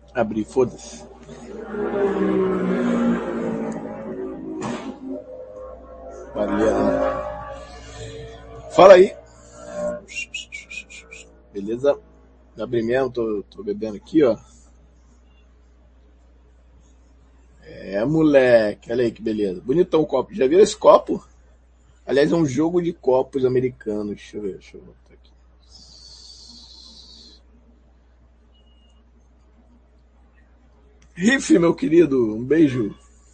Abrir, foda-se. Mariana. Fala aí. Beleza? Abri mesmo, tô bebendo aqui, ó. Moleque, olha aí que beleza. Bonitão o copo. Já viram esse copo? Aliás, é um jogo de copos americanos. Deixa eu botar aqui. Riff, meu querido, um beijo.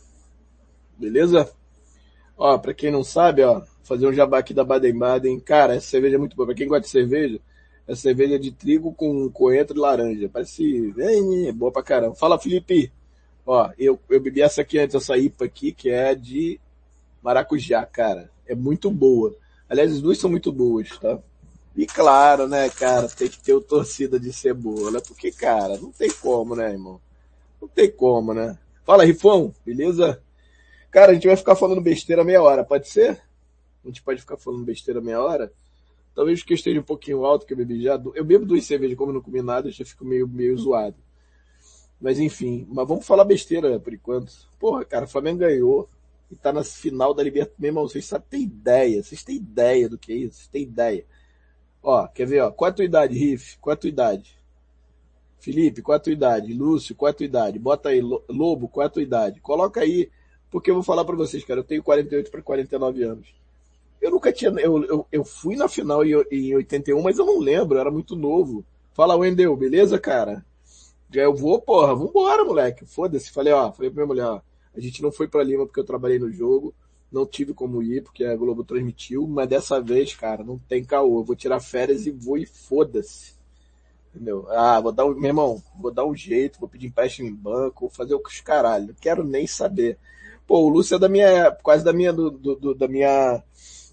Beleza? Ó, pra quem não sabe, ó, fazer um jabá aqui da Baden-Baden. Cara, essa cerveja é muito boa. Pra quem gosta de cerveja, é cerveja de trigo com coentro e laranja. Parece, é boa pra caramba. Fala, Felipe. Ó, eu bebi essa aqui antes, essa IPA aqui, que é de maracujá, cara. É muito boa. Aliás, as duas são muito boas, tá? E claro, né, cara, tem que ter o torcida de cebola, porque, cara, não tem como, né, irmão? Não tem como, né? Fala, Rifão, beleza? Cara, a gente vai ficar falando besteira meia hora, pode ser? A gente pode ficar falando besteira meia hora? Talvez porque eu esteja um pouquinho alto, que eu bebi já. Eu bebo duas cervejas, como eu não comi nada, eu já fico meio zoado. Mas enfim, mas vamos falar besteira por enquanto. Porra, cara, o Flamengo ganhou e tá na final da Libertadores. Meu irmão, vocês têm ideia do que é isso? Vocês têm ideia? Ó, quer ver, ó, qual é a tua idade, Riff? Qual é a tua idade? Felipe, qual é a tua idade? Lúcio, qual é a tua idade? Bota aí, Lobo, qual é a tua idade? Coloca aí, porque eu vou falar pra vocês, cara, eu tenho 48 para 49 anos. Eu nunca tinha, eu fui na final em 81, mas eu não lembro, eu era muito novo. Fala, Wendel, beleza, cara? Já eu vou, porra, vambora, moleque. Foda-se. Falei pra minha mulher, ó, a gente não foi pra Lima porque eu trabalhei no jogo, não tive como ir porque a Globo transmitiu, mas dessa vez, cara, não tem caô. Eu vou tirar férias e vou e foda-se. Entendeu? Ah, meu irmão, vou dar um jeito, vou pedir empréstimo em banco, vou fazer o que os caralho. Não quero nem saber. Pô, o Lúcio é da minha época, quase da minha, da minha,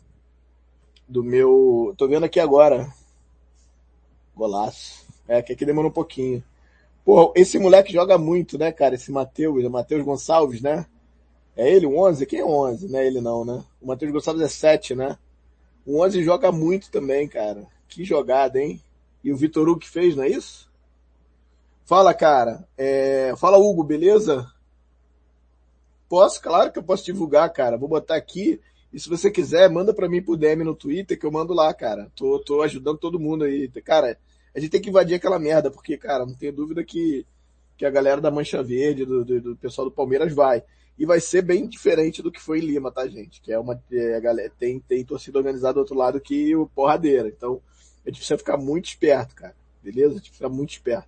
do meu, tô vendo aqui agora. Golaço. É, que aqui demorou um pouquinho. Pô, esse moleque joga muito, né, cara? Esse Matheus Gonçalves, né? É ele, o 11? Quem é o 11? Não é ele não, né? O Matheus Gonçalves é 7, né? O 11 joga muito também, cara. Que jogada, hein? E o Vitor Hugo que fez, não é isso? Fala, cara. Fala, Hugo, beleza? Posso? Claro que eu posso divulgar, cara. Vou botar aqui. E se você quiser, manda pra mim por DM no Twitter que eu mando lá, cara. Tô ajudando todo mundo aí. Cara, a gente tem que invadir aquela merda, porque, cara, não tenho dúvida que a galera da Mancha Verde, do pessoal do Palmeiras vai. E vai ser bem diferente do que foi em Lima, tá, gente? Que a galera, tem torcida organizada do outro lado que o porradeira. Então, a gente precisa ficar muito esperto, cara. Beleza? A gente precisa ficar muito esperto.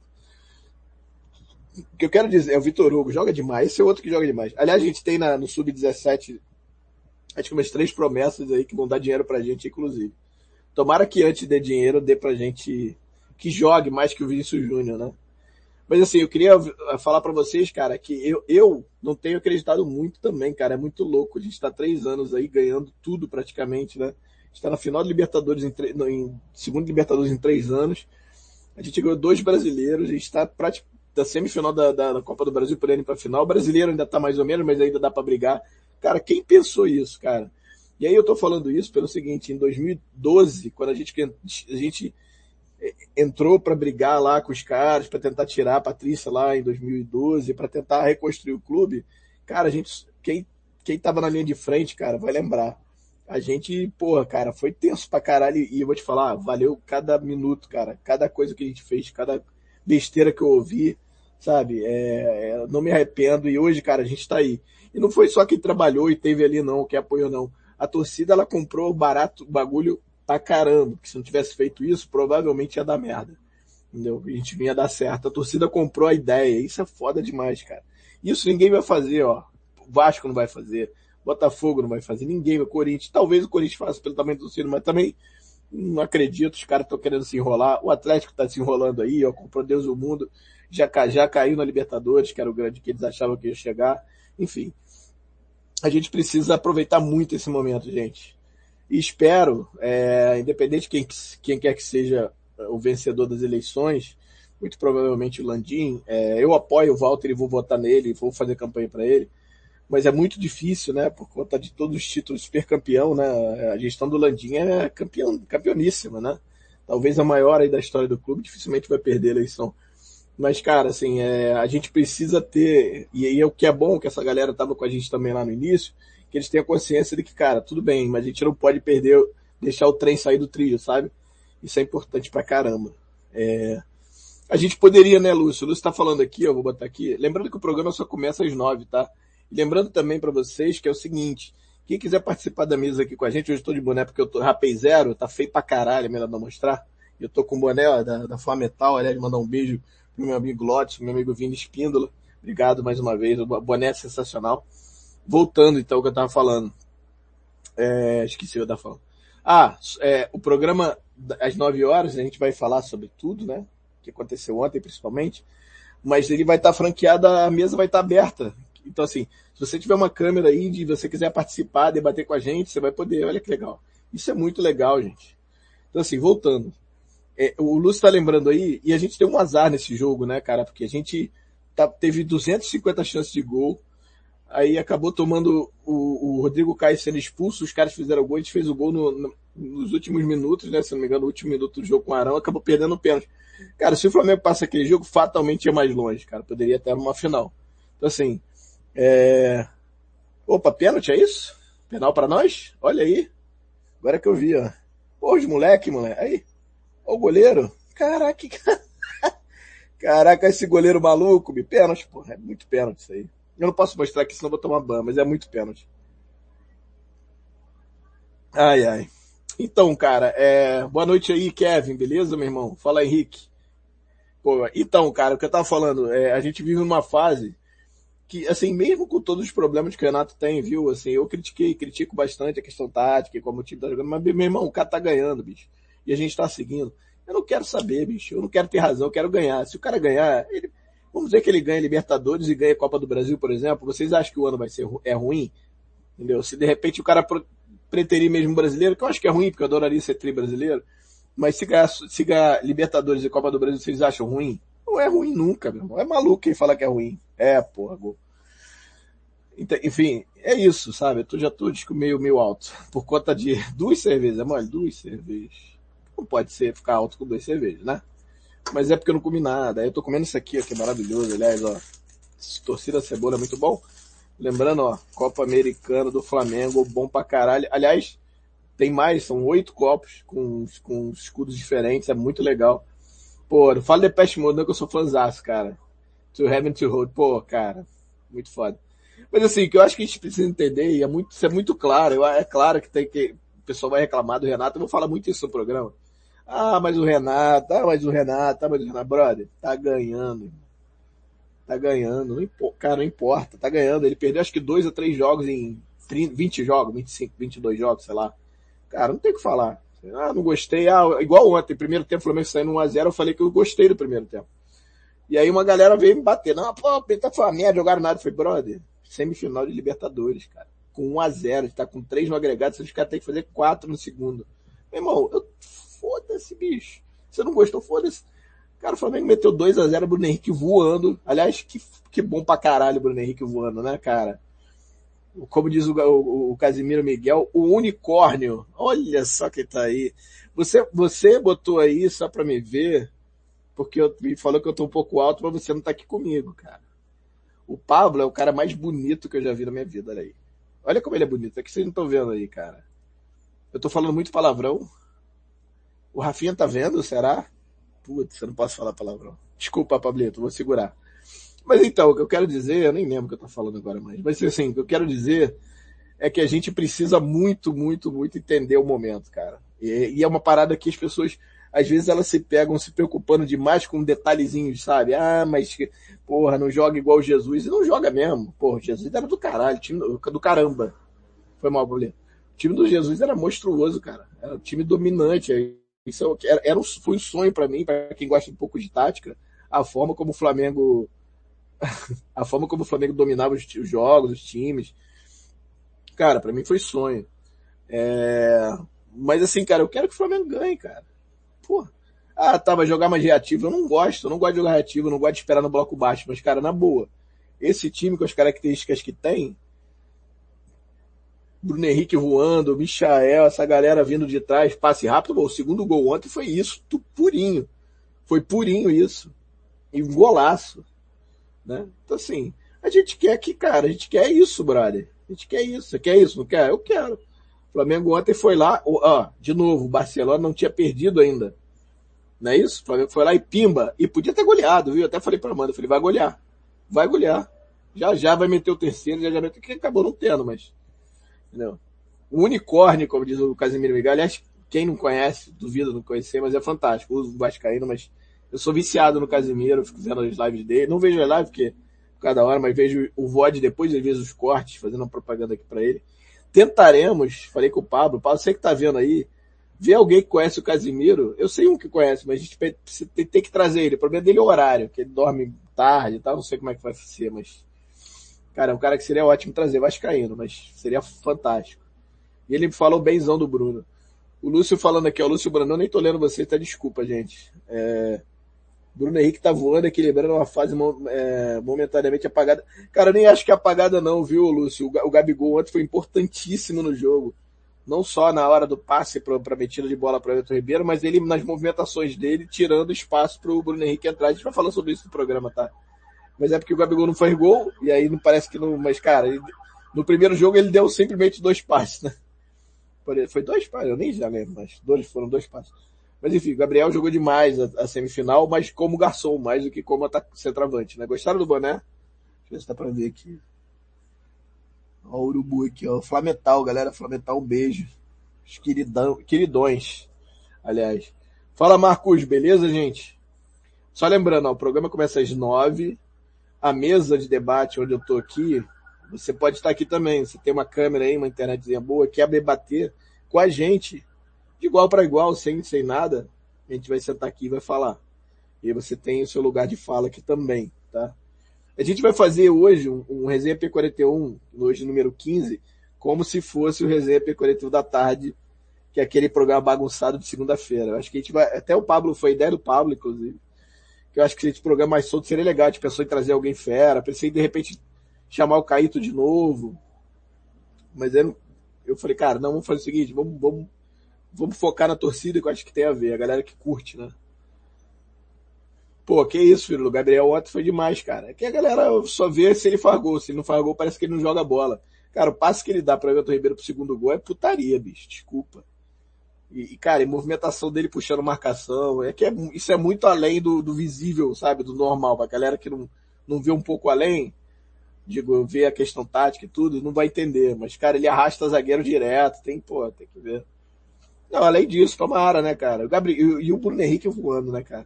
O que eu quero dizer é o Vitor Hugo, joga demais. Esse é outro que joga demais. Aliás, a gente tem no Sub-17, acho que umas 3 promessas aí que vão dar dinheiro pra gente, inclusive. Tomara que antes de dinheiro, dê pra gente que jogue mais que o Vinícius Júnior, né? Mas assim, eu queria falar pra vocês, cara, que eu não tenho acreditado muito também, cara. É muito louco. A gente tá 3 anos aí ganhando tudo praticamente, né? A gente tá na final de Libertadores em segundo Libertadores em 3 anos. A gente ganhou 2 brasileiros, a gente tá da semifinal da Copa do Brasil podendo ir pra final. O brasileiro ainda tá mais ou menos, mas ainda dá pra brigar. Cara, quem pensou isso, cara? E aí eu tô falando isso pelo seguinte, em 2012, quando a gente entrou para brigar lá com os caras, para tentar tirar a Patrícia lá em 2012, para tentar reconstruir o clube, cara, quem tava na linha de frente, cara, vai lembrar. A gente, porra, cara, foi tenso pra caralho e eu vou te falar, valeu cada minuto, cara, cada coisa que a gente fez, cada besteira que eu ouvi, sabe? Não me arrependo e hoje, cara, a gente tá aí. E não foi só quem trabalhou e teve ali não, quem apoiou não. A torcida, ela comprou barato, bagulho pra caramba, que se não tivesse feito isso, provavelmente ia dar merda. Entendeu? A gente vinha dar certo. A torcida comprou a ideia. Isso é foda demais, cara. Isso ninguém vai fazer, ó. O Vasco não vai fazer. Botafogo não vai fazer. Ninguém vai. Corinthians. Talvez o Corinthians faça pelo tamanho do torcida, mas também não acredito. Os caras estão querendo se enrolar. O Atlético tá se enrolando aí, ó. Comprou Deus do mundo. Já caiu na Libertadores, que era o grande que eles achavam que ia chegar. Enfim. A gente precisa aproveitar muito esse momento, gente. E espero, independente de quem quer que seja o vencedor das eleições, muito provavelmente o Landim, eu apoio o Walter e vou votar nele, vou fazer campanha para ele, mas é muito difícil, né, por conta de todos os títulos super campeão, né, a gestão do Landim é campeoníssima, né, talvez a maior aí da história do clube, dificilmente vai perder a eleição. Mas, cara, assim, a gente precisa ter, e aí é o que é bom que essa galera tava com a gente também lá no início, que eles tenham consciência de que, cara, tudo bem, mas a gente não pode perder, deixar o trem sair do trilho, sabe? Isso é importante pra caramba. A gente poderia, né, Lúcio? O Lúcio tá falando aqui, eu vou botar aqui. Lembrando que o programa só começa às 9, tá? E lembrando também pra vocês que é o seguinte, quem quiser participar da mesa aqui com a gente, hoje eu tô de boné porque eu tô rapei zero, tá feio pra caralho, é melhor não mostrar. Eu tô com o boné, ó, da Flá Metal, aliás, mandar um beijo pro meu amigo Lotes, pro meu amigo Vini Espíndola. Obrigado mais uma vez, o boné é sensacional. Voltando então ao que eu tava falando. Esqueci o que eu tava falando. O programa às 9 horas, a gente vai falar sobre tudo, né? Que aconteceu ontem, principalmente. Mas ele vai estar franqueado, a mesa vai estar aberta. Então, assim, se você tiver uma câmera aí, de você quiser participar, debater com a gente, você vai poder. Olha que legal. Isso é muito legal, gente. Então, assim, voltando. O Lúcio tá lembrando aí, e a gente tem um azar nesse jogo, né, cara? Porque a gente teve 250 chances de gol, aí acabou tomando o Rodrigo Caio sendo expulso, os caras fizeram o gol, a gente fez o gol nos últimos minutos, né? Se não me engano, no último minuto do jogo com o Arão, acabou perdendo o pênalti. Cara, se o Flamengo passa aquele jogo, fatalmente ia mais longe, cara. Poderia até numa final. Então, assim, Opa, pênalti, é isso? Penal pra nós? Olha aí. Agora que eu vi, ó. Pô, os moleque. Aí. Ó o goleiro. Caraca, caraca, esse goleiro maluco, pênalti, porra. É muito pênalti isso aí. Eu não posso mostrar aqui, senão eu vou tomar ban, mas é muito pênalti. Ai, ai. Então, cara, boa noite aí, Kevin, beleza, meu irmão? Fala, Henrique. Pô, então, cara, o que eu tava falando, a gente vive numa fase que, assim, mesmo com todos os problemas que o Renato tem, viu, assim, eu critico bastante a questão tática e como o time tá jogando, mas, meu irmão, o cara tá ganhando, bicho. E a gente tá seguindo. Eu não quero saber, bicho, eu não quero ter razão, eu quero ganhar. Se o cara ganhar, vamos dizer que ele ganha Libertadores e ganha Copa do Brasil, por exemplo, vocês acham que o ano vai ser ruim? Entendeu? Se de repente o cara preterir mesmo brasileiro, que eu acho que é ruim, porque eu adoraria ser tri brasileiro, mas se ganhar Libertadores e Copa do Brasil, vocês acham ruim? Não é ruim nunca, meu irmão. É maluco quem fala que é ruim. Porra, gol. Então, enfim, é isso, sabe? Já tô meio alto. Por conta de duas cervejas, é mole? Duas cervejas. Não pode ser ficar alto com duas cervejas, né? Mas é porque eu não comi nada. Aí eu tô comendo isso aqui, ó, que é maravilhoso, aliás, ó. Torcida cebola é muito bom. Lembrando, ó, Copa Americana do Flamengo, bom pra caralho. Aliás, tem mais, são 8 copos com escudos diferentes, é muito legal. Pô, não fala de Depeche Mode, não, que eu sou fãzaço, cara. To Heaven to Hold, pô, cara, muito foda. Mas assim, o que eu acho que a gente precisa entender, e isso é muito claro, é claro o pessoal vai reclamar do Renato, eu vou falar muito isso no programa. Mas o Renato, brother, tá ganhando. Tá ganhando, não importa, cara, não importa, tá ganhando. Ele perdeu acho que 2 ou 3 jogos em 30, 20 jogos, 25, 22 jogos, sei lá. Cara, não tem o que falar. Não gostei. Igual ontem, primeiro tempo, o Flamengo saindo 1-0, eu falei que eu gostei do primeiro tempo. E aí uma galera veio me bater. Não, pô, tá falando merda, jogaram nada. Eu falei, brother, semifinal de Libertadores, cara. Com 1-0, a gente tá com 3 no agregado, os caras têm que fazer 4 no segundo. Meu irmão, foda-se, bicho. Você não gostou, foda-se. Cara, o Flamengo meteu 2-0, Bruno Henrique voando. Aliás, que bom pra caralho o Bruno Henrique voando, né, cara? Como diz o Casimiro Miguel, o unicórnio. Olha só quem tá aí. Você botou aí só pra me ver, porque me falou que eu tô um pouco alto, mas você não tá aqui comigo, cara. O Pablo é o cara mais bonito que eu já vi na minha vida, olha aí. Olha como ele é bonito, é que vocês não estão vendo aí, cara. Eu tô falando muito palavrão. O Rafinha tá vendo, será? Putz, eu não posso falar palavrão. Desculpa, Pablito, vou segurar. Mas então, o que eu quero dizer, eu nem lembro o que eu tô falando agora mais, mas assim, o que eu quero dizer é que a gente precisa muito, muito, muito entender o momento, cara. E é uma parada que as pessoas, às vezes elas se pegam se preocupando demais com detalhezinhos, sabe? Mas, porra, não joga igual Jesus. E não joga mesmo. Porra, Jesus era do caralho, time do caramba. Foi mal, Pablito. O time do Jesus era monstruoso, cara. Era um time dominante. Isso foi um sonho pra mim, pra quem gosta um pouco de tática, a forma como o Flamengo dominava os jogos, os times. Cara, pra mim foi sonho. Mas assim, cara, eu quero que o Flamengo ganhe, cara. Porra. Vai jogar mais reativo. Eu não gosto de jogar reativo, eu não gosto de esperar no bloco baixo, mas, cara, na boa, esse time com as características que tem, Bruno Henrique voando, Michael, essa galera vindo de trás, passe rápido, o segundo gol ontem foi isso, purinho. Foi purinho isso. E um golaço, né? Então assim, a gente quer que, cara, a gente quer isso, brother. A gente quer isso. Você quer isso, não quer? Eu quero. O Flamengo ontem foi lá, ó, de novo, o Barcelona não tinha perdido ainda. Não é isso? O Flamengo foi lá e pimba. E podia ter goleado, viu? Eu até falei pra Amanda, falei, vai golear. Vai golear. Já já vai meter o terceiro, já já meter, que acabou não tendo, mas. Entendeu? O unicórnio, como diz o Casemiro Miguel, aliás, quem não conhece, duvido não conhecer, mas é fantástico. Uso o Vascaíno, mas eu sou viciado no Casemiro, fico vendo as lives dele. Não vejo as lives, porque cada hora, mas vejo o VOD depois, às vezes os cortes, fazendo uma propaganda aqui pra ele. Tentaremos, falei com o Pablo, você que tá vendo aí, ver alguém que conhece o Casemiro, eu sei um que conhece, mas a gente tem que trazer ele. O problema dele é o horário, que ele dorme tarde e tal, não sei como é que vai ser, mas, cara, é um cara que seria ótimo trazer, vascaíno, mas seria fantástico. E ele falou benzão do Bruno. O Lúcio falando aqui, ó, o Lúcio Brandão, nem tô lendo você, tá? Desculpa, gente. Bruno Henrique tá voando, equilibrando uma fase momentaneamente apagada. Cara, eu nem acho que é apagada não, viu, Lúcio? O Gabigol ontem foi importantíssimo no jogo. Não só na hora do passe pra metida de bola para o Everton Ribeiro, mas ele nas movimentações dele, tirando espaço pro Bruno Henrique entrar. A gente vai falar sobre isso no programa, tá? Mas é porque o Gabigol não faz gol, e aí não parece que não... Mas, cara, no primeiro jogo ele deu simplesmente 2 passes, né? Foi 2 passes, eu nem já lembro, mas foram 2 passes. Mas enfim, o Gabriel jogou demais a semifinal, mas como garçom, mais do que como centroavante, né? Gostaram do boné? Deixa eu ver se dá pra ver aqui. Ó o urubu aqui, ó. Flamental, galera. Flamental, um beijo. Os queridões, aliás. Fala, Marcos, beleza, gente? Só lembrando, ó, o programa começa às 9. A mesa de debate onde eu tô aqui, você pode estar aqui também. Você tem uma câmera aí, uma internetzinha boa, quer debater com a gente, de igual para igual, sem nada. A gente vai sentar aqui e vai falar. E você tem o seu lugar de fala aqui também, tá? A gente vai fazer hoje um Resenha P41, hoje número 15, como se fosse o Resenha P41 da tarde, que é aquele programa bagunçado de segunda-feira. Eu acho que a gente vai, até o Pablo, foi ideia do Pablo, inclusive, que eu acho que esse programa mais solto seria legal, a gente pensou em trazer alguém fera, pensei em de repente chamar o Caíto de novo, mas eu falei, cara, não, vamos fazer o seguinte, vamos focar na torcida, que eu acho que tem a ver, a galera que curte, né? Pô, que isso, filho, o Gabriel ontem foi demais, cara. É que a galera só vê se ele faz gol, se ele não faz gol parece que ele não joga bola. Cara, o passe que ele dá pra Everton Ribeiro pro segundo gol é putaria, bicho, desculpa. Cara, a movimentação dele puxando marcação, isso é muito além do visível, sabe, do normal. Pra galera que não vê um pouco além, digo, vê a questão tática e tudo, não vai entender. Mas, cara, ele arrasta zagueiro direto, tem que ver. Não, além disso, tomara, né, cara. O Gabriel, e o Bruno Henrique voando, né, cara.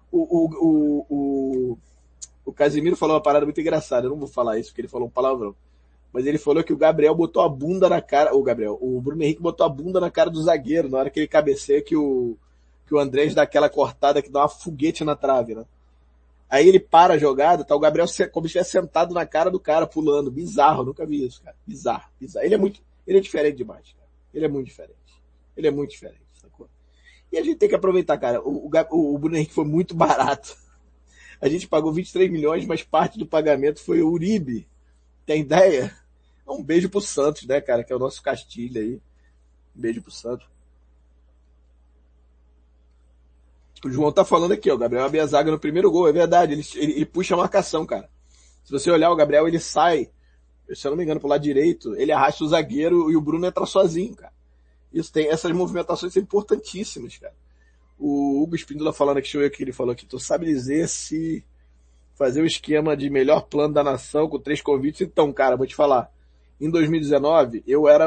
O Casemiro falou uma parada muito engraçada, eu não vou falar isso porque ele falou um palavrão. Mas ele falou que o Gabriel botou a bunda na cara, o Bruno Henrique botou a bunda na cara do zagueiro, na hora que ele cabeceia que o Andrés dá aquela cortada que dá uma foguete na trave, né? Aí ele para a jogada, tá o Gabriel como se estivesse sentado na cara do cara, pulando. Bizarro, nunca vi isso, cara. Bizarro. Ele é diferente demais, cara. Ele é muito diferente, sacou? E a gente tem que aproveitar, cara. O Bruno Henrique foi muito barato. A gente pagou 23 milhões, mas parte do pagamento foi o Uribe. Tem ideia? Um beijo pro Santos, né, cara? Que é o nosso Castilho aí. Um beijo pro Santos. O João tá falando aqui, ó. O Gabriel abre a zaga no primeiro gol. É verdade, ele puxa a marcação, cara. Se você olhar o Gabriel, ele sai, se eu não me engano, pro lado direito, ele arrasta o zagueiro e o Bruno entra sozinho, cara. Essas movimentações são importantíssimas, cara. O Hugo Espíndola falando aqui, deixa eu ver o que ele falou aqui. Tu sabe dizer se fazer o esquema de melhor plano da nação com 3 convites? Então, cara, vou te falar. Em 2019, eu era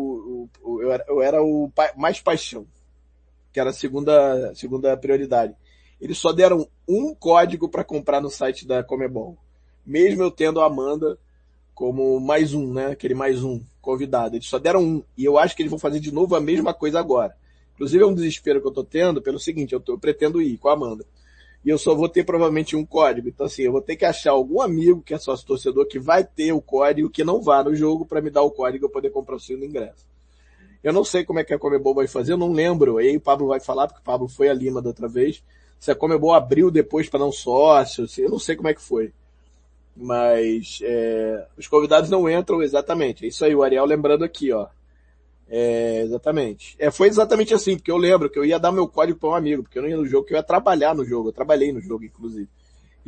o mais paixão, que era a segunda prioridade. Eles só deram um código para comprar no site da Comebol. Mesmo eu tendo a Amanda como mais um, né? Aquele mais um convidado. Eles só deram um. E eu acho que eles vão fazer de novo a mesma coisa agora. Inclusive é um desespero que eu tô tendo pelo seguinte, eu pretendo ir com a Amanda. E eu só vou ter provavelmente um código. Então assim, eu vou ter que achar algum amigo que é sócio torcedor que vai ter o código, que não vá no jogo para me dar o código e eu poder comprar o segundo ingresso. Eu não sei como é que a Comebol vai fazer, eu não lembro. Aí o Pablo vai falar, porque o Pablo foi a Lima da outra vez. Se a Comebol abriu depois para não sócio, eu não sei como é que foi. Mas os convidados não entram exatamente. É isso aí, o Ariel lembrando aqui, ó. Exatamente. Foi exatamente assim, porque eu lembro que eu ia dar meu código para um amigo, porque eu não ia no jogo, que eu ia trabalhar no jogo. Eu trabalhei no jogo, inclusive.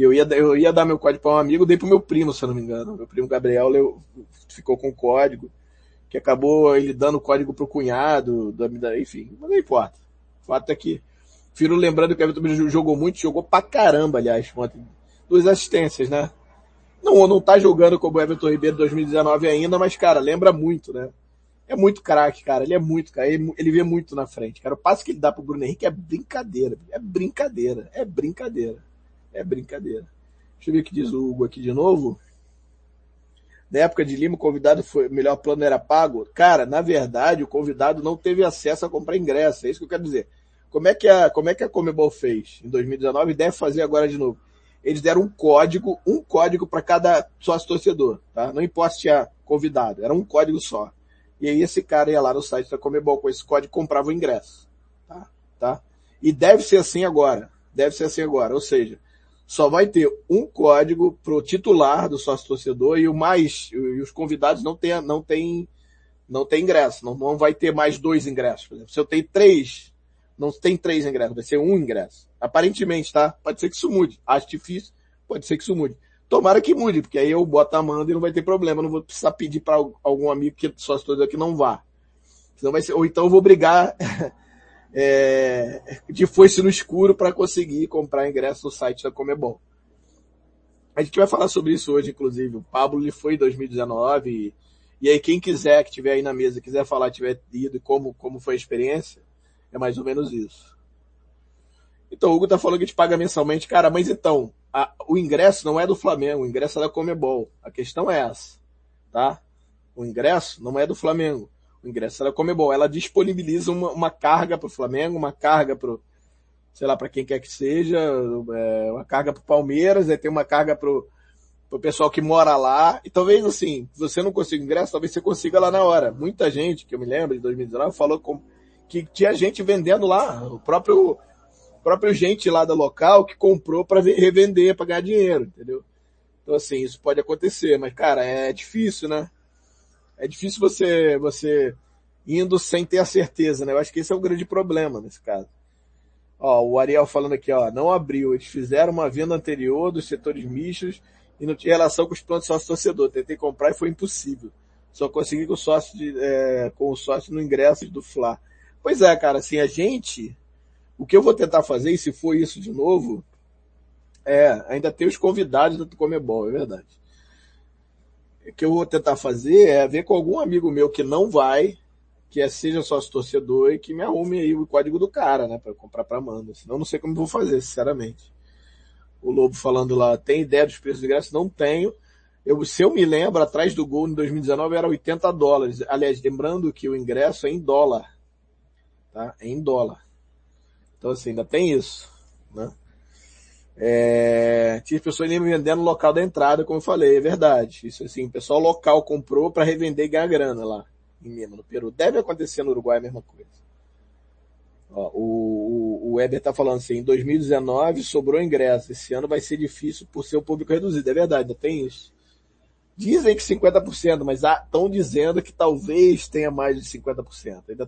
E eu ia dar meu código para um amigo, dei pro meu primo, se eu não me engano. Meu primo Gabriel ficou com o código, que acabou ele dando o código pro cunhado, enfim, mas não importa. O fato é que, Firo lembrando que o Everton jogou muito, jogou pra caramba, aliás, ontem. 2 assistências, né? Não tá jogando como o Everton Ribeiro 2019 ainda, mas, cara, lembra muito, né? É muito craque, cara. Ele é muito, cara. Ele vê muito na frente, cara. O passe que ele dá pro Bruno Henrique é brincadeira. É brincadeira. É brincadeira. É brincadeira. Deixa eu ver o que diz o Hugo aqui de novo. Na época de Lima, o convidado foi, o melhor plano era pago. Cara, na verdade, o convidado não teve acesso a comprar ingresso. É isso que eu quero dizer. Como é que a Comebol fez em 2019 e deve fazer agora de novo? Eles deram um código para cada sócio torcedor, tá? Não importa se tinha convidado, era um código só. E aí esse cara ia lá no site da Comebol com esse código e comprava o ingresso, tá? E deve ser assim agora. Ou seja, só vai ter um código pro titular do sócio torcedor e os convidados não tem ingresso. Não vai ter mais 2 ingressos, por exemplo. Se eu tenho 3, não tem 3 ingressos, vai ser um ingresso. Aparentemente, tá? Pode ser que isso mude. Acho difícil, pode ser que isso mude. Tomara que mude, porque aí eu boto a manda e não vai ter problema. Não vou precisar pedir para algum amigo que sócio torcedor que não vá. Senão vai ser, ou então eu vou brigar de foice no escuro para conseguir comprar ingresso no site da Comebol. A gente vai falar sobre isso hoje, inclusive. O Pablo ele foi em 2019 e aí quem quiser, que estiver aí na mesa, quiser falar, tiver ido e como foi a experiência, é mais ou menos isso. Então o Hugo tá falando que a gente paga mensalmente. Cara, mas então, o ingresso não é do Flamengo, o ingresso é da Comebol. A questão é essa, tá? O ingresso não é do Flamengo. O ingresso é da Comebol. Ela disponibiliza uma carga pro Flamengo, uma carga pro, sei lá, para quem quer que seja, uma carga pro Palmeiras, aí tem uma carga pro pessoal que mora lá. E talvez, assim, se você não consiga ingresso, talvez você consiga lá na hora. Muita gente, que eu me lembro, de 2019, falou que tinha gente vendendo lá, o próprio gente lá do local que comprou para revender, para ganhar dinheiro, entendeu? Então, assim, isso pode acontecer, mas, cara, é difícil, né? É difícil você indo sem ter a certeza, né? Eu acho que esse é o grande problema nesse caso. Ó, o Ariel falando aqui, ó, não abriu. Eles fizeram uma venda anterior dos setores mistos e não tinha relação com os planos de sócio-torcedor. Tentei comprar e foi impossível. Só consegui com o sócio no ingresso do Fla. Pois é, cara, assim, o que eu vou tentar fazer, e se for isso de novo, ainda ter os convidados da Comebol, é verdade. O que eu vou tentar fazer é ver com algum amigo meu que não vai, que seja sócio torcedor e que me arrume aí o código do cara, né, para comprar para Amanda. Senão eu não sei como vou fazer, sinceramente. O Lobo falando lá, tem ideia dos preços de ingresso? Não tenho. Se eu me lembro, atrás do gol em 2019 era $80. Aliás, lembrando que o ingresso é em dólar. Tá? É em dólar. Então assim, ainda tem isso, né? Tinha pessoas nem vendendo no local da entrada, como eu falei, é verdade. Isso assim, o pessoal local comprou para revender e ganhar grana lá em Lima, no Peru. Deve acontecer no Uruguai a mesma coisa. Ó, o Weber tá falando assim, em 2019 sobrou ingresso, esse ano vai ser difícil por ser o público reduzido. É verdade, ainda tem isso. Dizem que 50%, mas estão dizendo que talvez tenha mais de 50%. Ainda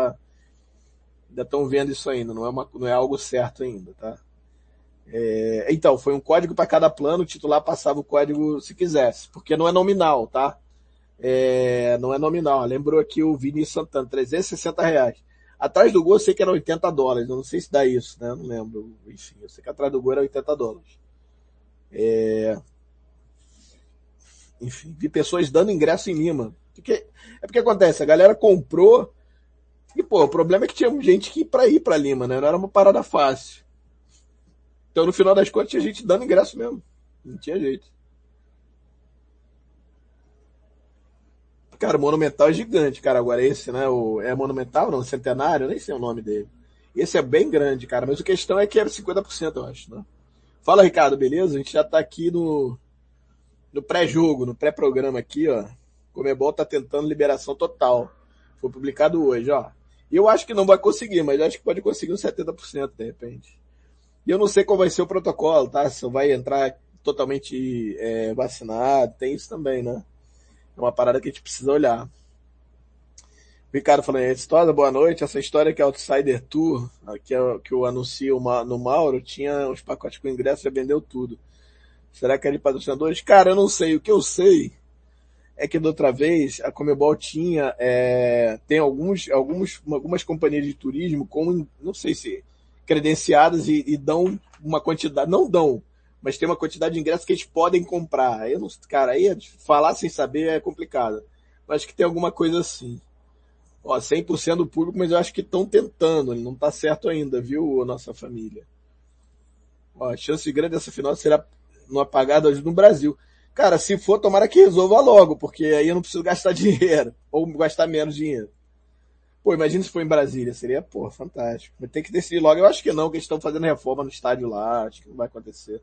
estão vendo isso ainda, não é algo certo ainda, tá? Então, foi um código para cada plano, o titular passava o código se quisesse, porque não é nominal, tá? Não é nominal. Lembrou aqui o Vini Santana, R$360. Atrás do gol eu sei que era $80, eu não sei se dá isso, né? Eu não lembro. Enfim, eu sei que atrás do gol era $80. Enfim, vi pessoas dando ingresso em Lima. Porque acontece, a galera comprou e, pô, o problema é que tinha gente que ir pra Lima, né? Não era uma parada fácil. Então, no final das contas, tinha gente dando ingresso mesmo. Não tinha jeito. Cara, o Monumental é gigante, cara. Agora esse, né? É Monumental, não? Centenário? Eu nem sei o nome dele. Esse é bem grande, cara. Mas a questão é que era 50%, eu acho, né? Fala, Ricardo, beleza? A gente já tá aqui no pré-jogo, no pré-programa aqui, ó. Comebol tá tentando liberação total. Foi publicado hoje, ó. E eu acho que não vai conseguir, mas eu acho que pode conseguir uns 70%, de repente. E eu não sei qual vai ser o protocolo, tá? Se vai entrar totalmente vacinado, tem isso também, né? É uma parada que a gente precisa olhar. O Ricardo falando, história, boa noite. Essa história que é Outsider Tour, que eu anuncio no Mauro, tinha uns pacotes com ingresso e vendeu tudo. Será que é de patrocinadores? Cara, eu não sei. O que eu sei é que da outra vez a Conmebol tinha, tem algumas companhias de turismo com, não sei se credenciadas e dão uma quantidade, não dão, mas tem uma quantidade de ingressos que eles podem comprar. Eu não, cara, aí falar sem saber é complicado. Mas acho que tem alguma coisa assim. Ó, 100% do público, mas eu acho que estão tentando, não está certo ainda, viu, nossa família? Ó, a chance grande dessa final será no apagado no Brasil. Cara, se for, tomara que resolva logo, porque aí eu não preciso gastar dinheiro, ou gastar menos dinheiro. Pô, imagina se for em Brasília, seria, pô, fantástico. Mas tem que decidir logo. Eu acho que não, que eles estão fazendo reforma no estádio lá, acho que não vai acontecer.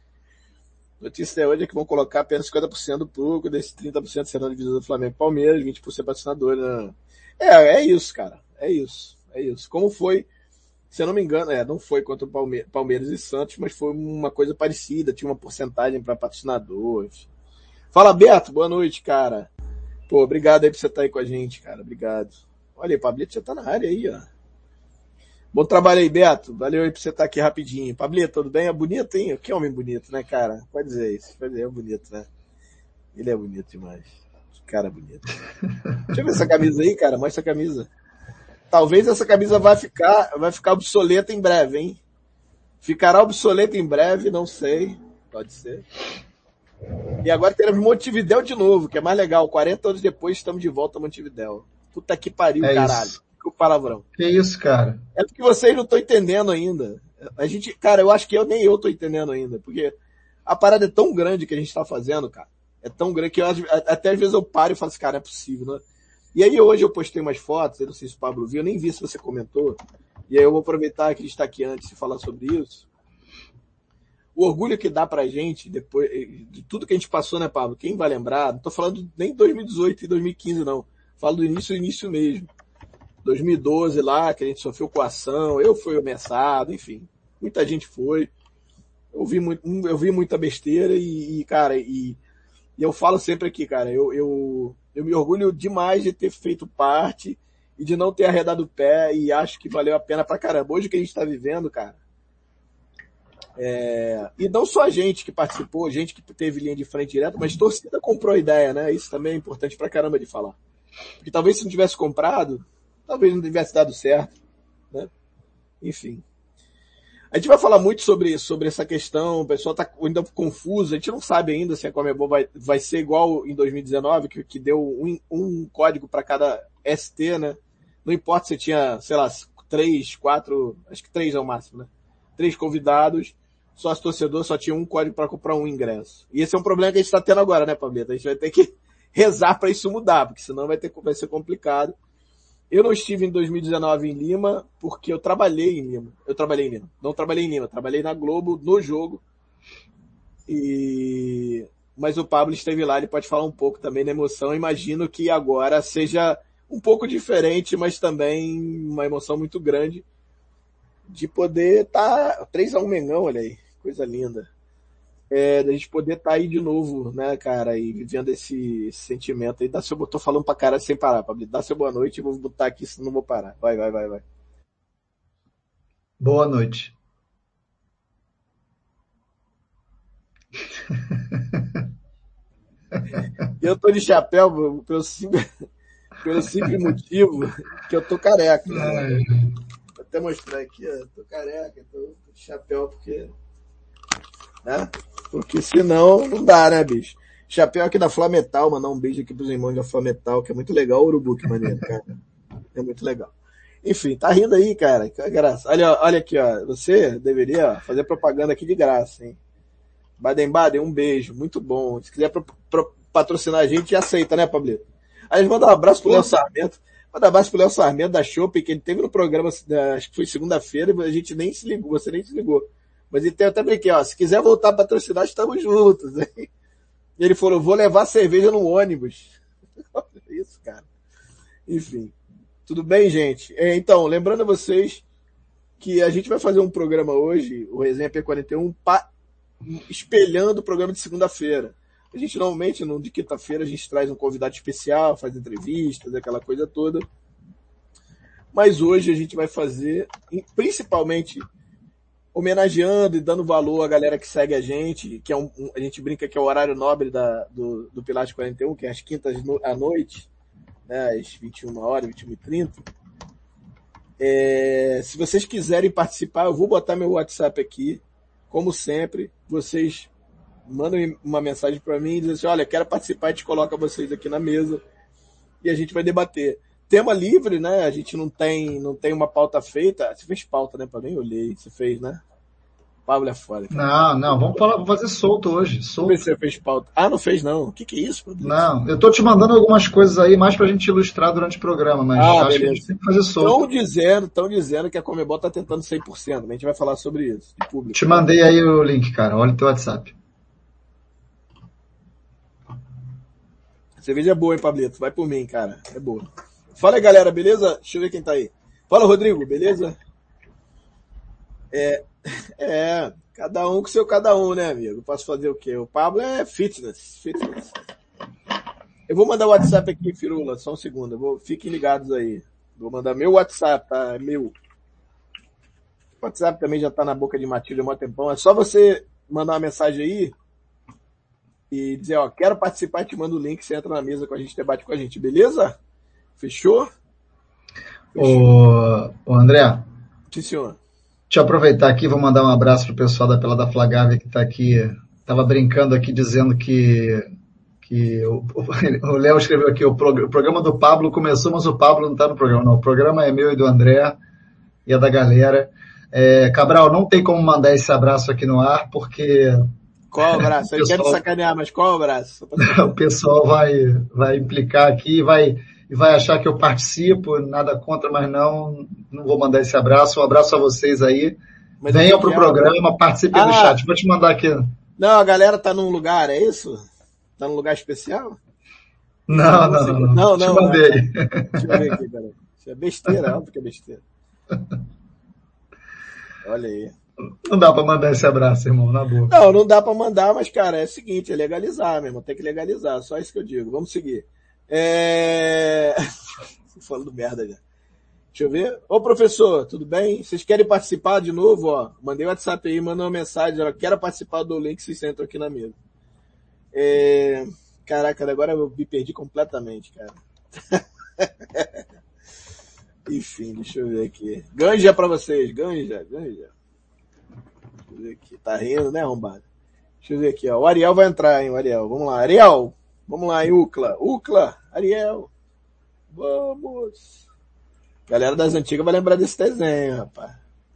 Notícia hoje é que vão colocar apenas 50% do público, desses 30% serão divididos do Flamengo e Palmeiras, 20% patrocinador, né? É isso, cara. É isso. É isso. Como foi, se eu não me engano, não foi contra o Palmeiras e Santos, mas foi uma coisa parecida, tinha uma porcentagem para patrocinadores. Fala, Beto, boa noite, cara. Pô, obrigado aí por você estar aí com a gente, cara. Obrigado. Olha aí, Pablito já tá na área aí, ó. Bom trabalho aí, Beto. Valeu aí por você estar aqui rapidinho. Pablito, tudo bem? É bonito, hein? Que homem bonito, né, cara? Pode dizer isso. Pode dizer, é bonito, né? Ele é bonito demais. Que cara bonito. Deixa eu ver essa camisa aí, cara. Mostra a camisa. Talvez essa camisa vai ficar obsoleta em breve, hein? Ficará obsoleta em breve, não sei. Pode ser. E agora teremos Montevidéu de novo, que é mais legal. 40 anos depois estamos de volta a Montevidéu. Puta que pariu, caralho. Isso. Que palavrão. Que isso, cara? É porque vocês não estão entendendo ainda. A gente, cara, eu acho que nem eu tô entendendo ainda, porque a parada é tão grande que a gente tá fazendo, cara. É tão grande que até às vezes eu paro e falo assim, cara, é possível, né? E aí hoje eu postei umas fotos, eu não sei se o Pablo viu, eu nem vi se você comentou. E aí eu vou aproveitar que ele está aqui antes de falar sobre isso. O orgulho que dá pra gente, depois de tudo que a gente passou, né, Pablo? Quem vai lembrar? Não tô falando nem de 2018 e 2015, não. Falo do início mesmo. 2012 lá, que a gente sofreu coação, eu fui ameaçado, enfim. Muita gente foi. Eu vi muita besteira cara, e eu falo sempre aqui, cara, eu me orgulho demais de ter feito parte e de não ter arredado o pé e acho que valeu a pena pra caramba. Hoje o que a gente tá vivendo, cara, e não só a gente que participou, gente que teve linha de frente direta, mas torcida comprou a ideia, né? Isso também é importante pra caramba de falar. Porque talvez se não tivesse comprado, talvez não tivesse dado certo, né? Enfim. A gente vai falar muito sobre essa questão, o pessoal está ainda confuso, a gente não sabe ainda se a Conmebol vai ser igual em 2019, que deu um código para cada ST, né? Não importa se tinha, sei lá, 3, 4, acho que 3 é o máximo, né? 3 convidados, sócio torcedor só tinha um código para comprar um ingresso. E esse é um problema que a gente está tendo agora, né, Pablito? A gente vai ter que rezar para isso mudar, porque senão vai ser complicado. Eu não estive em 2019 em Lima, porque eu trabalhei em Lima. Eu trabalhei em Lima. Não trabalhei em Lima, trabalhei na Globo, no jogo. Mas o Pablo esteve lá, ele pode falar um pouco também da emoção. Imagino que agora seja um pouco diferente, mas também uma emoção muito grande de poder estar 3-1 Mengão, olha aí, coisa linda. Da gente poder estar aí de novo, né, cara, e vivendo esse sentimento aí. Tô falando pra cara sem parar, Pablo. Dá seu boa noite e vou botar aqui, senão não vou parar. Vai. Boa noite. Eu tô de chapéu pelo simples motivo que eu tô careca. Né? Vou até mostrar aqui, ó. Tô careca, tô de chapéu porque... né? Porque senão não dá, né, bicho? Chapéu aqui da Flametal, mandar um beijo aqui pros irmãos da Flametal, que é muito legal. Urubu, que maneiro, cara. É muito legal. Enfim, tá rindo aí, cara. Que graça. Olha aqui, ó. Você deveria fazer propaganda aqui de graça, hein? Baden-Baden, um beijo. Muito bom. Se quiser patrocinar a gente, aceita, né, Pablito? Aí manda um abraço pro Léo Sarmento. Manda um abraço pro Léo Sarmento da Shopping, que ele teve no programa, acho que foi segunda-feira, e a gente nem se ligou, você nem se ligou. Mas ele até brinquei, ó, se quiser voltar a patrocinar, estamos juntos. Hein? E ele falou, vou levar cerveja no ônibus. Olha isso, cara. Enfim. Tudo bem, gente? Então, lembrando a vocês que a gente vai fazer um programa hoje, o Resenha P41, espelhando o programa de segunda-feira. A gente normalmente, de quinta-feira, a gente traz um convidado especial, faz entrevistas, aquela coisa toda. Mas hoje a gente vai fazer, principalmente, homenageando e dando valor à galera que segue a gente, que é a gente brinca que é o horário nobre do Pilates 41, que é às quintas à noite, né, às 21h, 21h30. Se vocês quiserem participar, eu vou botar meu WhatsApp aqui, como sempre, vocês mandam uma mensagem para mim e dizem assim, olha, quero participar, a gente coloca vocês aqui na mesa e a gente vai debater. Tema livre, né? A gente não tem uma pauta feita. Você fez pauta, né? Eu nem olhei. Você fez, né? Pablo é foda. Não, vamos fazer solto hoje. Solto. Você fez pauta. Não fez não. O que é isso, Pablo? Não, eu tô te mandando algumas coisas aí, mais pra gente ilustrar durante o programa, mas acho beleza. Que a gente tem que fazer solto. Estão dizendo que a Conmebol tá tentando 100%. A gente vai falar sobre isso, de público. Te mandei aí o link, cara. Olha o teu WhatsApp. A cerveja é boa, hein, Pablito? Vai por mim, cara. É boa. Fala aí, galera, beleza? Deixa eu ver quem tá aí. Fala, Rodrigo, beleza? Cada um com seu cada um, né, amigo? Posso fazer o quê? O Pablo é fitness. Eu vou mandar o WhatsApp aqui, Firula, só um segundo. Fiquem ligados aí. Vou mandar meu WhatsApp, tá? É meu. O WhatsApp também já tá na boca de Matilde há um tempão. É só você mandar uma mensagem aí e dizer, ó, quero participar, te manda o link, você entra na mesa com a gente, debate com a gente, beleza? Fechou? Ô André. Sim, senhor. Deixa eu aproveitar aqui, vou mandar um abraço pro pessoal da Pelada Flagávia que tá aqui, tava brincando aqui dizendo que o Léo escreveu aqui, o programa do Pablo começou, mas o Pablo não tá no programa, não. O programa é meu e do André e é da galera. Cabral, não tem como mandar esse abraço aqui no ar, porque... Qual abraço? Eu quero sacanear, mas qual abraço? O pessoal vai implicar aqui, e vai achar que eu participo, nada contra, mas não vou mandar esse abraço. Um abraço a vocês aí. Mas venham pro programa, participem do chat. Vou te mandar aqui. Não, a galera tá num lugar, é isso? Tá num lugar especial? Não. Te mandei. Deixa eu ver aqui, peraí. Isso é besteira, óbvio que é besteira. Olha aí. Não dá pra mandar esse abraço, irmão, na boa. Não dá pra mandar, mas, cara, é o seguinte, é legalizar, meu irmão. Tem que legalizar, só isso que eu digo. Vamos seguir. Falando merda já. Deixa eu ver. Ô, professor, tudo bem? Vocês querem participar de novo? Ó, mandei o WhatsApp aí, mandou uma mensagem. Eu quero participar do link, vocês entram aqui na mesa. Caraca, agora eu me perdi completamente, cara. Enfim, deixa eu ver aqui. Ganja pra vocês, ganja. Deixa eu ver aqui. Tá rindo, né, arrombado? Deixa eu ver aqui, ó. O Ariel vai entrar, hein, o Ariel. Vamos lá, Ariel. Vamos lá, hein, Ucla, Ariel. Vamos. Galera das antigas vai lembrar desse desenho, rapaz.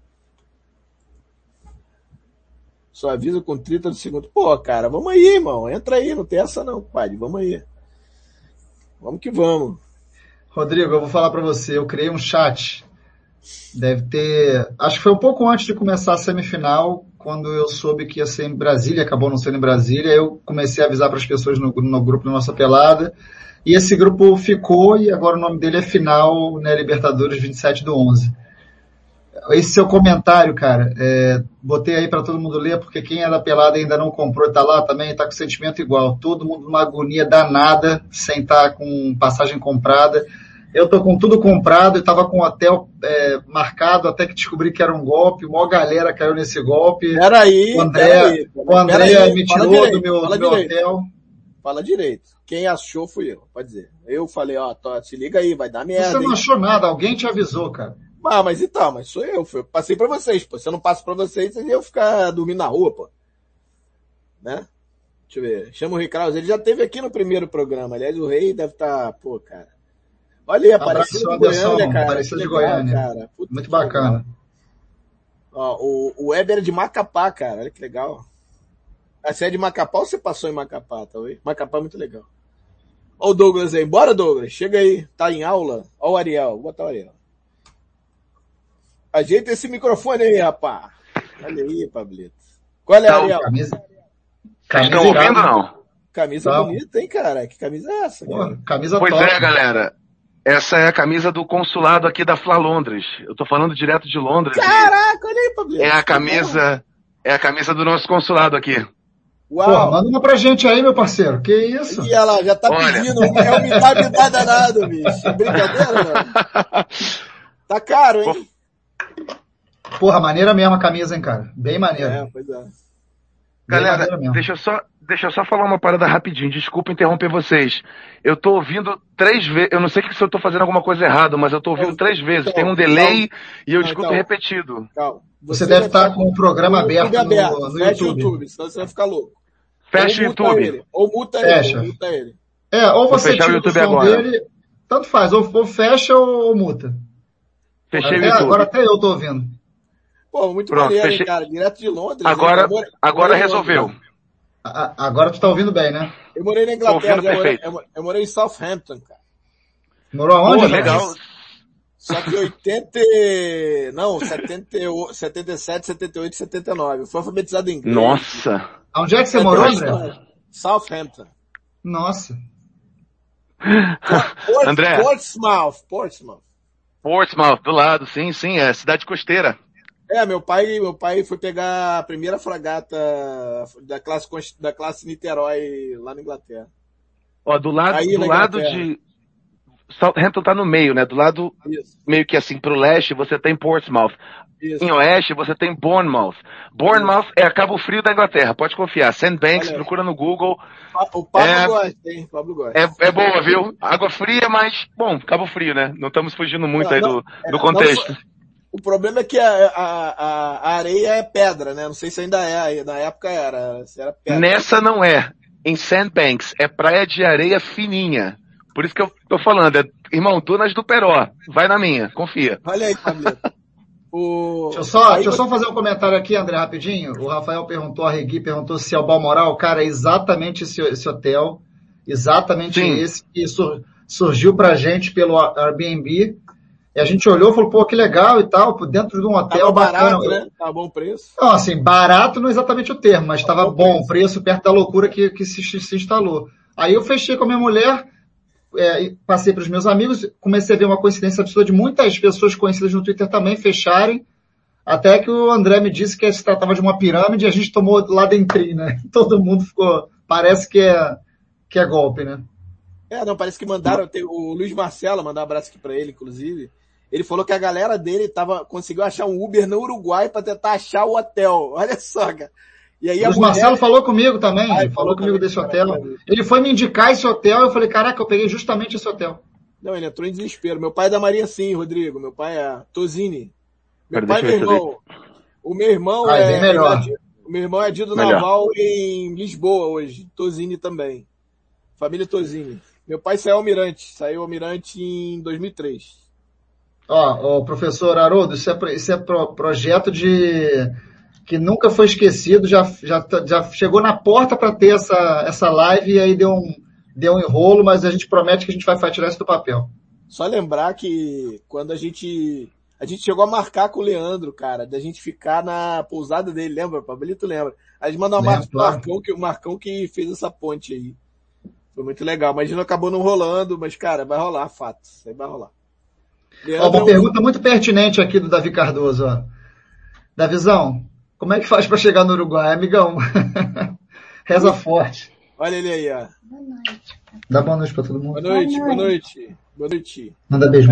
Só avisa com 30 do segundo. Pô, cara, vamos aí, irmão. Entra aí, não tem essa não, pai. Vamos aí. Vamos que vamos. Rodrigo, eu vou falar pra você. Eu criei um chat. Deve ter... Acho que foi um pouco antes de começar a semifinal, quando eu soube que ia ser em Brasília, acabou não sendo em Brasília, eu comecei a avisar para as pessoas no grupo da Nossa Pelada, e esse grupo ficou, e agora o nome dele é Final, né, Libertadores 27/11. Esse seu comentário, cara, botei aí para todo mundo ler, porque quem é da Pelada ainda não comprou e tá lá também, tá com sentimento igual, todo mundo numa agonia danada, sem estar com passagem comprada. Eu tô com tudo comprado, eu tava com o hotel marcado, até que descobri que era um golpe, uma galera caiu nesse golpe. Peraí, o André me tirou do meu hotel. Fala direito. Quem achou fui eu, pode dizer. Eu falei, ó, se liga aí, vai dar merda. Você não achou nada, alguém te avisou, cara. Mas sou eu, passei pra vocês, pô. Se eu não passo pra vocês iam ficar dormindo na rua, pô. Né? Deixa eu ver. Chama o Rei Kraus, ele já esteve aqui no primeiro programa. Aliás, o Rei deve estar, pô, cara. Olha aí, Aparecida de Goiânia, cara. Aparecida de Goiânia. Cara. Muito bacana. Ó, o Weber é de Macapá, cara. Olha que legal. Você é de Macapá ou você passou em Macapá, tá? Macapá é muito legal. Ó o Douglas aí. Bora, Douglas. Chega aí. Tá em aula? Ó o Ariel. Vou botar o Ariel. Ajeita esse microfone aí, rapaz. Olha aí, Pablito. Qual é, Ariel? Camisa estão ouvindo ou não? Camisa bonita, hein, cara? Que camisa é essa? Pô, camisa pois top. É, galera. Essa é a camisa do consulado aqui da Fla Londres. Eu tô falando direto de Londres. Caraca, olha aí, Pablito. É a camisa do nosso consulado aqui. Uau. Pô, manda uma pra gente aí, meu parceiro. Que isso? E ela já tá pedindo. É me dá danado, bicho. Brincadeira, mano. Tá caro, hein? Porra, maneira mesmo a camisa, hein, cara? Bem maneira. Pois é. Galera, deixa eu só falar uma parada rapidinho. Desculpa interromper vocês. Eu tô ouvindo 3 vezes. Eu não sei se eu tô fazendo alguma coisa errada, mas eu tô ouvindo 3 vezes. Tem um delay e eu escuto repetido. Calma. Você deve estar com o programa aberto no Fecha YouTube. o YouTube, senão você vai ficar louco. Fecha o YouTube. Ou multa ele. Ou você tira o YouTube som agora. dele, tanto faz, ou fecha ou multa. Fechei o YouTube. Agora até eu tô ouvindo. Pô, muito maneiro, hein, cara. Direto de Londres. Agora resolveu. Agora tu tá ouvindo bem, né? Eu morei na Inglaterra. Eu morei em Southampton, cara. Morou aonde? Pô, legal. Só que 77, 78, 79. Eu fui alfabetizado em inglês. Nossa. Onde é que você morou, André? Southampton. Nossa. André. Portsmouth, do lado, sim, é cidade costeira. Meu pai foi pegar a primeira fragata da classe Niterói lá na Inglaterra. Ó, do lado de Southampton tá no meio, né? Do lado, meio que assim, pro leste, você tem Portsmouth. Isso. Em oeste, você tem Bournemouth. Bournemouth é a Cabo Frio da Inglaterra, pode confiar. Sandbanks, procura no Google. O Pablo gosta, hein? Pablo gosta. É boa, viu? Água fria, mas, bom, Cabo Frio, né? Não estamos fugindo muito do contexto. O problema é que a areia é pedra, né? Não sei se ainda é. Na época era pedra. Nessa não é. Em Sandbanks, é praia de areia fininha. Por isso que eu tô falando, irmão, Dunas do Peró. Vai na minha, confia. Olha aí, Fabio. Deixa eu só fazer um comentário aqui, André, rapidinho. O Rafael perguntou, a Regui perguntou se é o Balmoral. Cara, é exatamente esse hotel. Exatamente esse que surgiu pra gente pelo Airbnb. E a gente olhou e falou, pô, que legal e tal, dentro de um hotel bacana. Barato, né? Tava bom o preço. Não, assim, barato não é exatamente o termo, mas estava bom o preço perto da loucura que se instalou. Aí eu fechei com a minha mulher, passei para os meus amigos, comecei a ver uma coincidência absurda de muitas pessoas conhecidas no Twitter também fecharem, até que o André me disse que se tratava de uma pirâmide e a gente tomou lá dentro, né? Todo mundo ficou, parece que é golpe, né? Parece que mandaram, o Luiz Marcelo, mandar um abraço aqui para ele, inclusive. Ele falou que a galera dele conseguiu achar um Uber no Uruguai para tentar achar o hotel. Olha só, cara. E aí o Marcelo falou comigo também. Ele falou comigo desse hotel. Ele foi me indicar esse hotel e eu falei, caraca, eu peguei justamente esse hotel. Não, ele entrou em desespero. Meu pai é da Maria sim, Rodrigo. Meu pai é Tosini. Meu pai e meu irmão. O meu irmão bem melhor. O meu irmão é Dido Naval em Lisboa hoje. Tosini também. Família Tosini. Meu pai saiu almirante em 2003. Professor Haroldo, isso é projeto que nunca foi esquecido, já chegou na porta para ter essa live e aí deu um enrolo, mas a gente promete que a gente vai tirar isso do papel. Só lembrar que quando a gente chegou a marcar com o Leandro, cara, da gente ficar na pousada dele, lembra? Pablito lembra? A gente mandou uma o Marcão que fez essa ponte aí. Foi muito legal, mas não acabou não rolando, mas cara, vai rolar, fato, isso aí vai rolar. Uma pergunta muito pertinente aqui do Davi Cardoso, ó. Davizão, como é que faz para chegar no Uruguai, amigão? Reza forte. Olha ele aí, ó. Boa noite. Dá boa noite para todo mundo. Boa noite. Manda beijo.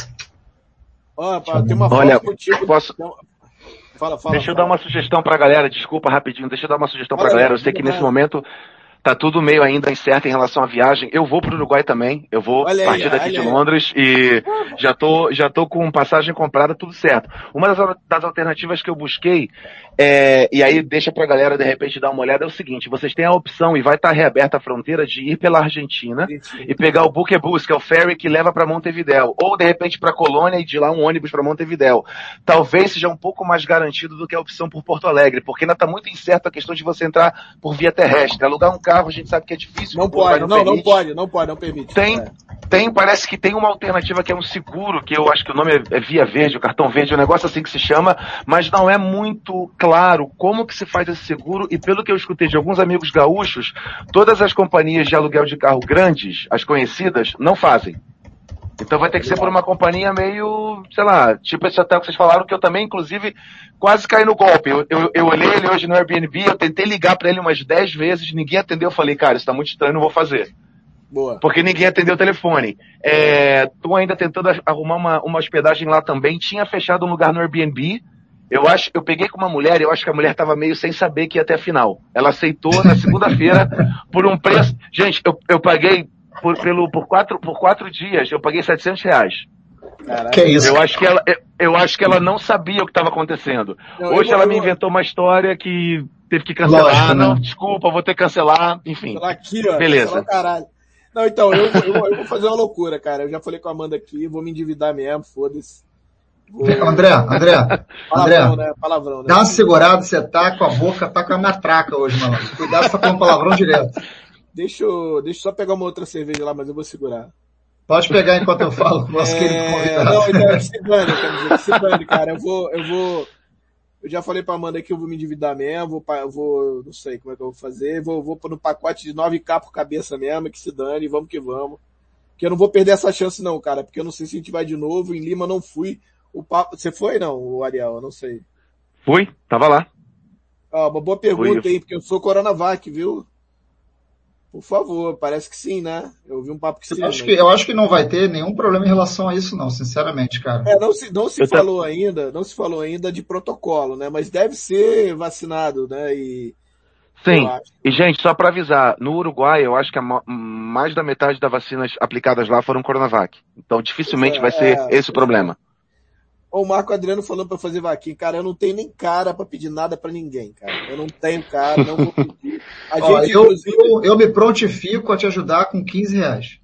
Tem uma foto contigo. Fala. Deixa eu dar uma sugestão pra galera, desculpa rapidinho, deixa eu dar uma sugestão pra galera. Eu sei que nesse momento tá tudo meio ainda incerto em relação à viagem. Eu vou pro Uruguai também. Eu vou partir daqui de Londres e já tô com passagem comprada, tudo certo. Uma das alternativas que eu busquei, e aí deixa pra galera de repente dar uma olhada, é o seguinte: vocês têm a opção, e vai estar reaberta a fronteira, de ir pela Argentina e pegar o Buquebus, que é o ferry que leva pra Montevidéu, ou de repente pra Colônia e de lá um ônibus pra Montevidéu. Talvez seja um pouco mais garantido do que a opção por Porto Alegre, porque ainda tá muito incerto a questão de você entrar por via terrestre. Alugar um carro a gente sabe que é difícil. Não permite. Parece que tem uma alternativa que é um seguro, que eu acho que o nome é Via Verde, o cartão verde, um negócio assim que se chama, mas não é muito claro como que se faz esse seguro, e pelo que eu escutei de alguns amigos gaúchos, todas as companhias de aluguel de carro grandes, as conhecidas, não fazem. Então vai ter que ser por uma companhia meio, sei lá, tipo esse hotel que vocês falaram, que eu também, inclusive, quase caí no golpe. Eu olhei ele hoje no Airbnb, eu tentei ligar pra ele umas 10 vezes, ninguém atendeu, eu falei, cara, isso tá muito estranho, não vou fazer. Boa. Porque ninguém atendeu o telefone. Tô ainda tentando arrumar uma hospedagem lá também, tinha fechado um lugar no Airbnb, Eu peguei com uma mulher, eu acho que a mulher tava meio sem saber que ia até a final. Ela aceitou na segunda-feira por um preço. Gente, eu paguei por 4 dias, eu paguei R$700. Caraca. Que isso? Eu acho que ela não sabia o que estava acontecendo. Não, hoje ela me inventou uma história que teve que cancelar. Lógico, não, desculpa, vou ter que cancelar. Enfim. Aqui, ó, beleza. Caralho. Não, então, eu vou fazer uma loucura, cara. Eu já falei com a Amanda aqui, vou me endividar mesmo, foda-se. André. Palavrão, né? Palavrão, né? Dá uma segurada, você tá com a boca, tá com a matraca hoje, mano. Cuidado pra falar um palavrão direto. Deixa eu só pegar uma outra cerveja lá, mas eu vou segurar. Pode pegar enquanto eu falo com o nosso querido convidado. Não, então, se dane, cara. Eu já falei pra Amanda que eu vou me endividar mesmo, não sei como é que eu vou fazer, vou no pacote de 9K por cabeça mesmo, que se dane, vamos que vamos. Que eu não vou perder essa chance não, cara, porque eu não sei se a gente vai de novo, em Lima não fui. Você foi não, o Ariel? Eu não sei. Fui, tava lá. Uma boa pergunta, hein, porque eu sou Coronavac, viu? Por favor, parece que sim, né? Eu vi um papo que sim. Eu acho que não vai ter nenhum problema em relação a isso não, sinceramente, cara. Não se falou ainda de protocolo, né? Mas deve ser vacinado, né? Sim, e gente, só para avisar, no Uruguai eu acho que mais da metade das vacinas aplicadas lá foram Coronavac. Então dificilmente vai ser esse o problema. O Marco Adriano falando pra fazer vaquinha. Cara, eu não tenho nem cara pra pedir nada pra ninguém, cara. Eu não tenho cara, não vou pedir. Eu me prontifico a te ajudar com R$15.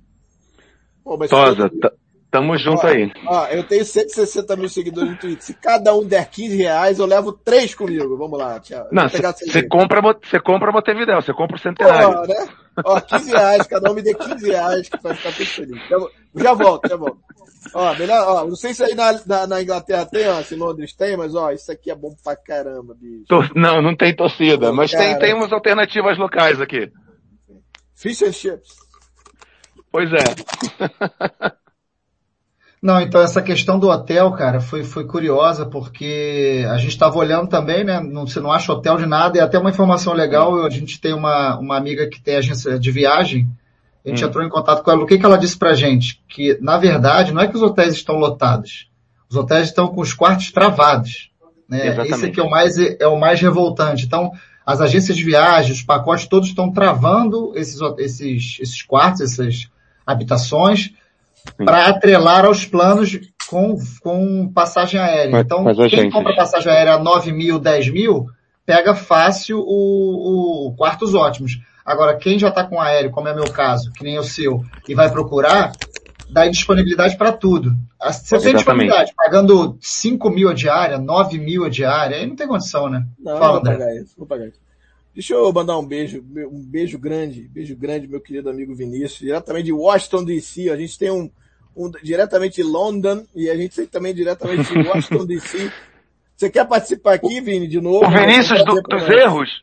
Tosa, tamo junto aí. Eu tenho 160 mil seguidores no Twitter. Se cada um der R$15, eu levo 3 comigo. Vamos lá, tchau. Não, você compra Montevidéu, você compra o Centenário. Né? R$15, cada um me dê R$15, que vai ficar tudo feliz. Já volto. Melhor, não sei se aí na Inglaterra tem, se Londres tem, mas isso aqui é bom pra caramba, bicho. Não tem torcida, mas tem umas alternativas locais aqui. Fish and chips. Pois é. Não, então essa questão do hotel, cara, foi curiosa, porque a gente estava olhando também, né, você não acha hotel de nada, e até uma informação legal, a gente tem uma amiga que tem agência de viagem, a gente entrou em contato com ela, o que ela disse pra gente? Que, na verdade, não é que os hotéis estão lotados, os hotéis estão com os quartos travados, né, esse aqui é o mais revoltante. Então, as agências de viagem, os pacotes todos estão travando esses quartos, essas habitações, para atrelar aos planos com passagem aérea. Então, quem compra passagem aérea a 9 mil, 10 mil, pega fácil o quartos ótimos. Agora, quem já está com aéreo, como é meu caso, que nem o seu, e vai procurar, dá disponibilidade para tudo. Você tem disponibilidade, pagando 5 mil a diária, 9 mil a diária, aí não tem condição, né? Não, Fala, não vou pagar isso. Deixa eu mandar um beijo grande, meu querido amigo Vinícius, diretamente de Washington DC. A gente tem um diretamente de London e a gente tem também diretamente de Washington DC. Você quer participar aqui, Vini, de novo? O Vinícius dos erros?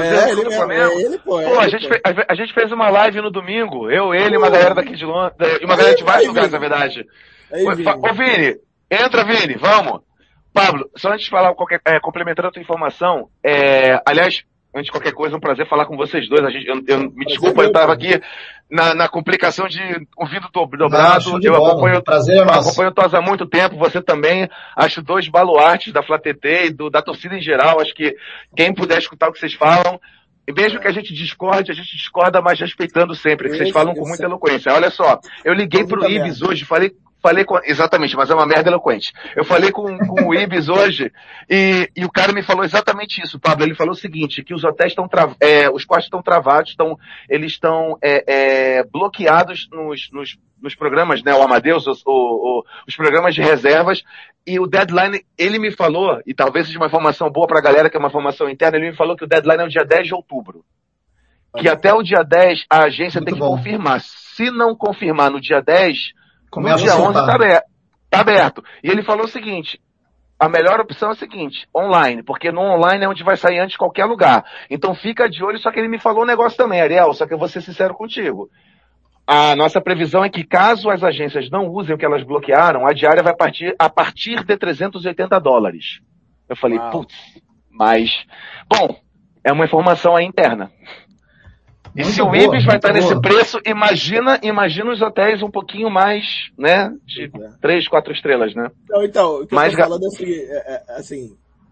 Ele, pô. A gente fez uma live no domingo, ele e uma galera daqui de Londres, e uma galera de vários lugares, na verdade. Ô, Vini, entra, Vini, vamos. Pablo, só antes de falar, complementando a tua informação, aliás, antes de qualquer coisa, é um prazer falar com vocês dois. Me desculpa, eu estava aqui na complicação de ouvido dobrado. Eu acompanho o Tosa há muito tempo, você também. Acho 2 baluartes da Flá TT e da torcida em geral. Acho que quem puder escutar o que vocês falam, e mesmo que a gente discorda, mas respeitando sempre, que vocês falam com muita eloquência. Olha só, eu liguei pro Ibis hoje, falei exatamente, mas é uma merda eloquente. Eu falei com o Ibis hoje e o cara me falou exatamente isso, Pablo. Ele falou o seguinte, que os hotéis estão os quartos estão travados, eles estão bloqueados nos programas, né, o Amadeus, os programas de reservas, e o deadline, ele me falou, e talvez seja uma informação boa pra galera, que é uma informação interna, ele me falou que o deadline é o dia 10 de outubro. Que até o dia 10 a agência tem que confirmar. Se não confirmar no dia 10, no dia 11 tá aberto. E ele falou o seguinte, a melhor opção é o seguinte, online, porque no online é onde vai sair antes de qualquer lugar. Então fica de olho, só que ele me falou um negócio também, Ariel, só que eu vou ser sincero contigo. A nossa previsão é que caso as agências não usem o que elas bloquearam, a diária vai partir a partir de $380. Eu falei, putz, mas... Bom, é uma informação aí interna. E se o Ibis vai estar nesse preço, imagina os hotéis um pouquinho mais, né, de 3, 4 estrelas, né? Então, o que eu tô falando é assim,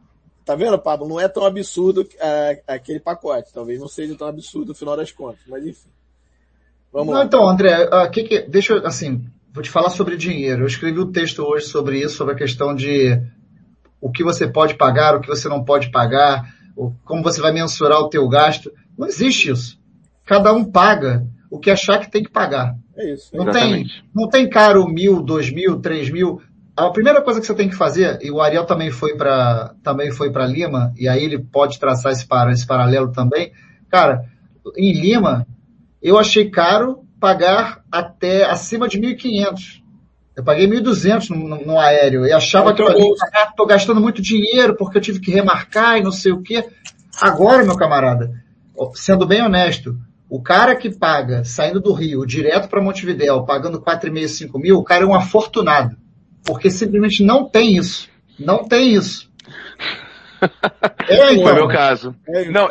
Tá vendo, Pablo? Não é tão absurdo aquele pacote. Talvez não seja tão absurdo no final das contas, mas enfim. Vamos lá. Então, André, deixa eu, assim, vou te falar sobre dinheiro. Eu escrevi um texto hoje sobre isso, sobre a questão de o que você pode pagar, o que você não pode pagar, como você vai mensurar o teu gasto. Não existe isso. Cada um paga o que achar que tem que pagar. É isso. Não tem caro 1.000, 2.000, 3.000. A primeira coisa que você tem que fazer, e o Ariel também foi para Lima, e aí ele pode traçar esse paralelo também. Cara, em Lima, eu achei caro pagar até acima de 1.500. Eu paguei 1.200 no aéreo e achava que eu tô gastando muito dinheiro porque eu tive que remarcar e não sei o quê. Agora, meu camarada, sendo bem honesto, o cara que paga, saindo do Rio, direto para Montevidéu, pagando 4.500, 5.000, o cara é um afortunado. Porque simplesmente não tem isso. Não tem isso. Então. Foi meu caso. Não,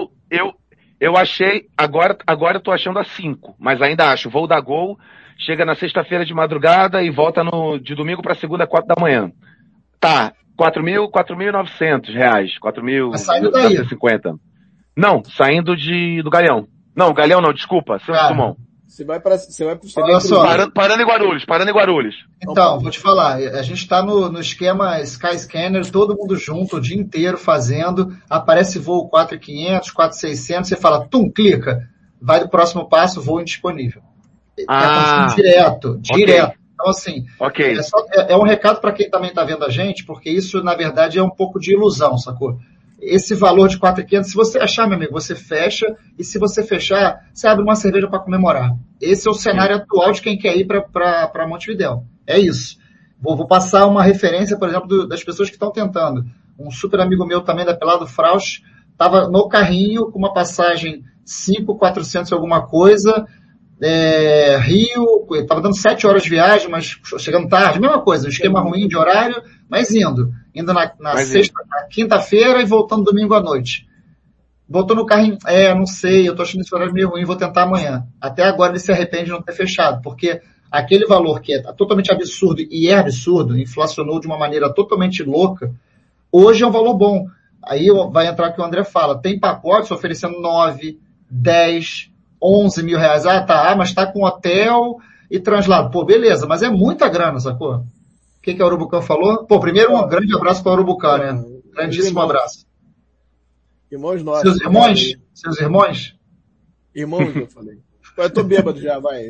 eu achei, agora eu tô achando a 5, mas ainda acho, voo da Gol, chega na sexta-feira de madrugada e volta de domingo para segunda, 4 da manhã. Tá, 4.900 reais, 4.950. Não, saindo do Galeão. Não, Galeão não, desculpa, Santos Dumont. Você vai pro parando em Guarulhos. Então, vou te falar, a gente está no esquema Skyscanner, todo mundo junto, o dia inteiro fazendo, aparece voo 4.500, 4.600, você fala, clica, vai do próximo passo, voo indisponível. Direto. Okay. Então, assim, é um recado para quem também está vendo a gente, porque isso, na verdade, é um pouco de ilusão, sacou? Esse valor de 4.500, se você achar, meu amigo, você fecha, e se você fechar, você abre uma cerveja para comemorar. Esse é o cenário atual de quem quer ir para Montevidéu. É isso. Vou passar uma referência, por exemplo, das pessoas que estão tentando. Um super amigo meu também, da Pelado Frausch, estava no carrinho com uma passagem 5.400 alguma coisa, Rio, estava dando 7 horas de viagem, mas chegando tarde, mesma coisa, um esquema ruim de horário, mas indo na sexta, na quinta-feira e voltando domingo à noite. Voltou no carrinho, não sei, eu tô achando esse horário meio ruim, vou tentar amanhã. Até agora ele se arrepende de não ter fechado, porque aquele valor que é totalmente absurdo, e é absurdo, inflacionou de uma maneira totalmente louca, hoje é um valor bom. Aí vai entrar o que o André fala, tem pacotes oferecendo 9, 10, 11 mil reais. Mas tá com hotel e translado. Pô, beleza, mas é muita grana, sacou? O que a Urubucã falou? Pô, primeiro um grande abraço para a Urubucã, né? Grandíssimo abraço. Irmãos nossos. Seus irmãos? Seus irmãos? Irmãos, eu falei. Eu tô bêbado já, vai.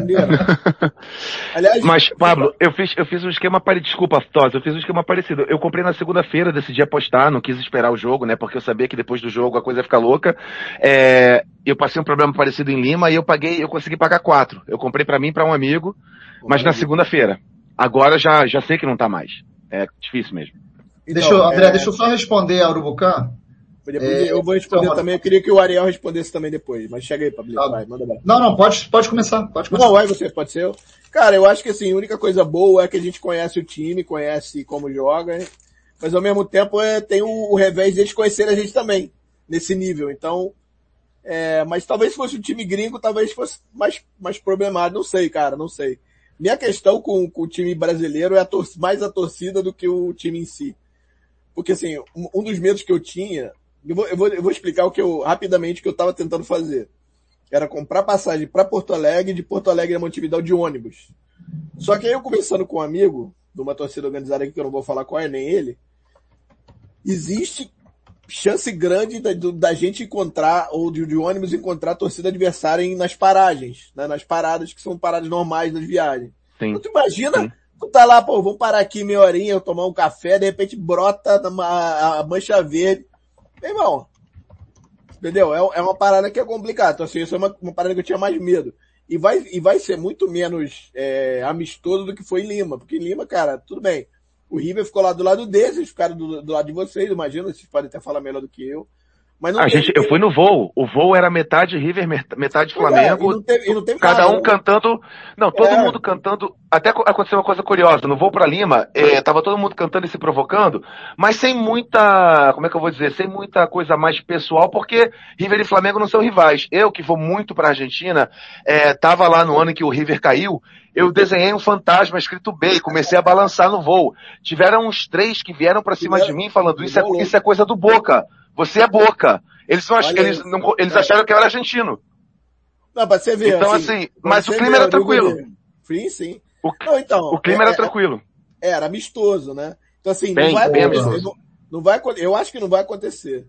Aliás, mas, Pablo, eu fiz um esquema parecido. Desculpa, Tosa, eu fiz um esquema parecido. Eu comprei na segunda-feira, decidi apostar, não quis esperar o jogo, né? Porque eu sabia que depois do jogo a coisa ia ficar louca. Eu passei um problema parecido em Lima e eu consegui pagar 4. Eu comprei pra mim e pra um amigo, mas na segunda-feira. Agora já sei que não tá mais. É difícil mesmo. Então, André, deixa eu só responder a Urubucã. Eu vou responder também, eu queria que o Ariel respondesse também depois, mas chega aí, Pablo, vai, manda lá. Não, pode começar. Não, vai você, pode ser eu. Cara, eu acho que assim, a única coisa boa é que a gente conhece o time, conhece como joga, mas ao mesmo tempo tem o revés deles conhecerem a gente também, nesse nível, então, mas talvez se fosse um time gringo, talvez fosse mais problemático, não sei, cara, não sei. Minha questão com o time brasileiro é mais a torcida do que o time em si. Porque assim, um dos medos que eu tinha, eu vou explicar rapidamente o que eu estava tentando fazer. Era comprar passagem para Porto Alegre, de Porto Alegre a Montevidéu de ônibus. Só que aí eu conversando com um amigo, de uma torcida organizada aqui, que eu não vou falar qual é, nem ele, existe chance grande da gente encontrar, ou de ônibus encontrar a torcida adversária nas paragens, né? Nas paradas que são paradas normais das viagens. Sim. Então tu imagina, tu tá lá, vamos parar aqui meia horinha, eu tomar um café, de repente brota a mancha verde. Meu irmão, entendeu? É uma parada que é complicada. Então, assim, isso é uma parada que eu tinha mais medo. E vai ser muito menos amistoso do que foi em Lima. Porque em Lima, cara, tudo bem. O River ficou lá do lado deles, eles ficaram do lado de vocês, imagina, vocês podem até falar melhor do que eu. Mas não eu fui no voo. O voo era metade River, metade Flamengo. E não teve cada nada, um cantando. Não, todo mundo cantando. Até aconteceu uma coisa curiosa. No voo pra Lima, tava todo mundo cantando e se provocando, mas sem muita. Como é que eu vou dizer? Sem muita coisa mais pessoal, porque River e Flamengo não são rivais. Eu, que vou muito pra Argentina, tava lá no ano em que o River caiu. Eu desenhei um fantasma escrito B e comecei a balançar no voo. Tiveram uns 3 que vieram pra cima de mim falando: isso é coisa do Boca. Você é Boca. Eles acharam que eu era argentino. Não, pra você ver. Então, assim, mas o clima era tranquilo. Sim. O clima era tranquilo. Era amistoso, né? Então, assim, bem amistoso. Eu acho que não vai acontecer.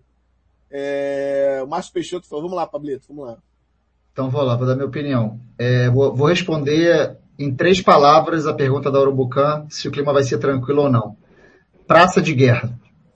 O Márcio Peixoto falou, vamos lá, Pablito, vamos lá. Então, vou dar minha opinião. Vou responder em 3 palavras a pergunta da Urubucan, se o clima vai ser tranquilo ou não. Praça de guerra.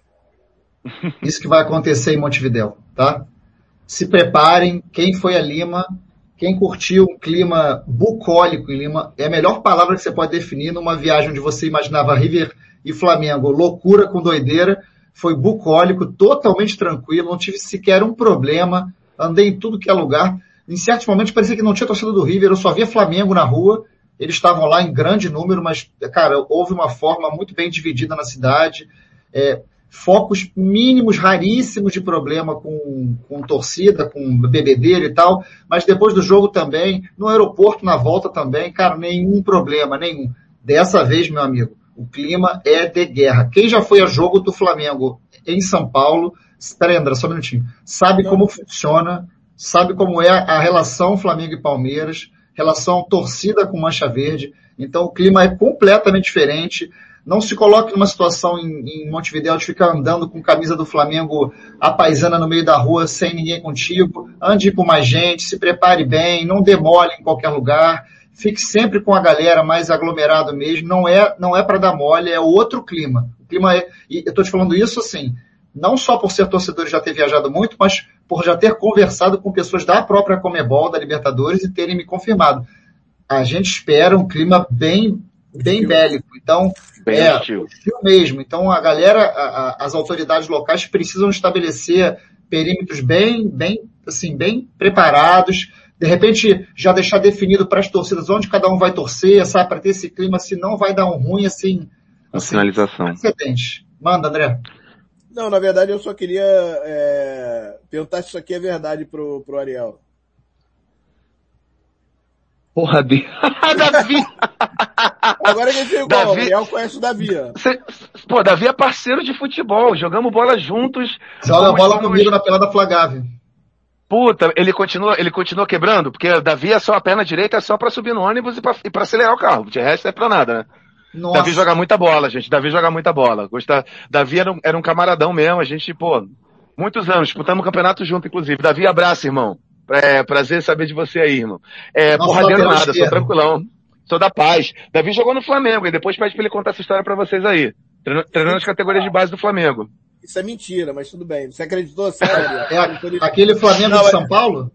Isso que vai acontecer em Montevidéu, tá? Se preparem, quem foi a Lima, quem curtiu um clima bucólico em Lima, é a melhor palavra que você pode definir numa viagem onde você imaginava River e Flamengo, loucura com doideira, foi bucólico, totalmente tranquilo, não tive sequer um problema, andei em tudo que é lugar, em certos momentos parecia que não tinha torcida do River, eu só via Flamengo na rua, eles estavam lá em grande número, mas, cara, houve uma forma muito bem dividida na cidade, focos mínimos, raríssimos de problema com torcida, com bebedeira e tal, mas depois do jogo também, no aeroporto, na volta também, cara, nenhum problema, nenhum. Dessa vez, meu amigo, o clima é de guerra. Quem já foi a jogo do Flamengo em São Paulo, espera aí, André, só um minutinho, sabe como funciona, sabe como é a relação Flamengo e Palmeiras, relação torcida com Mancha Verde, então o clima é completamente diferente. Não se coloque numa situação em Montevidéu de ficar andando com camisa do Flamengo apaisana no meio da rua sem ninguém contigo. Ande com mais gente, se prepare bem, não demole em qualquer lugar. Fique sempre com a galera mais aglomerado mesmo. Não é para dar mole, é outro clima. O clima e eu estou te falando isso assim, não só por ser torcedor e já ter viajado muito, mas por já ter conversado com pessoas da própria Conmebol, da Libertadores e terem me confirmado. A gente espera um clima bem bélico. Então, hostil mesmo. Então, a galera, as autoridades locais precisam estabelecer perímetros bem preparados. De repente, já deixar definido para as torcidas onde cada um vai torcer, sabe? Para ter esse clima, senão vai dar um ruim, assim. Finalização. Precedente. Manda, André. Não, na verdade, eu só queria perguntar se isso aqui é verdade pro Ariel. Porra, Davi. Agora que ele igual, o Ariel conhece o Davi. Davi é parceiro de futebol, jogamos bola juntos. Joga bola comigo na pelada Flagave. Puta, ele continua quebrando, porque Davi é só a perna direita, é só pra subir no ônibus e pra acelerar o carro. De resto é pra nada, né? Nossa. Davi joga muita bola, gente. Davi joga muita bola. Davi era um camaradão mesmo, a gente, muitos anos, disputamos um campeonato junto, inclusive. Davi, abraço, irmão. Prazer saber de você aí, irmão. Porradeiro nada, sou tranquilão. Sou da paz. Davi jogou no Flamengo e depois pede pra ele contar essa história pra vocês aí. Treinando as categorias de base do Flamengo. Isso é mentira, mas tudo bem. Você acreditou, sério? Aquele Flamengo de São Paulo?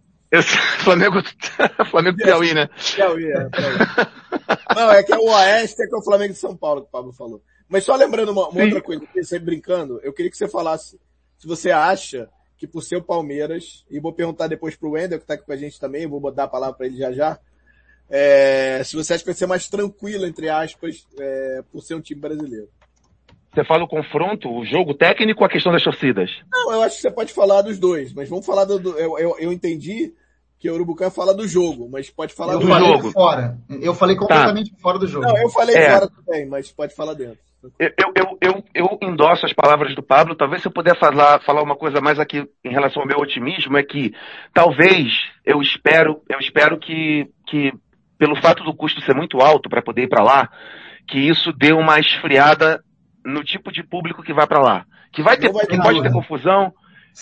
Flamengo Piauí, né? Piauí. Não, é que é o Oeste, que é o Flamengo de São Paulo, que o Pablo falou. Mas só lembrando uma outra coisa, sempre brincando, eu queria que você falasse se você acha que por ser o Palmeiras, e vou perguntar depois pro Wendel, que tá aqui com a gente também, vou dar a palavra para ele já, se você acha que vai ser mais tranquilo, entre aspas, por ser um time brasileiro. Você fala o confronto, o jogo técnico ou a questão das torcidas? Não, eu acho que você pode falar dos dois, mas vamos falar eu entendi que o Urubucan fala do jogo, mas pode falar do jogo. Fora. Eu falei completamente fora do jogo. Não, eu falei fora também, mas pode falar dentro. Eu endosso as palavras do Pablo. Talvez se eu puder falar uma coisa mais aqui em relação ao meu otimismo, é que talvez eu espero que pelo fato do custo ser muito alto para poder ir para lá, que isso dê uma esfriada no tipo de público que vai para lá. Que pode ter confusão.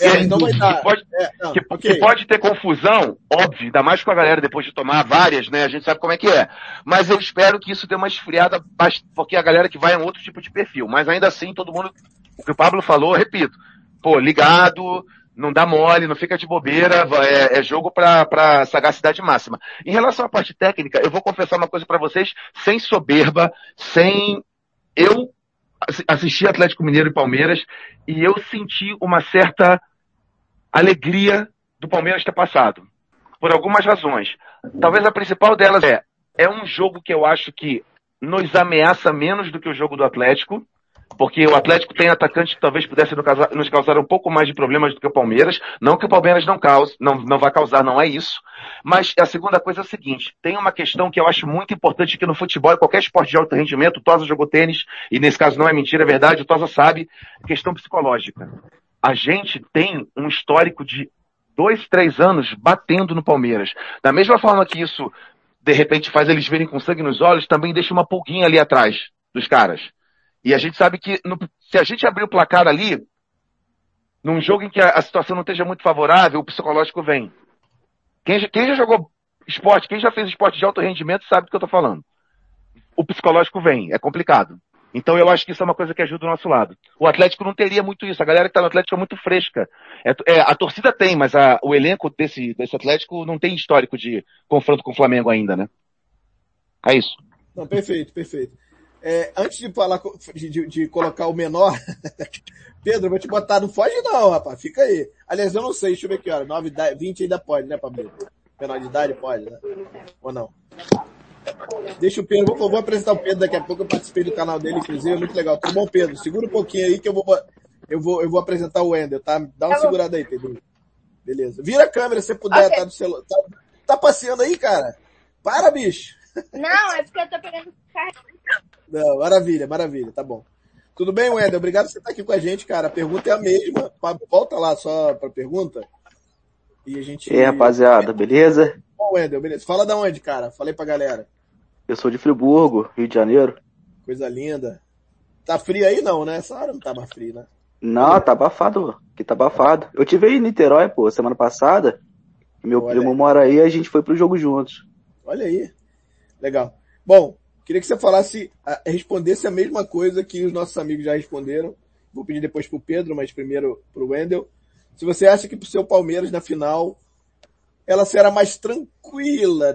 Que pode ter confusão, óbvio, ainda mais com a galera depois de tomar várias, né? A gente sabe como é que é. Mas eu espero que isso dê uma esfriada, porque a galera que vai é um outro tipo de perfil. Mas ainda assim, todo mundo, o que o Pablo falou, repito, ligado, não dá mole, não fica de bobeira, é jogo pra sagacidade máxima. Em relação à parte técnica, eu vou confessar uma coisa pra vocês, sem soberba, eu assisti Atlético Mineiro e Palmeiras e eu senti uma certa alegria do Palmeiras ter passado. Por algumas razões. Talvez a principal delas é um jogo que eu acho que nos ameaça menos do que o jogo do Atlético, porque o Atlético tem atacantes que talvez pudessem nos causar um pouco mais de problemas do que o Palmeiras. Não que o Palmeiras não vai causar, não é isso. Mas a segunda coisa é a seguinte, tem uma questão que eu acho muito importante aqui no futebol, e qualquer esporte de alto rendimento, o Tosa jogou tênis, e nesse caso não é mentira, é verdade, o Tosa sabe, questão psicológica. A gente tem um histórico de 2, 3 anos batendo no Palmeiras. Da mesma forma que isso, de repente, faz eles verem com sangue nos olhos, também deixa uma pulguinha ali atrás dos caras. E a gente sabe que se a gente abrir o placar ali, num jogo em que a situação não esteja muito favorável, o psicológico vem. Quem já jogou esporte, quem já fez esporte de alto rendimento sabe do que eu tô falando. O psicológico vem, é complicado. Então eu acho que isso é uma coisa que ajuda o nosso lado. O Atlético não teria muito isso. A galera que tá no Atlético é muito fresca. A torcida tem, mas o elenco desse Atlético não tem histórico de confronto com o Flamengo ainda, né? É isso. Não, perfeito, perfeito. Antes de falar, de colocar o menor, Pedro, eu vou te botar, não foge não, rapaz, fica aí. Aliás, eu não sei, deixa eu ver que hora, 9h20 ainda pode, né, Pablo? Menor de idade pode, né? Ou não? Deixa o Pedro, vou apresentar o Pedro daqui a pouco, eu participei do canal dele, inclusive, é muito legal. Tudo bom, Pedro? Segura um pouquinho aí que eu vou apresentar o Wendel, tá? Dá uma segurada aí, Pedro. Beleza. Vira a câmera se você puder, okay. Tá do celular. Tá passeando aí, cara? Para, bicho! Não, é porque eu tô pegando carro. Não, maravilha, maravilha, tá bom. Tudo bem, Wendel? Obrigado por você estar aqui com a gente, cara. A pergunta é a mesma. Volta lá só pra pergunta. E a gente... rapaziada, beleza? Bom, Wendel, beleza. Fala da onde, cara? Falei pra galera. Eu sou de Friburgo, Rio de Janeiro. Coisa linda. Tá frio aí não, né? Essa hora não tá mais frio, né? Não, tá abafado, aqui tá abafado. Eu tive aí em Niterói, pô, semana passada. Meu primo mora aí e a gente foi pro jogo juntos. Olha aí. Legal. Bom, queria que você respondesse a mesma coisa que os nossos amigos já responderam. Vou pedir depois pro Pedro, mas primeiro pro Wendel. Se você acha que pro seu Palmeiras na final, ela será mais tranquila.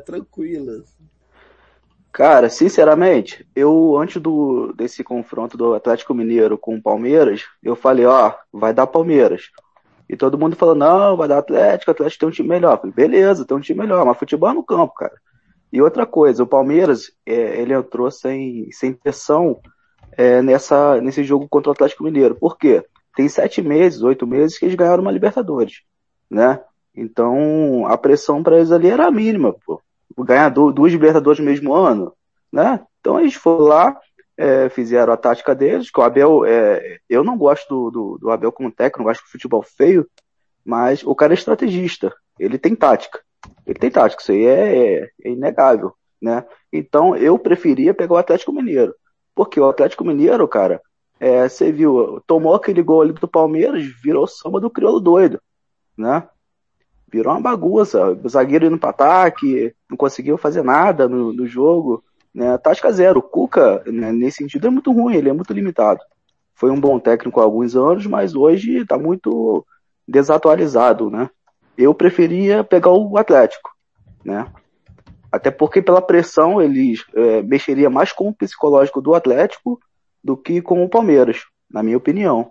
Cara, sinceramente, eu antes desse confronto do Atlético Mineiro com o Palmeiras, eu falei, vai dar Palmeiras. E todo mundo falou, não, vai dar Atlético, o Atlético tem um time melhor. Eu falei, beleza, tem um time melhor, mas futebol é no campo, cara. E outra coisa, o Palmeiras, ele entrou sem pressão nesse jogo contra o Atlético Mineiro. Por quê? Tem 7 meses, 8 meses que eles ganharam uma Libertadores, né? Então, a pressão para eles ali era a mínima, pô. Ganhar 2 Libertadores no mesmo ano, né? Então eles foram lá, fizeram a tática deles, que o Abel, eu não gosto do Abel como técnico, não gosto de futebol feio, mas o cara é estrategista, ele tem tática, isso aí é inegável, né? Então eu preferia pegar o Atlético Mineiro, porque o Atlético Mineiro, cara, você viu, tomou aquele gol ali do Palmeiras, virou samba do crioulo doido, né? Virou uma bagunça, o zagueiro indo para ataque, não conseguiu fazer nada no jogo, né? Tática zero. O Cuca, né, nesse sentido, é muito ruim, ele é muito limitado. Foi um bom técnico há alguns anos, mas hoje está muito desatualizado, né? Eu preferia pegar o Atlético, né? Até porque pela pressão eles mexeria mais com o psicológico do Atlético do que com o Palmeiras, na minha opinião.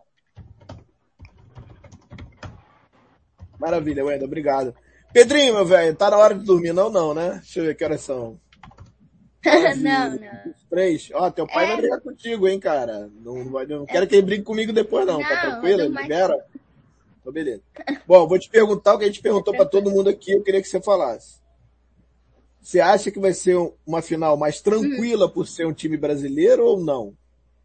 Maravilha, Wendel, obrigado. Pedrinho, meu velho, tá na hora de dormir, não, né? Deixa eu ver que horas são. Não. 3. Teu pai vai brigar contigo, hein, cara. Não quero que ele brigue comigo depois, não. Tá tranquilo? Libera? Então, beleza. Bom, vou te perguntar o que a gente perguntou pra todo mundo aqui, eu queria que você falasse. Você acha que vai ser uma final mais tranquila por ser um time brasileiro ou não?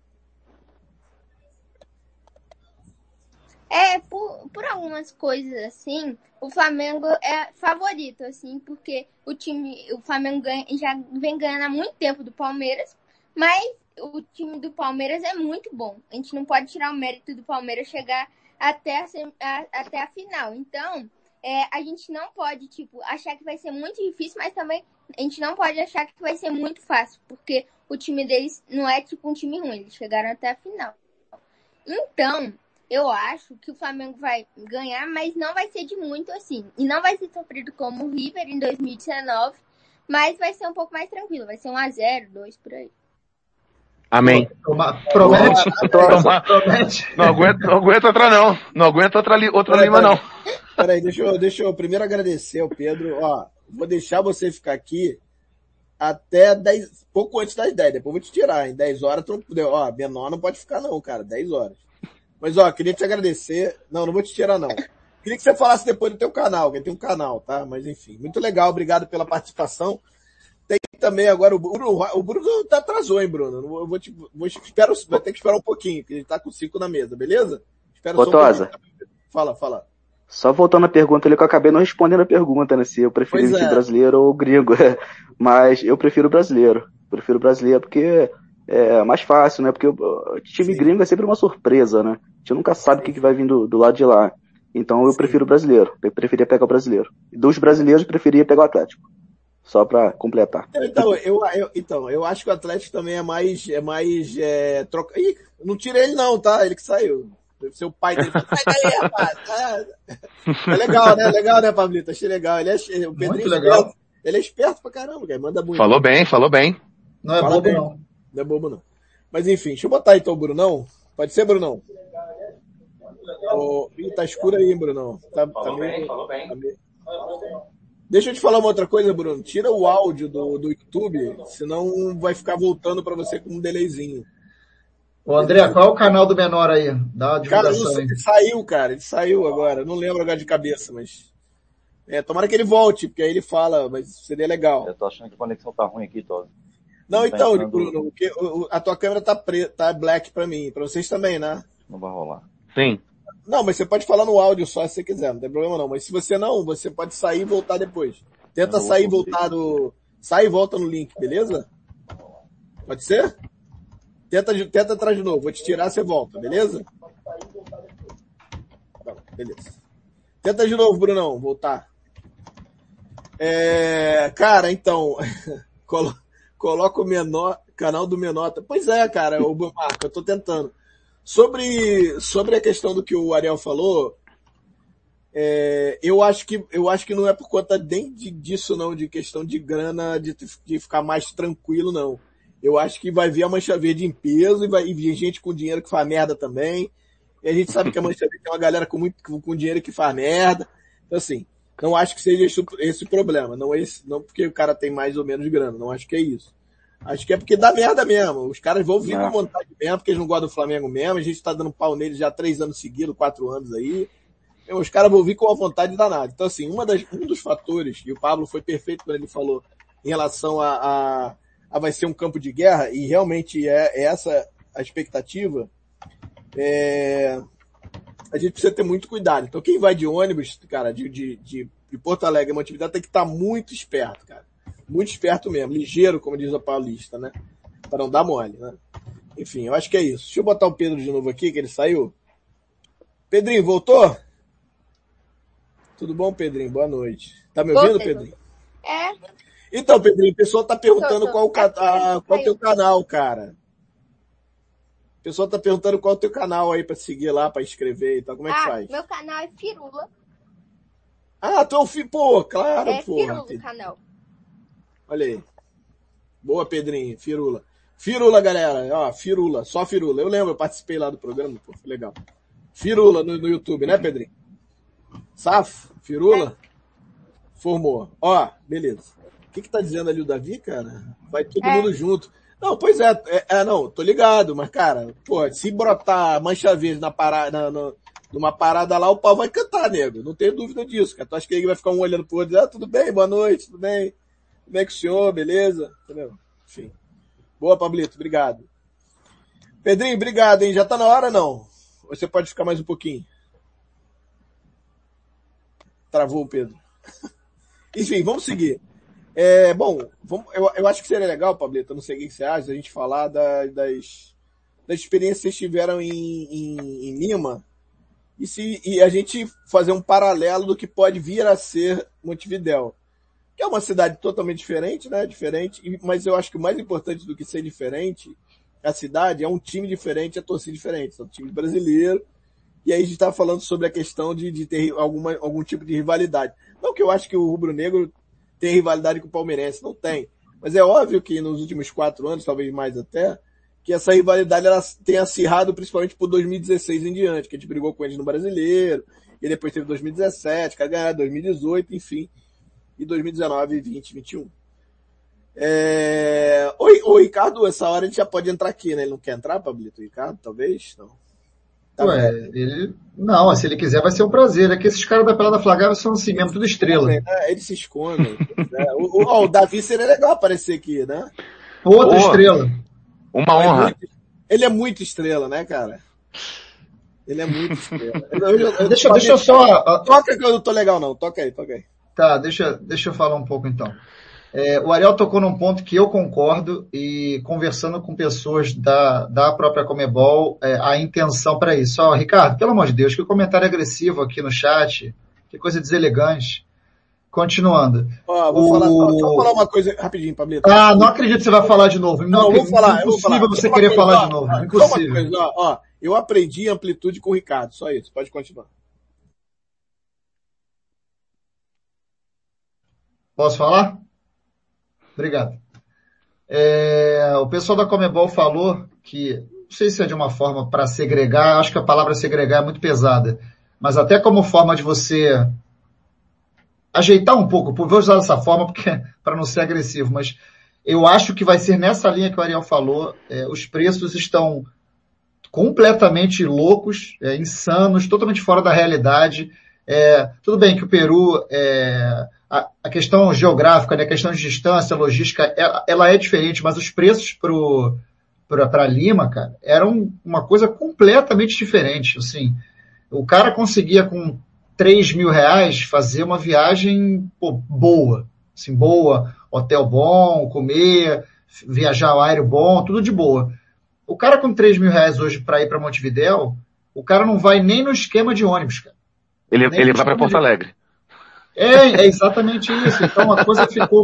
Por algumas coisas assim, o Flamengo é favorito, assim, porque o Flamengo já vem ganhando há muito tempo do Palmeiras, mas o time do Palmeiras é muito bom. A gente não pode tirar o mérito do Palmeiras chegar até a final. Então, a gente não pode, achar que vai ser muito difícil, mas também a gente não pode achar que vai ser muito fácil, porque o time deles não é um time ruim, eles chegaram até a final. Então, eu acho que o Flamengo vai ganhar, mas não vai ser de muito assim. E não vai ser sofrido como o River em 2019, mas vai ser um pouco mais tranquilo. Vai ser 1-0, 2 por aí. Amém. Promete. Promete. Não aguento outra não. Não aguento outra lima não. Peraí, deixa eu primeiro agradecer ao Pedro. Ó, vou deixar você ficar aqui até 10, pouco antes das 10. Depois eu vou te tirar, em 10 horas. Ó, menor não pode ficar não, cara, 10 horas. Mas ó, queria te agradecer. Não vou te tirar não. Queria que você falasse depois do teu canal, que tem um canal, tá? Mas enfim, muito legal, obrigado pela participação. Tem também agora o Bruno tá atrasou, hein, Bruno? Vai ter que esperar um pouquinho, porque ele tá com 5 na mesa, beleza? Espera só um pouquinho. Fala. Só voltando à pergunta ali, que eu acabei não respondendo a pergunta, né? Se eu prefiro ser brasileiro ou gringo. Mas eu prefiro brasileiro. Prefiro brasileiro porque é mais fácil, né? Porque o time gringo é sempre uma surpresa, né? A gente nunca sabe o que vai vir do lado de lá. Então eu prefiro o brasileiro. Eu preferia pegar o brasileiro. Dos brasileiros, eu preferia pegar o Atlético. Só pra completar. Então, eu acho que o Atlético também é mais troca. Ih, não tira ele não, tá? Ele que saiu. Deve ser o pai dele. Sai daí, rapaz. É legal, né, Pablito? Achei legal. O Pedrinho muito legal. Ele é esperto pra caramba, cara. Manda muito. Falou bem. Não é bobo, não. Não é bobo, não. Mas enfim, deixa eu botar então o Brunão. Pode ser, Brunão? Tá escuro aí, Brunão. Falou bem. Deixa eu te falar uma outra coisa, Bruno. Tira o áudio do YouTube, senão vai ficar voltando pra você com um delayzinho. Ô, André, qual é o canal do menor aí? Dá uma divulgação aí. Ele saiu agora. Não lembro agora de cabeça, mas... tomara que ele volte, porque aí ele fala, mas seria legal. Eu tô achando que a conexão tá ruim aqui, Tó. Não, então, Bruno, porque a tua câmera tá black pra mim. Pra vocês também, né? Não vai rolar. Sim. Não, mas você pode falar no áudio só se você quiser, não tem problema não. Mas se você não, você pode sair e voltar depois. Tenta sair e voltar sai e volta no link, beleza? Pode ser? Tenta entrar de novo. Vou te tirar, você volta, beleza? Beleza. Tenta de novo, Brunão, voltar. Cara, então, coloca o canal do menor. Pois é, cara, o Marco, eu tô tentando. Sobre a questão do que o Ariel falou, eu acho que não é por conta nem disso não, de questão de grana, de ficar mais tranquilo não. Eu acho que vai vir a Mancha Verde em peso e vai vir gente com dinheiro que faz merda também. E a gente sabe que a Mancha Verde tem uma galera com dinheiro que faz merda. Então assim, não acho que seja esse o problema. Não porque o cara tem mais ou menos grana, não acho que é isso. Acho que é porque dá merda mesmo. Os caras vão vir com vontade mesmo, porque eles não gostam do Flamengo mesmo. A gente tá dando pau neles já há 3 anos seguidos, 4 anos aí. Os caras vão vir com uma vontade danada. Então assim, um dos fatores, e o Pablo foi perfeito quando ele falou em relação a vai ser um campo de guerra, e realmente é essa a expectativa, a gente precisa ter muito cuidado. Então quem vai de ônibus, cara, de Porto Alegre a Montevidéu tem que estar muito esperto, cara. Muito esperto mesmo, ligeiro, como diz a paulista, né? Para não dar mole, né? Enfim, eu acho que é isso. Deixa eu botar o Pedro de novo aqui, que ele saiu. Pedrinho, voltou? Tudo bom, Pedrinho? Boa noite. Tá me ouvindo, Pedrinho? Então, Pedrinho, o pessoal tá perguntando qual o teu canal, cara. O pessoal tá perguntando qual é o teu canal aí pra seguir lá, pra inscrever e tal. Como é que faz? Meu canal é Firula. Tu é o pô, claro, pô. Firula o canal. Olha aí. Boa, Pedrinho. Firula. Firula, galera. Ó, Firula. Só Firula. Eu lembro, eu participei lá do programa, pô. Foi legal. Firula no YouTube, né, Pedrinho? Safo? Firula? Formou. Ó, beleza. O que tá dizendo ali o Davi, cara? Vai todo mundo junto. Não, pois não, tô ligado, mas, cara, pô, se brotar Mancha Verde numa parada lá, o pau vai cantar, nego. Não tenho dúvida disso, cara. Tu acha que ele vai ficar um olhando pro outro e dizer, tudo bem, boa noite, tudo bem? Como é que o senhor, beleza? Entendeu? Enfim. Boa, Pablito, obrigado. Pedrinho, obrigado, hein? Já tá na hora, não? Ou você pode ficar mais um pouquinho? Travou o Pedro. Enfim, vamos seguir. Eu acho que seria legal, Pablito, eu não sei o que você acha, a gente falar das experiências que vocês tiveram em Lima e a gente fazer um paralelo do que pode vir a ser Montevidéu. Que é uma cidade totalmente diferente, né? Mas eu acho que o mais importante do que ser diferente, a cidade é um time diferente, a torcida diferente. É um time brasileiro. E aí a gente tá falando sobre a questão de ter algum tipo de rivalidade. Não que eu acho que o rubro-negro tem rivalidade com o palmeirense, não tem. Mas é óbvio que nos últimos 4 anos, talvez mais até, que essa rivalidade ela tem acirrado principalmente por 2016 em diante, que a gente brigou com eles no Brasileiro, e depois teve 2017, que ganhar 2018, enfim, e 2019, 20, 21. O Ricardo, essa hora a gente já pode entrar aqui, né? Ele não quer entrar, Pablito? O Ricardo, talvez? Não. Tá ele... Não, se ele quiser vai ser um prazer. É que esses caras da Pelada Flagrada são assim mesmo, tudo estrela. Eles se escondem. O Davi seria legal aparecer aqui, né? Outra estrela. Uma honra. Ele é muito estrela, né, cara? Ele é muito estrela. Deixa eu só... Toca que eu não tô legal não. Toca aí. Tá, deixa eu falar um pouco então. O Ariel tocou num ponto que eu concordo e conversando com pessoas da própria Conmebol, a intenção para isso. Ricardo, pelo amor de Deus, que comentário agressivo aqui no chat, que coisa deselegante. Continuando. Vou falar uma coisa rapidinho, Pablito. Não acredito que você vai falar de novo. Não, vou falar. Impossível você querer falar de novo. Impossível. Eu aprendi amplitude com o Ricardo, só isso. Pode continuar. Posso falar? Obrigado. O pessoal da Conmebol falou que, não sei se é de uma forma para segregar, acho que a palavra segregar é muito pesada, mas até como forma de você ajeitar um pouco, vou usar dessa forma para não ser agressivo, mas eu acho que vai ser nessa linha que o Ariel falou, os preços estão completamente loucos, insanos, totalmente fora da realidade. Tudo bem que o Peru... A questão geográfica, né, a questão de distância, logística, ela é diferente, mas os preços para Lima, cara, eram uma coisa completamente diferente. Assim, o cara conseguia com R$3.000 fazer uma viagem boa, assim, boa, hotel bom, comer, viajar aéreo bom, tudo de boa. O cara com R$3.000 hoje para ir para Montevidéu, o cara não vai nem no esquema de ônibus, cara. Ele vai para Porto Alegre. É exatamente isso. Então a coisa ficou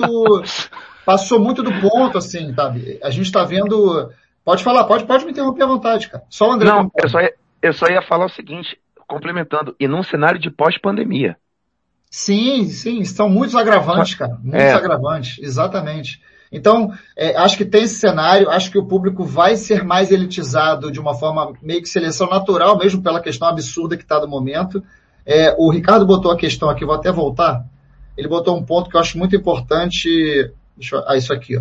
passou muito do ponto, assim, sabe? A gente tá vendo... Pode falar, pode me interromper à vontade, cara. Só o André. Não, eu só ia falar o seguinte, complementando, e num cenário de pós-pandemia. Sim, são muitos agravantes, cara. Muitos agravantes, exatamente. Então, acho que tem esse cenário, acho que o público vai ser mais elitizado de uma forma meio que seleção natural, mesmo pela questão absurda que está do momento. O Ricardo botou a questão aqui, vou até voltar. Ele botou um ponto que eu acho muito importante. Isso aqui,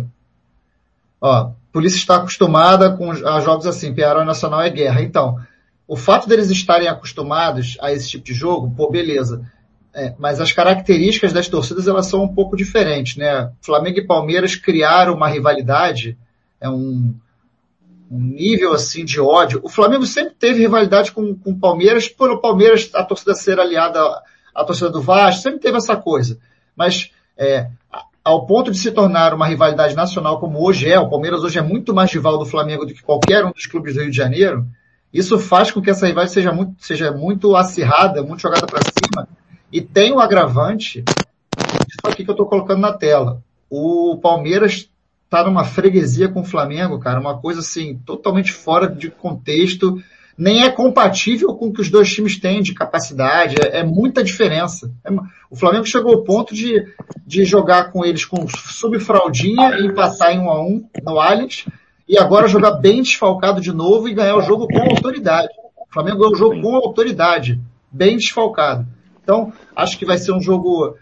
ó. Polícia está acostumada a jogos assim, Peñarol Nacional é guerra. Então, o fato deles estarem acostumados a esse tipo de jogo, beleza. Mas as características das torcidas, elas são um pouco diferentes, né? Flamengo e Palmeiras criaram uma rivalidade, um nível assim de ódio. O Flamengo sempre teve rivalidade com o Palmeiras, pelo Palmeiras a torcida ser aliada à torcida do Vasco, sempre teve essa coisa. Mas ao ponto de se tornar uma rivalidade nacional como hoje o Palmeiras hoje é muito mais rival do Flamengo do que qualquer um dos clubes do Rio de Janeiro, isso faz com que essa rivalidade seja muito acirrada, muito jogada para cima, e tem um agravante, isso aqui que eu estou colocando na tela. O Palmeiras tá numa freguesia com o Flamengo, cara, uma coisa assim, totalmente fora de contexto, nem é compatível com o que os dois times têm de capacidade, é muita diferença. O Flamengo chegou ao ponto de jogar com eles com subfraldinha e empatar em 1-1 no Allianz, e agora jogar bem desfalcado de novo e ganhar o jogo com autoridade. O Flamengo ganhou o jogo com autoridade, bem desfalcado. Então, acho que vai ser um jogo...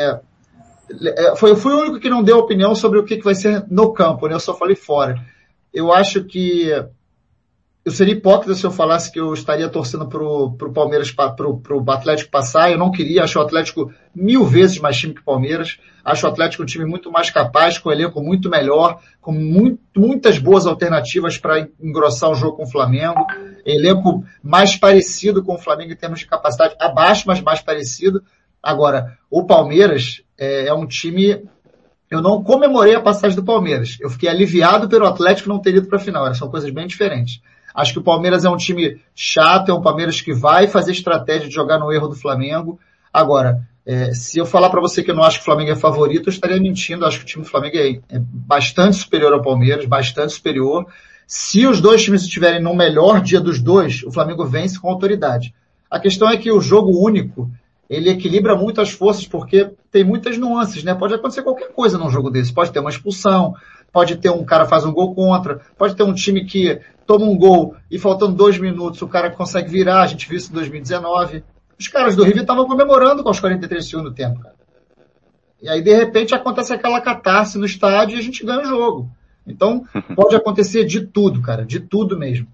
Eu fui o único que não deu opinião sobre o que vai ser no campo, né? Eu só falei fora. Eu acho que eu seria hipócrita se eu falasse que eu estaria torcendo pro Palmeiras, pro Atlético passar. Eu não queria, acho o Atlético 1000 vezes mais time que o Palmeiras. Acho o Atlético um time muito mais capaz, com um elenco muito melhor, com muitas boas alternativas para engrossar o jogo com o Flamengo. Elenco mais parecido com o Flamengo em termos de capacidade, abaixo, mas mais parecido. Agora, o Palmeiras é um time... Eu não comemorei a passagem do Palmeiras. Eu fiquei aliviado pelo Atlético não ter ido para a final. São coisas bem diferentes. Acho que o Palmeiras é um time chato, é um Palmeiras que vai fazer estratégia de jogar no erro do Flamengo. Agora, se eu falar para você que eu não acho que o Flamengo é favorito, eu estaria mentindo. Acho que o time do Flamengo é bastante superior ao Palmeiras, bastante superior. Se os dois times estiverem no melhor dia dos dois, o Flamengo vence com autoridade. A questão é que o jogo único, ele equilibra muito as forças, porque tem muitas nuances, né? Pode acontecer qualquer coisa num jogo desse. Pode ter uma expulsão, pode ter um cara faz um gol contra, pode ter um time que toma um gol e faltando 2 minutos o cara consegue virar, a gente viu isso em 2019. Os caras do River estavam comemorando com os 43 segundos do tempo, cara. E aí, de repente, acontece aquela catarse no estádio e a gente ganha o jogo. Então, pode acontecer de tudo, cara, de tudo mesmo.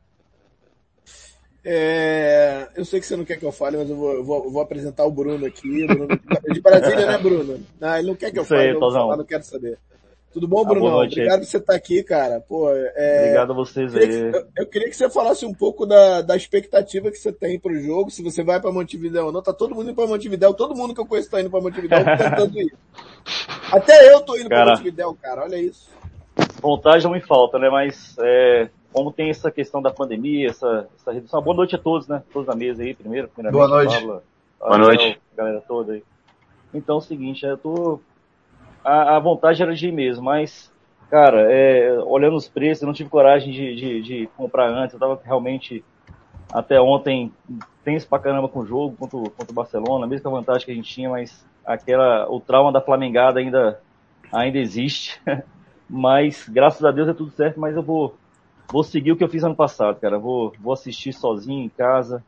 Eu sei que você não quer que eu fale, mas eu vou apresentar o Bruno aqui. Bruno de Brasília, né, Bruno? Não, ele não quer que eu fale, eu vou falar, não quero saber. Tudo bom, Bruno? Obrigado por você estar aqui, cara. Obrigado a vocês aí. Eu queria que você falasse um pouco da expectativa que você tem pro jogo, se você vai para Montevidéu ou não. Tá todo mundo indo para Montevidéu, todo mundo que eu conheço tá indo para Montevidéu, tentando ir. Até eu tô indo para Montevidéu, cara, olha isso. Vontade não me falta, né? Mas como tem essa questão da pandemia, essa redução. Boa noite a todos, né? Todos na mesa aí, primeiramente. Boa noite. Pablo, boa noite. Galera toda aí. Então é o seguinte, eu tô... A vontade era de ir mesmo, mas, cara, olhando os preços, eu não tive coragem de comprar antes. Eu tava realmente, até ontem, tenso pra caramba com o jogo, contra o Barcelona, mesmo com a vantagem que a gente tinha, mas o trauma da Flamengada ainda existe. Mas, graças a Deus, é tudo certo, mas eu vou seguir o que eu fiz ano passado, cara. Vou assistir sozinho em casa,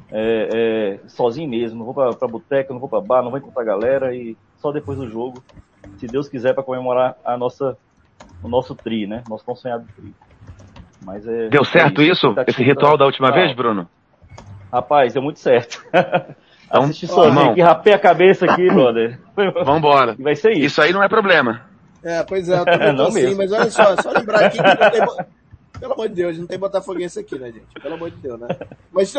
sozinho mesmo. Não vou pra boteca, não vou pra bar, não vou encontrar a galera e só depois do jogo, se Deus quiser, para comemorar o nosso tri, né? Nosso tão sonhado tri. Mas deu certo isso? Esse ritual da última vez, Bruno? Rapaz, deu muito certo. Então, assisti sozinho aqui, rapei a cabeça aqui, brother. Vambora. Vai ser isso. Isso aí não é problema. Pois é, eu também tô assim, mas olha só lembrar aqui que não tem... Pelo amor de Deus, não tem botafoguense aqui, né, gente? Pelo amor de Deus, né? Mas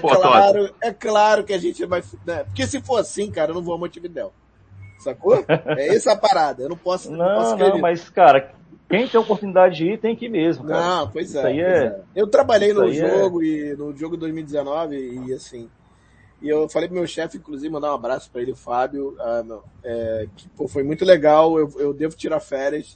é claro que a gente vai... Né? Porque se for assim, cara, eu não vou a Montevidéu. Sacou? Essa a parada. Eu não posso... Não, mas, cara, quem tem oportunidade de ir, tem que ir mesmo, cara. Não, pois é. Eu trabalhei no jogo e no jogo 2019 e assim... E eu falei pro meu chefe, inclusive, mandar um abraço pra ele, o Fábio, que foi muito legal, eu devo tirar férias.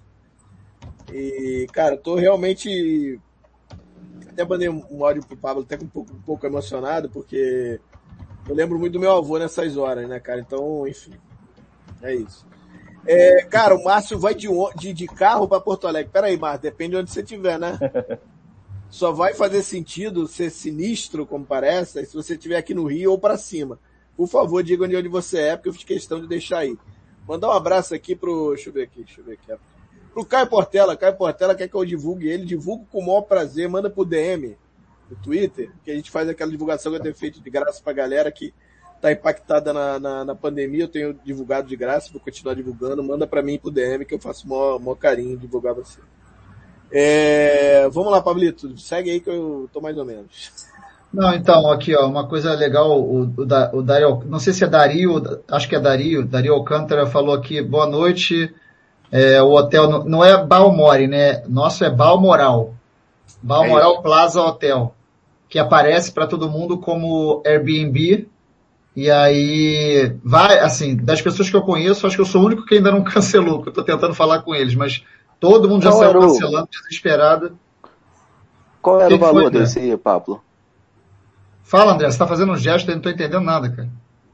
E, cara, tô realmente... Até mandei um áudio pro Pablo, até um pouco emocionado, porque eu lembro muito do meu avô nessas horas, né, cara? Então, enfim, é isso. Cara, o Márcio vai de carro pra Porto Alegre. Pera aí, Márcio, depende de onde você estiver, né? Só vai fazer sentido ser sinistro, como parece, se você estiver aqui no Rio ou pra cima. Por favor, diga onde você é, porque eu fiz questão de deixar aí. Mandar um abraço aqui pro... Deixa eu ver aqui. Pro Caio Portela. Caio Portela quer que eu divulgue ele. Divulgo com o maior prazer. Manda pro DM no Twitter, que a gente faz aquela divulgação que eu tenho feito de graça pra galera que tá impactada na pandemia. Eu tenho divulgado de graça, vou continuar divulgando. Manda pra mim pro DM, que eu faço o maior carinho de divulgar você. Vamos lá, Pablito. Segue aí que eu tô mais ou menos. Não, então, aqui, ó, uma coisa legal, o Dario, não sei se é Dario, acho que é Dario Alcântara falou aqui, boa noite, o hotel, não é Balmore, né, nosso é Balmoral Plaza Hotel, que aparece para todo mundo como Airbnb, e aí, vai, assim, das pessoas que eu conheço, acho que eu sou o único que ainda não cancelou, que eu tô tentando falar com eles, mas todo mundo já saiu cancelando, desesperado. Qual era o valor desse, Pablo? Fala, André, você tá fazendo um gesto, eu não tô entendendo nada, cara.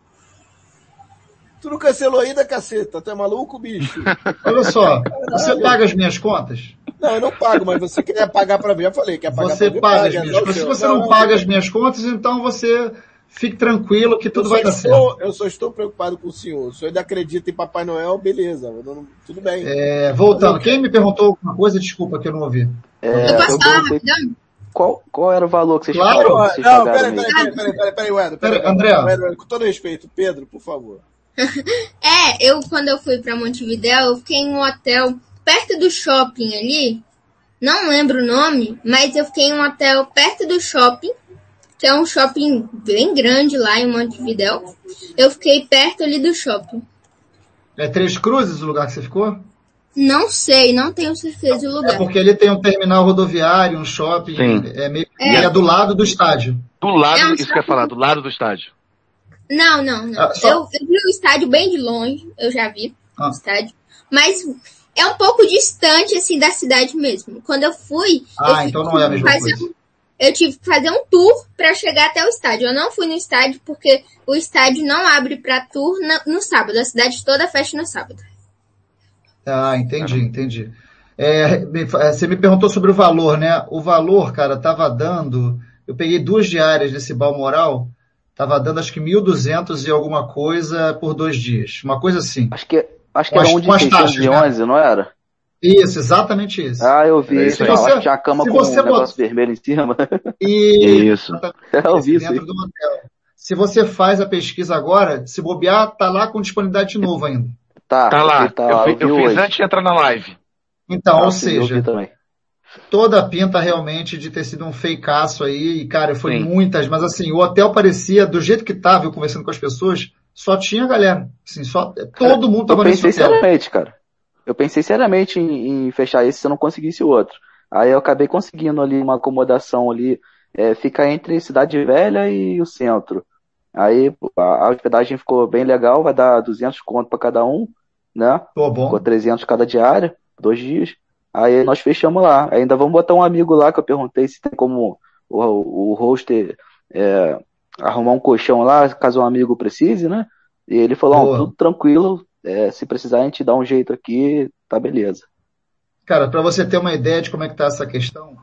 Tu não cancelou ainda, caceta? Tu é maluco, bicho? Olha só, você paga as minhas contas? Não, eu não pago, mas você quer pagar pra mim. Já falei, quer pagar você pra mim. Paga as minhas contas. Se você não paga as minhas contas, então você fique tranquilo que tudo vai dar certo. Eu só estou preocupado com o senhor. O senhor ainda acredita em Papai Noel, beleza. Tudo bem. Voltando, quem me perguntou alguma coisa, desculpa que eu não ouvi. Eu posso falar rapidão? Qual era o valor que vocês pagaram? Não, peraí, Weder. André. Com todo respeito, Pedro, por favor. Quando eu fui pra Montevidéu, eu fiquei em um hotel perto do shopping ali. Não lembro o nome, mas eu fiquei em um hotel perto do shopping, que é um shopping bem grande lá em Montevidéu. Eu fiquei perto ali do shopping. É Três Cruzes o lugar que você ficou? Não sei, não tenho certeza do lugar. Porque ele tem um terminal rodoviário, um shopping, é do lado do estádio. Do lado, isso que eu ia falar, do lado do estádio. Não. Eu vi o estádio bem de longe, eu já vi o estádio, mas é um pouco distante, assim, da cidade mesmo. Quando eu fui, então não é a mesma coisa. Eu tive que fazer um tour para chegar até o estádio. Eu não fui no estádio porque o estádio não abre para tour no sábado. A cidade toda fecha no sábado. Entendi. Você me perguntou sobre o valor, né? O valor, cara, tava dando... Eu peguei 2 diárias nesse Balmoral, tava dando acho que 1.200 e alguma coisa por 2 dias. Uma coisa assim. Acho que era um de 611, não era? Isso, exatamente isso. Ah, eu vi isso. Acho que tinha a cama com um negócio vermelho em cima. Isso. Eu vi isso. Dentro do hotel. Se você faz a pesquisa agora, se bobear, tá lá com disponibilidade de novo ainda. Tá lá. Eu fiz hoje. antes de entrar na live. Então, ou seja, toda a pinta realmente de ter sido um fakeaço aí, e cara, foi muitas, mas assim, o hotel parecia, do jeito que tava, eu conversando com as pessoas, só tinha galera, assim, todo mundo tava nesse hotel. Eu pensei seriamente em fechar esse se eu não conseguisse o outro. Aí eu acabei conseguindo ali uma acomodação ali, fica entre Cidade Velha e o centro. Aí a hospedagem ficou bem legal, vai dar 200 conto pra cada um, né? Ficou 300 cada diária, 2 dias. Aí nós fechamos lá. Ainda vamos botar um amigo lá, que eu perguntei se tem como o hoster arrumar um colchão lá, caso um amigo precise, né? E ele falou, tudo tranquilo, se precisar a gente dá um jeito aqui, tá beleza. Cara, para você ter uma ideia de como é que tá essa questão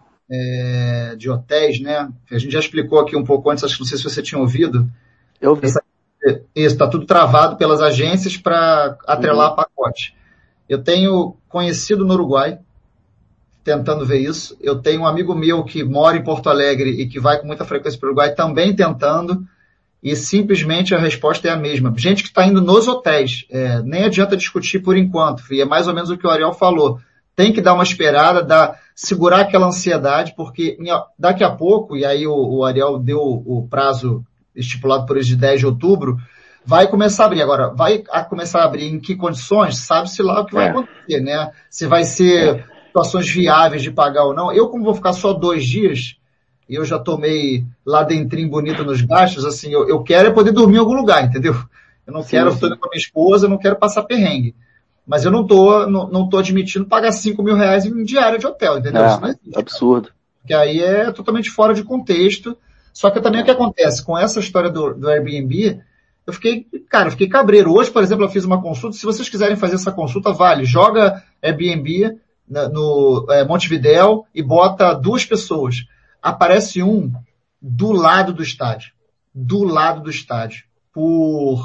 de hotéis, né? A gente já explicou aqui um pouco antes, acho que não sei se você tinha ouvido. Eu vi. Isso, tá tudo travado pelas agências para atrelar pacote. Eu tenho conhecido no Uruguai, tentando ver isso. Eu tenho um amigo meu que mora em Porto Alegre e que vai com muita frequência para o Uruguai também tentando, e simplesmente a resposta é a mesma. Gente que está indo nos hotéis, nem adianta discutir por enquanto, e é mais ou menos o que o Ariel falou. Tem que dar uma esperada, segurar aquela ansiedade, porque daqui a pouco, e aí o Ariel deu o prazo estipulado por eles de 10 de outubro, vai começar a abrir. Agora, vai começar a abrir em que condições? Sabe-se lá o que vai acontecer, né? Se vai ser situações viáveis de pagar ou não. Eu, como vou ficar só 2 dias, e eu já tomei lá dentrinho bonito nos gastos, assim, eu quero poder dormir em algum lugar, entendeu? Eu não quero, estou indo com a minha esposa, eu não quero passar perrengue. Mas eu não tô admitindo pagar 5 mil reais em diária de hotel, entendeu? Isso não existe, absurdo. Porque aí é totalmente fora de contexto. Só que também o que acontece com essa história do Airbnb, eu fiquei cabreiro. Hoje, por exemplo, eu fiz uma consulta. Se vocês quiserem fazer essa consulta, vale. Joga Airbnb no Montevidéu e bota 2 pessoas. Aparece um do lado do estádio. Do lado do estádio. Por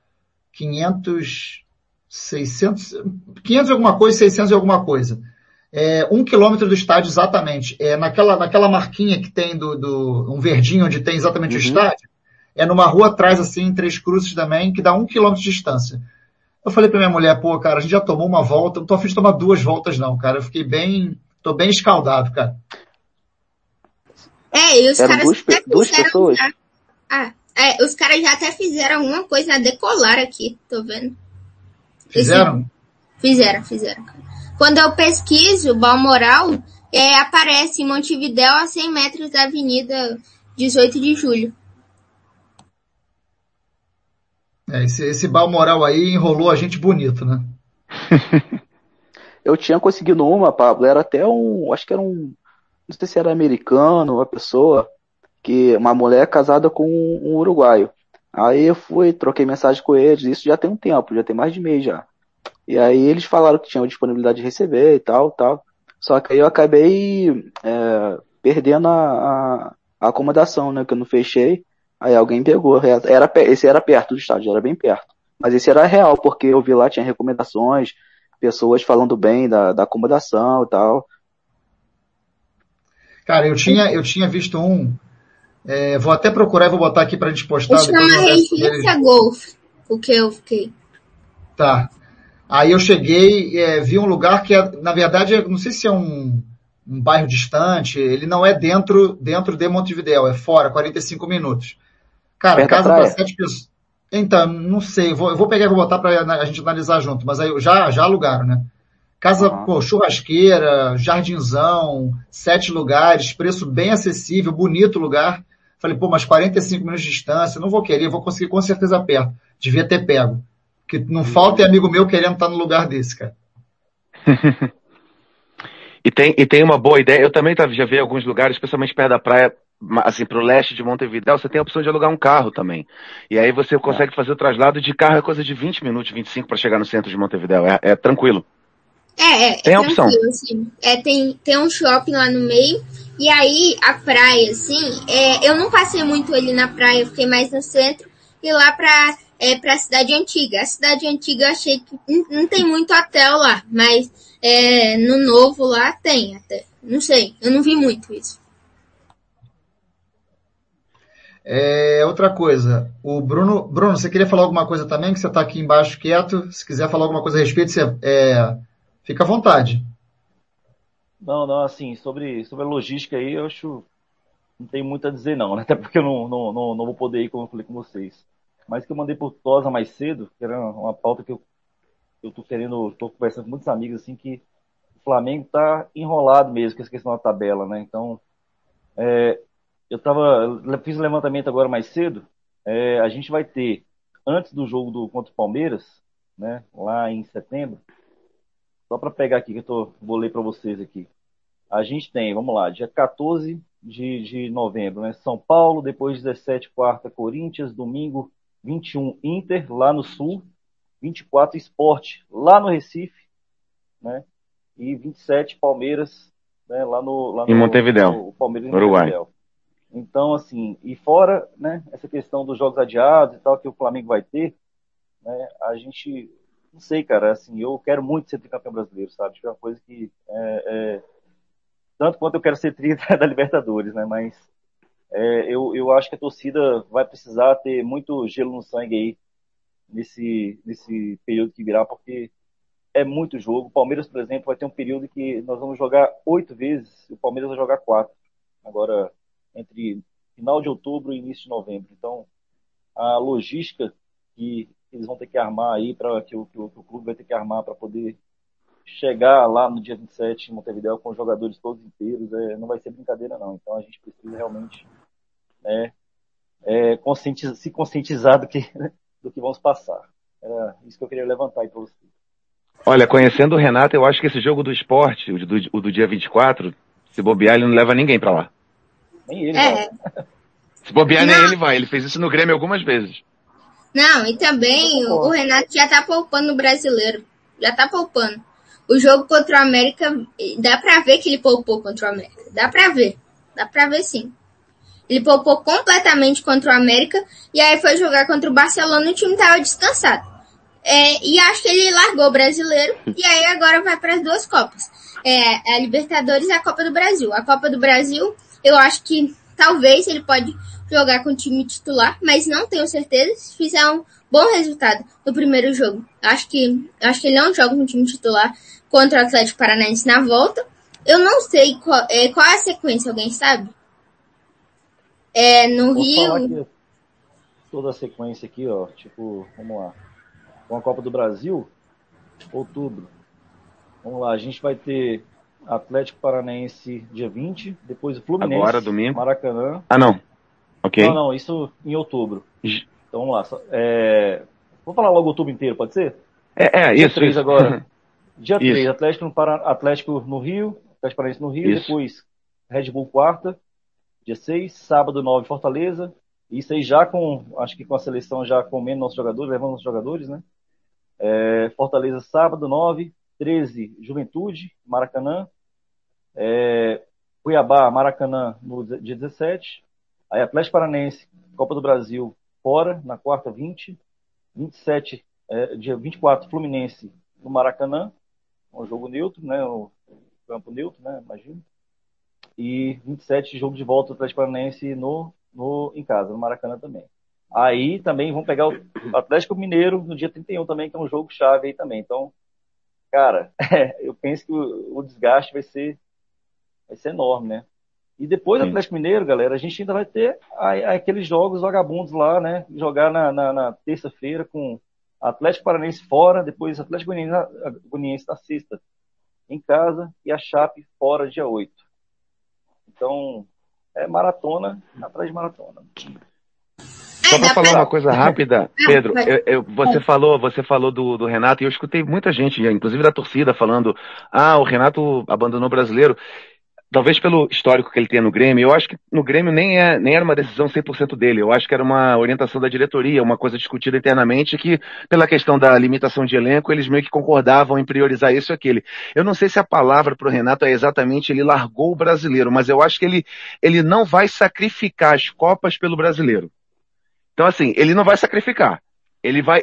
500 e alguma coisa, 600 e alguma coisa. 1 quilômetro do estádio exatamente. Naquela marquinha que tem um verdinho onde tem exatamente o estádio. Numa rua atrás, assim, em Três Cruzes também, que dá 1 quilômetro de distância. Eu falei pra minha mulher, pô, cara, a gente já tomou uma volta, não tô a fim de tomar 2 voltas não, cara. Eu fiquei tô bem escaldado, cara. E os caras duas pessoas? Os caras já até fizeram uma coisa a decolar aqui, tô vendo. Fizeram? Fizeram. Quando eu pesquiso Balmoral, aparece Montevidéu a 100 metros da Avenida 18 de Julho. Esse Balmoral aí enrolou a gente bonito, né? Eu tinha conseguido uma, Pablo, era até acho que era não sei se era americano, uma pessoa, uma mulher casada com um uruguaio. Aí eu troquei mensagem com eles, isso já tem um tempo, já tem mais de mês já. E aí eles falaram que tinham disponibilidade de receber e tal. Só que aí eu acabei perdendo a acomodação, né, que eu não fechei. Aí alguém pegou. Esse era perto do estádio, era bem perto. Mas esse era real, porque eu vi lá, tinha recomendações, pessoas falando bem da acomodação e tal. Cara, eu tinha visto vou até procurar e vou botar aqui pra gente postar. Chama Regência Golf, o que eu fiquei. Tá. Aí eu cheguei, vi um lugar que, na verdade, não sei se é um bairro distante, ele não é dentro de Montevidéu, é fora, 45 minutos. Cara, casa para 7 pessoas. Então, não sei, eu vou pegar e vou botar pra a gente analisar junto, mas aí já alugaram, né? Casa, churrasqueira, jardinzão, 7 lugares, preço bem acessível, bonito lugar. Falei, mas 45 minutos de distância, não vou querer, vou conseguir com certeza perto. Devia ter pego. Porque não falta amigo meu querendo estar no lugar desse, cara. E tem uma boa ideia, eu também já vi alguns lugares, especialmente perto da praia, assim, pro leste de Montevidéu, você tem a opção de alugar um carro também. E aí você consegue fazer o traslado de carro, é coisa de 20 minutos, 25 para chegar no centro de Montevidéu, é tranquilo. Tem a opção. Assim. Tem um shopping lá no meio. E aí, a praia, assim, eu não passei muito ali na praia, eu fiquei mais no centro. E lá pra Cidade Antiga. A Cidade Antiga eu achei que não tem muito hotel lá. Mas no novo lá tem até. Não sei, eu não vi muito isso. Outra coisa, o Bruno, você queria falar alguma coisa também, que você está aqui embaixo quieto, se quiser falar alguma coisa a respeito, você fica à vontade. Não, assim, sobre a logística aí, eu acho, não tem muito a dizer não, né? Até porque eu não vou poder ir, como eu falei com vocês. Mas que eu mandei por Tosa mais cedo, que era uma pauta que eu tô conversando com muitos amigos, assim, que o Flamengo tá enrolado mesmo com essa questão da tabela, né? Então, eu fiz um levantamento agora mais cedo. A gente vai ter, antes do jogo contra o Palmeiras, né, lá em setembro, só para pegar aqui que vou ler para vocês aqui. A gente tem, vamos lá, dia 14 de novembro, né, São Paulo, depois 17, quarta, Corinthians, domingo 21, Inter, lá no Sul, 24, Sport, lá no Recife, né, e 27, Palmeiras, né, lá no em Montevidéu, no Palmeiras em Uruguai. Montevidéu. Então, assim, e fora, né, essa questão dos jogos adiados e tal, que o Flamengo vai ter, né, a gente, não sei, cara, assim, eu quero muito ser tricampeão brasileiro, sabe? Acho que é uma coisa que, tanto quanto eu quero ser tri da Libertadores, né, mas eu acho que a torcida vai precisar ter muito gelo no sangue aí, nesse período que virá, porque é muito jogo. O Palmeiras, por exemplo, vai ter um período que nós vamos jogar 8 vezes, e o Palmeiras vai jogar 4. Agora, entre final de outubro e início de novembro. Então, a logística que eles vão ter que armar aí, que o clube vai ter que armar para poder chegar lá no dia 27 em Montevidéu com os jogadores todos inteiros, não vai ser brincadeira não. Então, a gente precisa realmente se conscientizar do que vamos passar. Era isso que eu queria levantar aí para vocês. Olha, conhecendo o Renato, eu acho que esse jogo do esporte, o do dia 24, se bobear, ele não leva ninguém para lá. Nem ele vai. Se bobear, nem ele vai. Ele fez isso no Grêmio algumas vezes. Não, e também o Renato já tá poupando o brasileiro. Já tá poupando. O jogo contra o América, dá pra ver que ele poupou contra o América. Dá pra ver. Dá pra ver sim. Ele poupou completamente contra o América e aí foi jogar contra o Barcelona e o time tava descansado. E acho que ele largou o brasileiro e aí agora vai para as duas Copas. A Libertadores e a Copa do Brasil. A Copa do Brasil, eu acho que talvez ele pode jogar com o time titular, mas não tenho certeza se fizer um bom resultado no primeiro jogo. Acho que ele não joga com o time titular contra o Atlético Paranaense na volta. Eu não sei qual é a sequência, alguém sabe? No Vou Rio... falar aqui, toda a sequência aqui, ó, tipo, vamos lá. Com a Copa do Brasil, outubro. Vamos lá, a gente vai ter Atlético Paranaense dia 20, depois o Fluminense, agora, domingo. Maracanã. Ah, não. Ok. Não, isso em outubro. Então vamos lá. Vou falar logo outubro inteiro, pode ser? Dia Isso. 3 isso. agora. Dia isso. 3, Atlético no Rio, Atlético Paranaense no Rio, isso. depois Red Bull quarta, dia 6, sábado 9, Fortaleza. Isso aí já acho que com a seleção já com menos nossos jogadores, levando nossos jogadores, né? Fortaleza sábado 9, 13 Juventude, Maracanã, Cuiabá, Maracanã no dia 17, aí Atlético Paranaense, Copa do Brasil fora, na quarta 20, 27, dia 24 Fluminense no Maracanã, um jogo neutro, né, um campo neutro, né, imagino, e 27 jogo de volta do Atlético Paranaense em casa, no Maracanã também. Aí também vão pegar o Atlético Mineiro no dia 31 também, que é um jogo chave aí também. Então, cara, eu penso que o desgaste vai ser enorme, né? E depois do Atlético Mineiro, galera, a gente ainda vai ter aqueles jogos vagabundos lá, né? Jogar na terça-feira com Atlético Paranaense fora, depois Atlético Goianiense na sexta em casa e a Chape fora dia 8. Então, maratona atrás de maratona. Só para falar uma coisa rápida, Pedro, você falou do Renato, e eu escutei muita gente, inclusive da torcida, falando, o Renato abandonou o brasileiro. talvez pelo histórico que ele tem no Grêmio, eu acho que no Grêmio nem era uma decisão 100% dele, eu acho que era uma orientação da diretoria, uma coisa discutida internamente que, pela questão da limitação de elenco, eles meio que concordavam em priorizar isso e aquele. Eu não sei se a palavra pro Renato é exatamente ele largou o brasileiro, mas eu acho que ele não vai sacrificar as Copas pelo brasileiro. Então assim, ele não vai sacrificar. Ele vai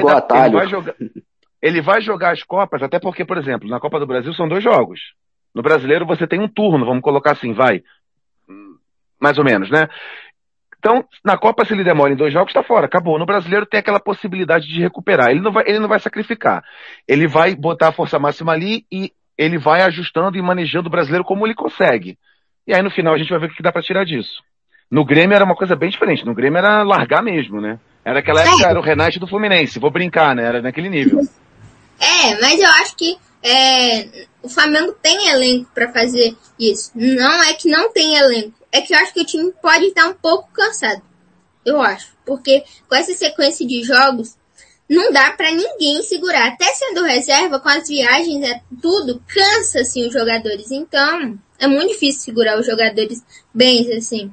jogar as Copas, até porque, por exemplo, na Copa do Brasil são 2 jogos. No brasileiro você tem um turno, vamos colocar assim, mais ou menos, né? Então, na Copa, se ele demora em 2 jogos, tá fora, acabou. No brasileiro tem aquela possibilidade de recuperar. Ele não vai sacrificar. Ele vai botar a força máxima ali e ele vai ajustando e manejando o brasileiro como ele consegue. E aí no final a gente vai ver o que dá pra tirar disso. No Grêmio era uma coisa bem diferente. No Grêmio era largar mesmo, né? Era aquela época, era o Renato do Fluminense, vou brincar, né? Era naquele nível. Mas eu acho que o Flamengo tem elenco pra fazer isso. Não é que não tem elenco. É que eu acho que o time pode estar um pouco cansado. Eu acho. Porque com essa sequência de jogos, não dá pra ninguém segurar. Até sendo reserva, com as viagens, tudo, cansa, assim, os jogadores. Então, é muito difícil segurar os jogadores bem, assim.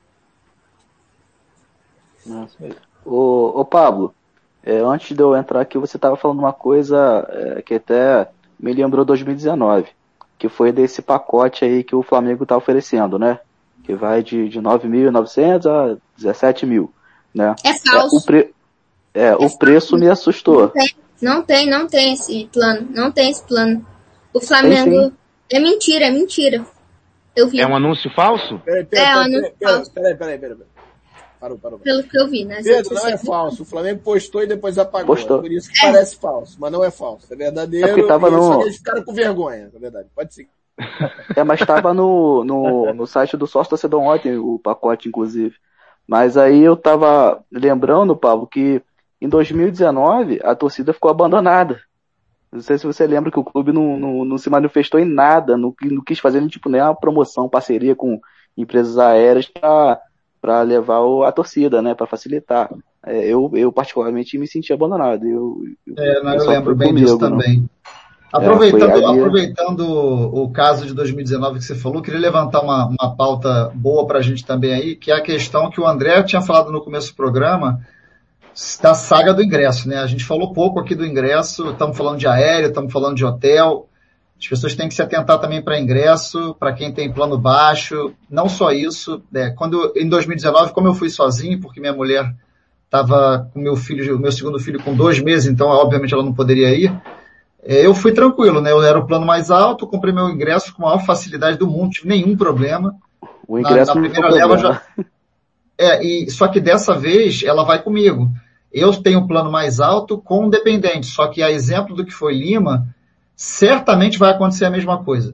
Ô Pablo, antes de eu entrar aqui, você estava falando uma coisa que até me lembrou 2019, que foi desse pacote aí que o Flamengo está oferecendo, né? Que vai de 9.900 a 17 mil, né? É falso. O preço me assustou. Não tem esse plano. Não tem esse plano. O Flamengo... É mentira. Eu vi. É um anúncio falso? É um anúncio falso. Peraí. Parou. Pelo que eu vi, né? Pedro, não é falso. O Flamengo postou e depois apagou. Por isso que parece falso, mas não é falso. É verdadeiro. Só que eles ficaram com vergonha, na verdade. Pode seguir. Mas estava no site do Sócio Torcedor ontem, o pacote, inclusive. Mas aí eu tava lembrando, Pablo, que em 2019 a torcida ficou abandonada. Não sei se você lembra que o clube não se manifestou em nada, não quis fazer nem uma promoção, parceria com empresas aéreas para levar a torcida, né, para facilitar. Eu particularmente me senti abandonado. Eu lembro bem disso também. Aproveitando o caso de 2019 que você falou, queria levantar uma pauta boa para a gente também aí, que é a questão que o André tinha falado no começo do programa, da saga do ingresso, né? A gente falou pouco aqui do ingresso, estamos falando de aéreo, estamos falando de hotel. As pessoas têm que se atentar também para ingresso, para quem tem plano baixo. Não só isso, em 2019, como eu fui sozinho, porque minha mulher estava com meu segundo filho com 2 meses, então obviamente ela não poderia ir. Eu fui tranquilo, né? Eu era o plano mais alto, comprei meu ingresso com a maior facilidade do mundo, não tive nenhum problema. O ingresso na primeira leva já. Só que dessa vez ela vai comigo. Eu tenho um plano mais alto com um dependente, só que a exemplo do que foi Lima, certamente vai acontecer a mesma coisa.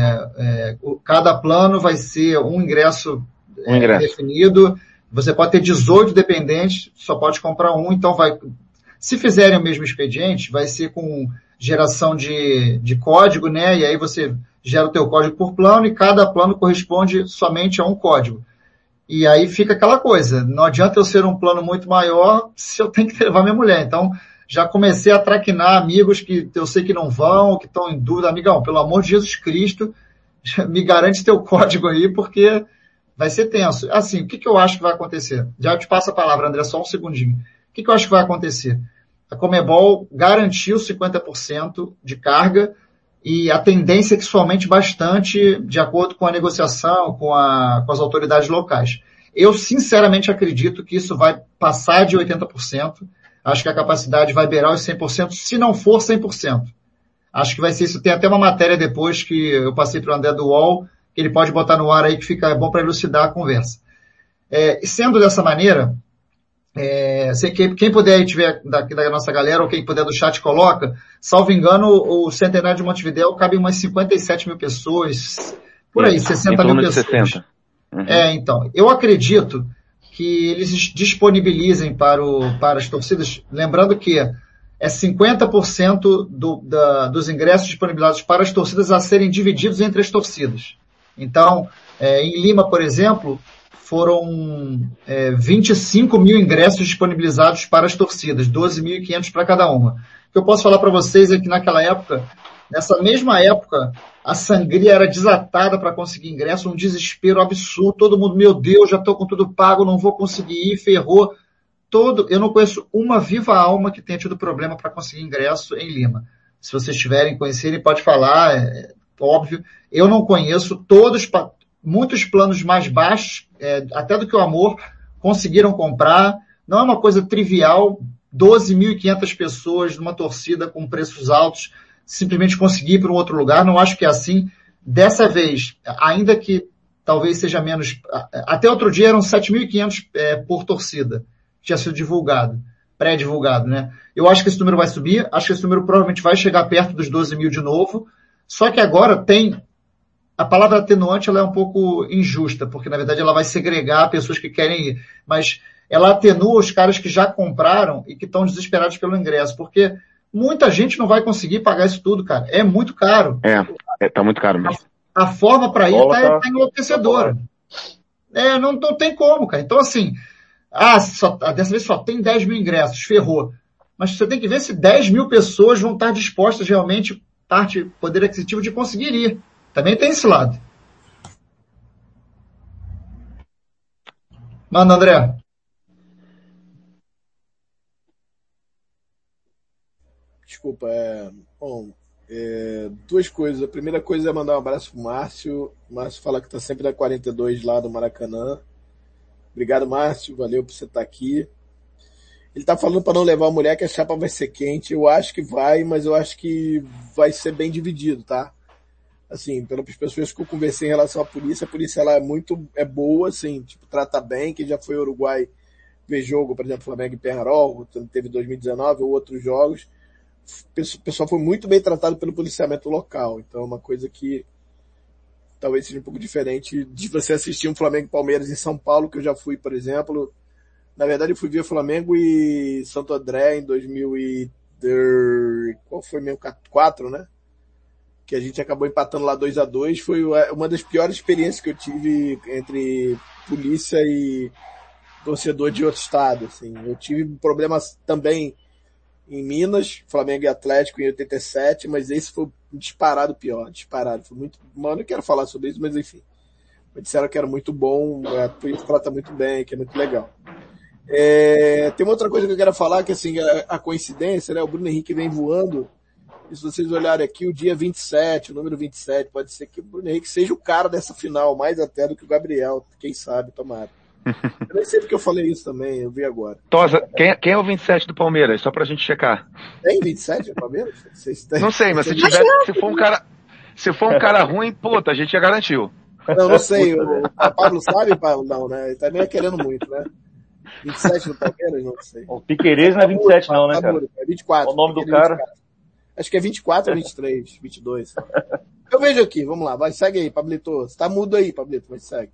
Cada plano vai ser um ingresso definido. Você pode ter 18 dependentes, só pode comprar um, então se fizerem o mesmo expediente, vai ser com geração de código, né? E aí você gera o teu código por plano e cada plano corresponde somente a um código. E aí fica aquela coisa, não adianta eu ser um plano muito maior se eu tenho que levar minha mulher. Então, já comecei a traquinar amigos que eu sei que não vão, que estão em dúvida. Amigão, pelo amor de Jesus Cristo, me garante teu código aí, porque vai ser tenso. Assim, o que eu acho que vai acontecer? Já te passo a palavra, André, só um segundinho. O que eu acho que vai acontecer? A Conmebol garantiu 50% de carga e a tendência é que isso aumente bastante de acordo com a negociação com as autoridades locais. Eu sinceramente acredito que isso vai passar de 80%. Acho que a capacidade vai beirar os 100%, se não for 100%. Acho que vai ser isso. Tem até uma matéria depois que eu passei para o André do UOL, que ele pode botar no ar aí, que fica bom para elucidar a conversa. E sendo dessa maneira, quem puder aí tiver da nossa galera, ou quem puder do chat coloca, salvo engano, o Centenário de Montevidéu cabe umas 57 mil pessoas, por aí, 60 mil pessoas. 60. Uhum. Então, eu acredito que eles disponibilizem para as torcidas, lembrando que 50% dos ingressos disponibilizados para as torcidas a serem divididos entre as torcidas. Então, em Lima, por exemplo, foram 25 mil ingressos disponibilizados para as torcidas, 12.500 para cada uma. O que eu posso falar para vocês é que naquela época Nessa mesma época, a sangria era desatada para conseguir ingresso, um desespero absurdo, todo mundo, meu Deus, já estou com tudo pago, não vou conseguir ir, ferrou. Eu não conheço uma viva alma que tenha tido problema para conseguir ingresso em Lima. Se vocês tiverem, conhecerem, pode falar, óbvio. Eu não conheço, muitos planos mais baixos, até do que o Amor, conseguiram comprar. Não é uma coisa trivial, 12.500 pessoas numa torcida com preços altos, simplesmente conseguir ir para um outro lugar. Não acho que é assim. Dessa vez, ainda que talvez seja menos, até outro dia eram 7.500 por torcida. Tinha sido divulgado, pré-divulgado, né? Eu acho que esse número vai subir, acho que esse número provavelmente vai chegar perto dos 12.000 de novo, só que agora a palavra atenuante ela é um pouco injusta, porque na verdade ela vai segregar pessoas que querem ir, mas ela atenua os caras que já compraram e que estão desesperados pelo ingresso, porque muita gente não vai conseguir pagar isso tudo, cara. É muito caro. Tá muito caro mesmo. A forma para ir tá enlouquecedora. Não tem como, cara. Então, assim, dessa vez só tem 10.000 ingressos, ferrou. Mas você tem que ver se 10.000 pessoas vão estar dispostas realmente, parte poder aquisitivo, de conseguir ir. Também tem esse lado. Manda, André. Desculpa, duas coisas. A primeira coisa é mandar um abraço pro Márcio. O Márcio fala que tá sempre na 42 lá do Maracanã. Obrigado, Márcio. Valeu por você estar aqui. Ele tá falando para não levar a mulher, que a chapa vai ser quente. Eu acho que vai, mas eu acho que vai ser bem dividido, tá? Assim, pelas pessoas que eu conversei em relação à polícia, a polícia ela é boa, assim, tipo, trata bem. Quem já foi ao Uruguai ver jogo, por exemplo, Flamengo e Peñarol, teve 2019 ou outros jogos, o pessoal foi muito bem tratado pelo policiamento local. Então é uma coisa que talvez seja um pouco diferente de você assistir um Flamengo e Palmeiras em São Paulo, que eu já fui, por exemplo. Na verdade, eu fui ver Flamengo e Santo André em 2000 qual foi mesmo? 4, né? Que a gente acabou empatando lá 2-2. Foi uma das piores experiências que eu tive entre polícia e torcedor de outro estado, assim. Eu tive problemas também em Minas, Flamengo e Atlético em 87, mas esse foi disparado pior, disparado. Foi muito, mano, eu quero falar sobre isso, mas enfim. Me disseram que era muito bom, a polícia trata muito bem, que é muito legal. Tem uma outra coisa que eu quero falar, que assim, a coincidência, né? O Bruno Henrique vem voando, e se vocês olharem aqui, o dia 27, o número 27, pode ser que o Bruno Henrique seja o cara dessa final, mais até do que o Gabriel, quem sabe, tomara. Eu nem sei porque eu falei isso também, eu vi agora. Tosa, quem é o 27 do Palmeiras? Só pra gente checar. Tem 27 do Palmeiras? Não sei, mas se for um cara ruim, puta, a gente já garantiu. Não sei, o Pablo sabe, Pablo? Não, né? Ele também é querendo muito, né? 27 do Palmeiras? Não sei. O Piquerez não é 27 não, né, cara? É 24. O nome do cara? 24. Acho que é 24 ou 23, 22. Eu vejo aqui, vamos lá, vai, segue aí, Pablito. Você tá mudo aí, Pablito, mas segue.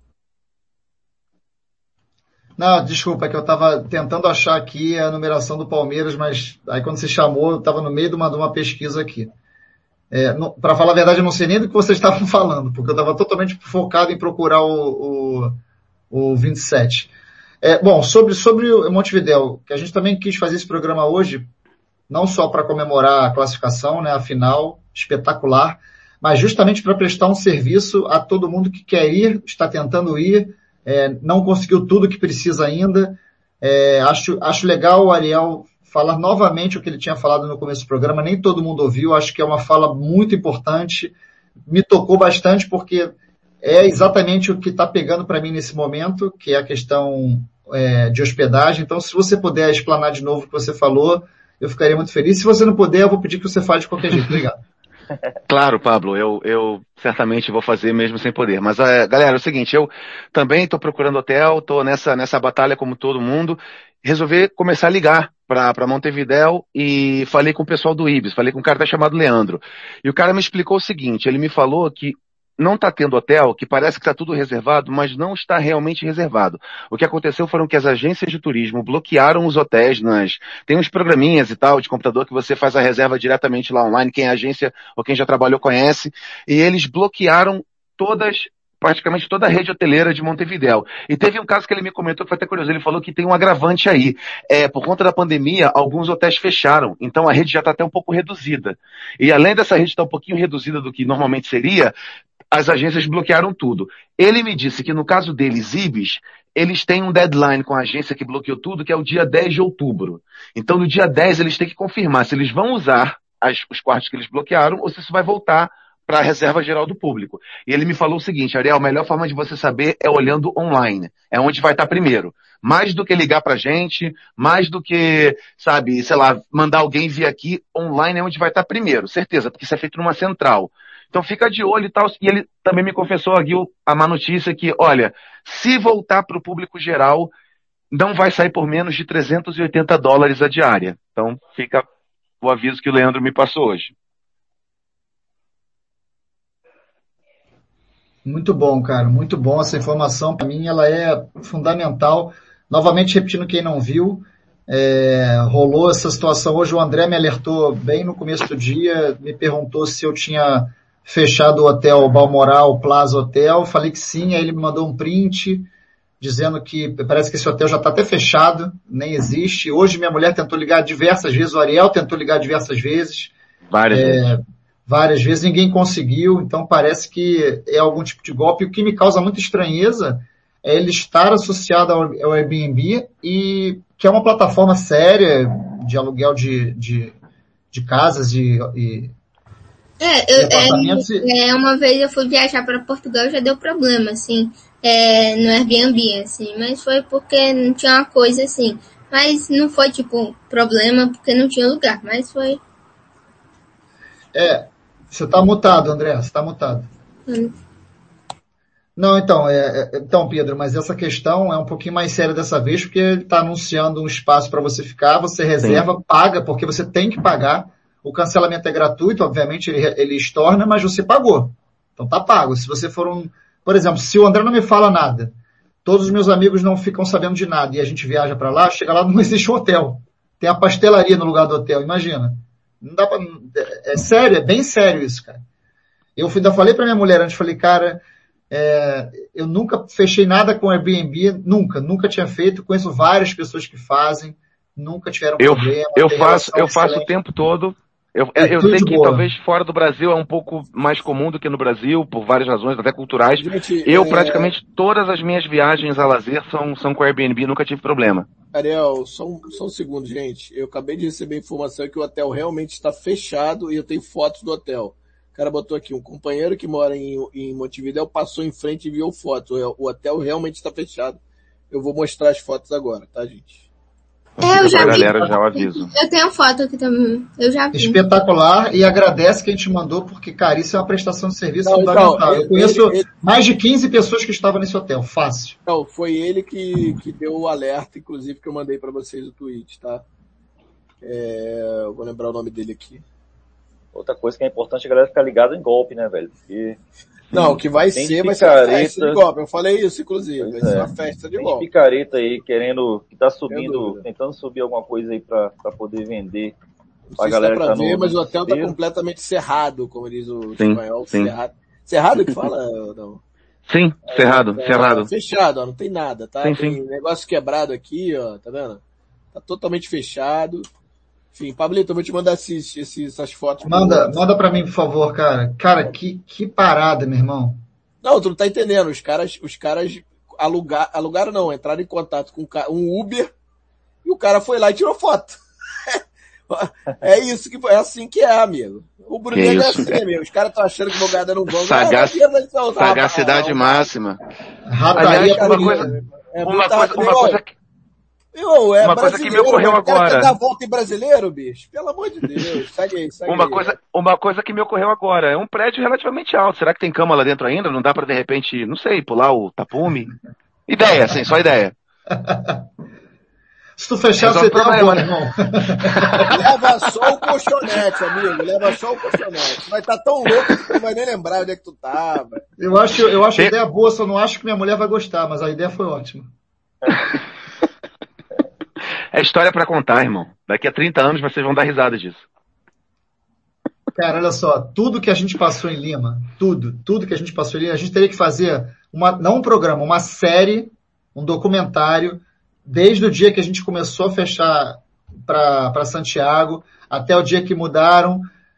Não, desculpa, é que eu estava tentando achar aqui a numeração do Palmeiras, mas aí quando você chamou, eu estava no meio de uma pesquisa aqui. Para falar a verdade, eu não sei nem do que vocês estavam falando, porque eu estava totalmente focado em procurar o 27. Bom, sobre o Montevidéu, que a gente também quis fazer esse programa hoje, não só para comemorar a classificação, né, a final espetacular, mas justamente para prestar um serviço a todo mundo que quer ir, está tentando ir, não conseguiu tudo que precisa ainda. Acho legal o Ariel falar novamente o que ele tinha falado no começo do programa, nem todo mundo ouviu, acho que é uma fala muito importante, me tocou bastante porque é exatamente o que está pegando para mim nesse momento, que é a questão de hospedagem. Então, se você puder explanar de novo o que você falou, eu ficaria muito feliz. Se você não puder, eu vou pedir que você fale de qualquer jeito. Obrigado. Claro, Pablo, eu certamente vou fazer mesmo sem poder. Mas, galera, é o seguinte, eu também estou procurando hotel, estou nessa batalha como todo mundo. Resolvi começar a ligar para Montevidéu e falei com o pessoal do Ibis, falei com um cara chamado Leandro. E o cara me explicou o seguinte, ele me falou que não está tendo hotel, que parece que está tudo reservado, mas não está realmente reservado. O que aconteceu foram que as agências de turismo bloquearam os hotéis tem uns programinhas e tal de computador que você faz a reserva diretamente lá online, quem é agência ou quem já trabalhou conhece, e eles bloquearam praticamente toda a rede hoteleira de Montevidéu. E teve um caso que ele me comentou que foi até curioso, ele falou que tem um agravante aí. Por conta da pandemia, alguns hotéis fecharam, então a rede já está até um pouco reduzida. E além dessa rede estar um pouquinho reduzida do que normalmente seria, as agências bloquearam tudo. Ele me disse que no caso deles, Ibis, eles têm um deadline com a agência que bloqueou tudo, que é o dia 10 de outubro. Então no dia 10 eles têm que confirmar se eles vão usar os quartos que eles bloquearam ou se isso vai voltar para a reserva geral do público. E ele me falou o seguinte, Ariel, a melhor forma de você saber é olhando online. É onde vai estar primeiro. Mais do que ligar pra gente, mais do que, sabe, sei lá, mandar alguém vir aqui, online é onde vai estar primeiro, certeza, porque isso é feito numa central. Então fica de olho e tal. E ele também me confessou, Aguil, a má notícia que, olha, se voltar para o público geral, não vai sair por menos de $380 a diária. Então fica o aviso que o Leandro me passou hoje. Muito bom, cara, muito bom. Essa informação, para mim, ela é fundamental. Novamente, repetindo quem não viu, rolou essa situação. Hoje o André me alertou bem no começo do dia, me perguntou se eu tinha fechado o hotel Balmoral Plaza Hotel. Falei que sim, aí ele me mandou um print dizendo que parece que esse hotel já está até fechado, nem existe. Hoje minha mulher tentou ligar diversas vezes, o Ariel tentou ligar diversas vezes. Várias vezes, ninguém conseguiu, então parece que é algum tipo de golpe. O que me causa muita estranheza é ele estar associado ao Airbnb, e que é uma plataforma séria de aluguel de casas e apartamentos. Uma vez eu fui viajar para Portugal, já deu problema, assim, no Airbnb, assim, mas foi porque não tinha uma coisa assim. Mas não foi, tipo, problema porque não tinha lugar, mas foi... Você está mutado, André, você está mutado. Não, então, Pedro, mas essa questão é um pouquinho mais séria dessa vez, porque ele está anunciando um espaço para você ficar, você reserva, paga, porque você tem que pagar. O cancelamento é gratuito, obviamente ele estorna, mas você pagou. Então tá pago. Se você for por exemplo, se o André não me fala nada, todos os meus amigos não ficam sabendo de nada, e a gente viaja para lá, chega lá, não existe um hotel. Tem a pastelaria no lugar do hotel, imagina. Não dá pra... É sério, é bem sério isso, cara. Eu ainda falei pra minha mulher antes, falei, cara, eu nunca fechei nada com Airbnb, nunca tinha feito, conheço várias pessoas que fazem, nunca tiveram problema. Eu faço o tempo todo. Eu sei que talvez fora do Brasil é um pouco mais comum do que no Brasil, por várias razões, até culturais. Gente, praticamente todas as minhas viagens a lazer são com Airbnb, nunca tive problema. Ariel, só um segundo, gente. Eu acabei de receber a informação que o hotel realmente está fechado e eu tenho fotos do hotel. O cara botou aqui, um companheiro que mora em Montevidéu passou em frente e enviou foto. O hotel realmente está fechado. Eu vou mostrar as fotos agora, tá, gente? Eu já vi. Galera, já aviso. Eu tenho foto aqui também. Eu já vi. Espetacular, e agradece quem te mandou, porque, cara, isso é uma prestação de serviço fundamental. Eu conheço mais de 15 pessoas que estavam nesse hotel, fácil. Não, foi ele que deu o alerta, inclusive, que eu mandei pra vocês o tweet, tá? Eu vou lembrar o nome dele aqui. Outra coisa que é importante é a galera ficar ligada em golpe, né, velho? Porque... Não, o que vai ser uma festa de golpe. Eu falei isso, inclusive. Vai ser uma festa de golpe. Tem picareta aí que tá subindo, tentando subir alguma coisa aí pra poder vender. Não sei se dá pra ver, mas o hotel tá completamente cerrado, como diz o espanhol. Sim. Cerrado que fala? Não. Sim, cerrado. Fechado, ó, não tem nada, tá? Sim, tem negócio quebrado aqui, ó, tá vendo? Tá totalmente fechado. Enfim, Pablito, eu vou te mandar essas fotos. Manda pra mim, por favor, cara. Cara, que parada, meu irmão. Não, tu não tá entendendo. Os caras alugaram não, entraram em contato com um Uber e o cara foi lá e tirou foto. É assim que é, amigo. O Brunello é assim, amigo. Os caras estão achando que o Bogada não vão. Sagacidade máxima. Rataria, Uma coisa que me ocorreu agora. Quer dar volta em brasileiro, bicho? Pelo amor de Deus. Segue aí. Uma coisa que me ocorreu agora. É um prédio relativamente alto. Será que tem cama lá dentro ainda? Não dá pra, de repente, não sei, pular o tapume? Ideia, assim, só ideia. Se tu fechar, você tem uma boa, irmão. Leva só o colchonete, amigo. Leva só o colchonete. Vai estar tão louco que tu não vai nem lembrar onde é que tu tava. Eu acho a ideia boa, só não acho que minha mulher vai gostar, mas a ideia foi ótima. É história pra contar, irmão. Daqui a 30 anos vocês vão dar risada disso. Cara, olha só, tudo que a gente passou em Lima, tudo que a gente passou em Lima, a gente teria que fazer não um programa, uma série, um documentário, desde o dia que a gente começou a fechar para Santiago, até o dia que mudaram,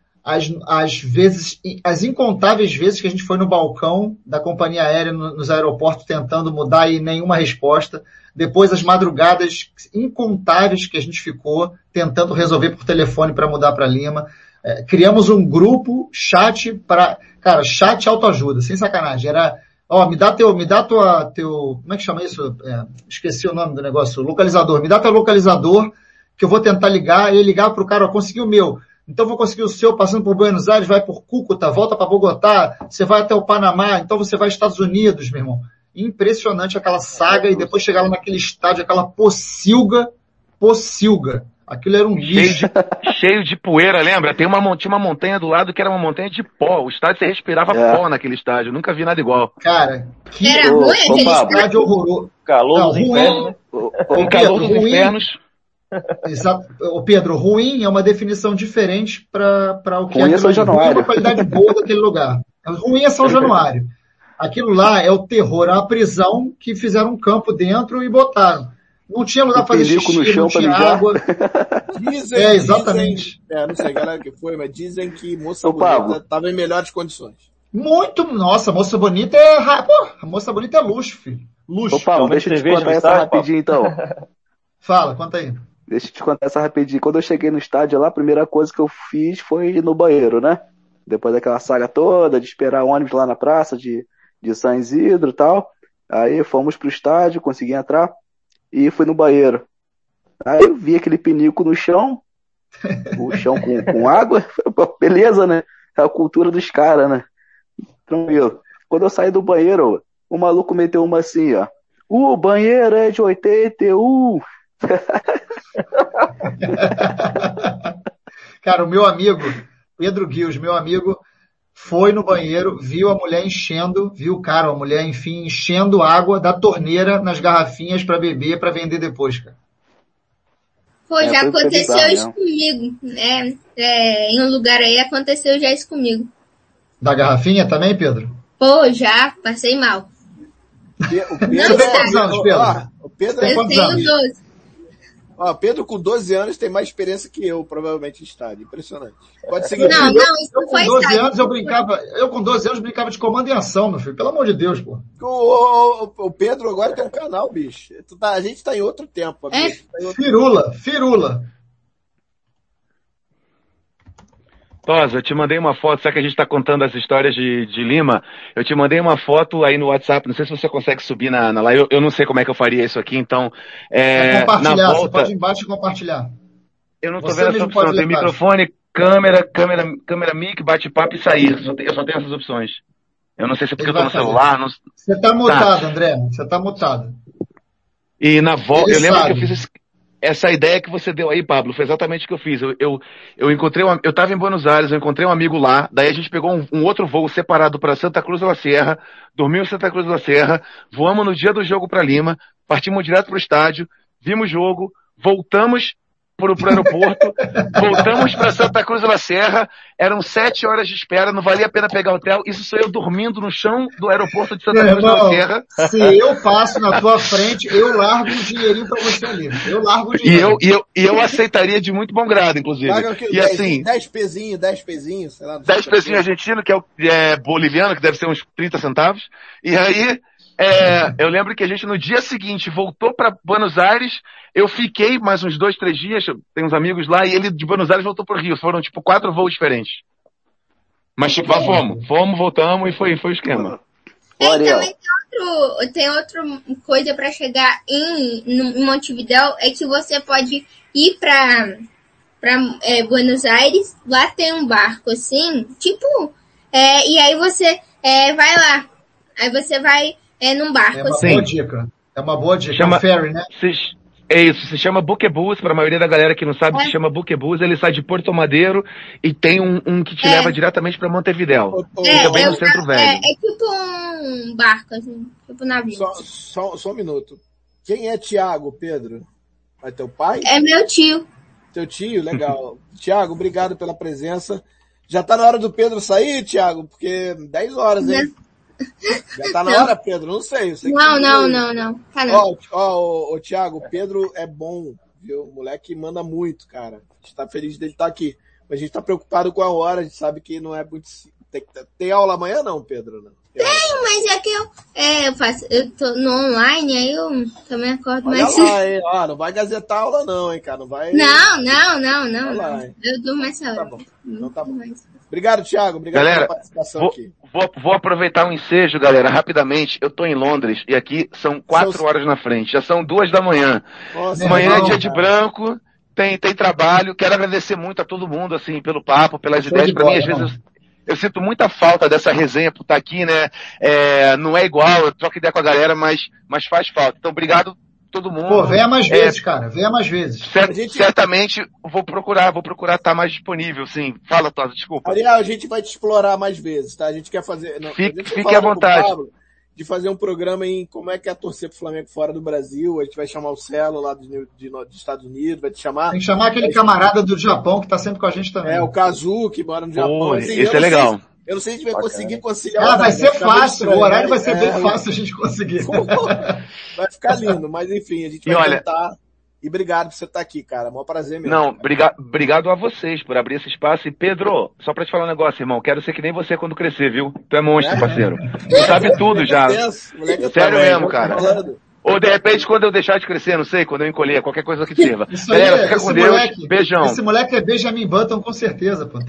as incontáveis vezes que a gente foi no balcão da companhia aérea nos aeroportos tentando mudar e nenhuma resposta. Depois as madrugadas incontáveis que a gente ficou tentando resolver por telefone para mudar para Lima. Criamos um grupo, chat chat autoajuda, sem sacanagem. Era, me dá teu, como é que chama isso? Esqueci o nome do negócio, localizador. Me dá teu localizador que eu vou tentar ligar. E ele ligava pro cara, consegui o meu. Então vou conseguir o seu passando por Buenos Aires, vai por Cúcuta, volta para Bogotá, você vai até o Panamá, então você vai aos Estados Unidos, meu irmão. Impressionante aquela saga e depois chegar lá naquele estádio, aquela pocilga. Aquilo era um lixo. Cheio de poeira, lembra? Tinha uma montanha do lado que era uma montanha de pó. O estádio, você respirava pó naquele estádio. Nunca vi nada igual. Cara, que era ruim aquele estádio horroroso. Calor dos infernos, né? Um calor dos infernos. Exato. Pedro, ruim é uma definição diferente para o que ruim é São Januário. É uma qualidade boa daquele lugar. Ruim é São Januário. Aquilo lá é o terror, é uma prisão que fizeram um campo dentro e botaram. Não tinha lugar para fazer xixi, no chão, não tinha água. Exatamente. Não sei, galera, que foi, mas dizem que Moça Bonita estava em melhores condições. Nossa, Moça Bonita a Moça Bonita é luxo, filho. Luxo. Ô, Paulo, deixa eu te contar essa rapidinho, então. Fala, conta aí. Deixa eu te contar essa rapidinho. Quando eu cheguei no estádio lá, a primeira coisa que eu fiz foi ir no banheiro, né? Depois daquela saga toda, de esperar ônibus lá na praça de São Isidro e tal. Aí fomos pro estádio, consegui entrar e fui no banheiro. Aí eu vi aquele pinico no chão, o chão com água. Beleza, né? É a cultura dos caras, né? Tranquilo. Quando eu saí do banheiro, o maluco meteu uma assim, ó. O banheiro é de 81. Cara, o meu amigo Pedro Guios, meu amigo, foi no banheiro, viu a mulher a mulher, enfim, enchendo água da torneira nas garrafinhas para beber, para vender depois, cara. Pô, já aconteceu isso comigo, né? Em um lugar aí aconteceu já isso comigo. Da garrafinha também, Pedro? Pô, já, passei mal. O Pedro tem quantos anos, Pedro? O Pedro tem quantos anos? Eu tenho 12. Pedro com 12 anos tem mais experiência que eu, provavelmente, em estádio. Impressionante. Pode seguir. Não, isso não foi estádio. Eu com 12 anos brincava de comando em ação, meu filho. Pelo amor de Deus, pô. O Pedro agora tem um canal, bicho. A gente tá em outro tempo. Firula. Tosa, eu te mandei uma foto, sabe que a gente está contando as histórias de Lima? Eu te mandei uma foto aí no WhatsApp, não sei se você consegue subir na live, eu não sei como é que eu faria isso aqui, então... compartilhar, na volta, você pode ir embaixo e compartilhar. Eu não tô vendo essa opção, tem microfone, câmera mic, bate-papo e sair, eu só tenho essas opções. Eu não sei se é porque eu tô no celular... Você tá mutado, André, você tá mutado. E na volta, eu lembro que eu fiz essa ideia que você deu aí, Pablo, foi exatamente o que eu fiz. Eu encontrei eu estava em Buenos Aires, eu encontrei um amigo lá, daí a gente pegou um outro voo separado para Santa Cruz da Sierra, dormiu em Santa Cruz da Sierra, voamos no dia do jogo para Lima, partimos direto pro estádio, vimos o jogo, voltamos pro aeroporto, voltamos para Santa Cruz da Sierra, eram 7 horas de espera, não valia a pena pegar hotel, isso sou eu dormindo no chão do aeroporto de Santa Cruz da Sierra. Se eu passo na tua frente, eu largo um dinheirinho pra você ali. Eu largo o dinheiro. E eu aceitaria de muito bom grado, inclusive. E 10, assim... 10 pezinhos, sei lá. 10 pezinhos argentino, que é boliviano, que deve ser uns 30 centavos. E aí, eu lembro que a gente no dia seguinte voltou para Buenos Aires, eu fiquei mais uns 2, 3 dias, tem uns amigos lá, e ele de Buenos Aires voltou pro Rio. Foram, 4 voos diferentes. Mas, fomos, voltamos, e foi o esquema. Também tem outra coisa para chegar em Montevidéu, é que você pode ir para Buenos Aires, lá tem um barco assim, e aí você vai lá. Aí você vai num barco. É uma boa dica. Chama ferry, né? É isso, se chama Buquebus, para a maioria da galera que não sabe, se chama Buquebus, ele sai de Porto Madeiro e tem um que te leva diretamente para Montevidéu. Fica bem no centro velho. É tipo um barco, assim, tipo um navio. Só um minuto. Quem é Tiago, Pedro? É teu pai? É meu tio. Teu tio, legal. Tiago, obrigado pela presença. Já tá na hora do Pedro sair, Thiago? Porque 10 horas, hein? Já tá na hora, Pedro? Não sei. Eu sei que Não. Tá não. Ó, Thiago, o Pedro é bom, viu? O moleque manda muito, cara. A gente tá feliz dele estar aqui. Mas a gente tá preocupado com a hora, a gente sabe que não é muito... Tem aula amanhã não, Pedro? Não. Tenho, mas é que eu tô no online, aí eu também acordo Olha mais lá, hein? Ó, não vai gazetar aula não, hein, cara? Não vai... Não. Lá, Eu durmo essa hora. Tá bom. Então tá bom. Obrigado, Thiago. Obrigado Galera, pela participação aqui. Vou aproveitar um ensejo, galera, rapidamente. Eu tô em Londres e aqui são 4 horas na frente. Já são 2 da manhã. Nossa, Amanhã é dia de branco, tem trabalho. Quero agradecer muito a todo mundo, assim, pelo papo, pelas ideias. Pra mim, às vezes, eu sinto muita falta dessa resenha por estar aqui, né? Não é igual, eu troco ideia com a galera, mas faz falta. Então, obrigado todo mundo. Pô, venha mais vezes, cara. Venha mais vezes. Certamente vou procurar estar mais disponível, sim. Fala, Tosa, desculpa. Ariel, a gente vai te explorar mais vezes, tá? A gente quer fazer... Fique à vontade. Pablo, de fazer um programa em como é que é torcer pro Flamengo fora do Brasil. A gente vai chamar o Celo lá dos Estados Unidos, vai te chamar... Tem que chamar aquele camarada do Japão que tá sempre com a gente também. O Kazu, que mora no Japão. Assim, esse é legal. Eu não sei se a gente vai conseguir conciliar. Vai ser fácil, o horário vai ser bem fácil a gente conseguir. Vai ficar lindo, mas enfim, a gente vai tentar. E obrigado por você estar aqui, cara. Maior prazer mesmo. Não, obrigado a vocês por abrir esse espaço. E Pedro, só pra te falar um negócio, irmão, quero ser que nem você quando crescer, viu? Tu é monstro, parceiro. Tu sabe tudo já. Sério mesmo, cara. Ou de repente quando eu deixar de crescer, não sei, quando eu encolher, qualquer coisa que sirva. Galera, fica com Deus. Beijão. Esse moleque é Benjamin Button com certeza, pô.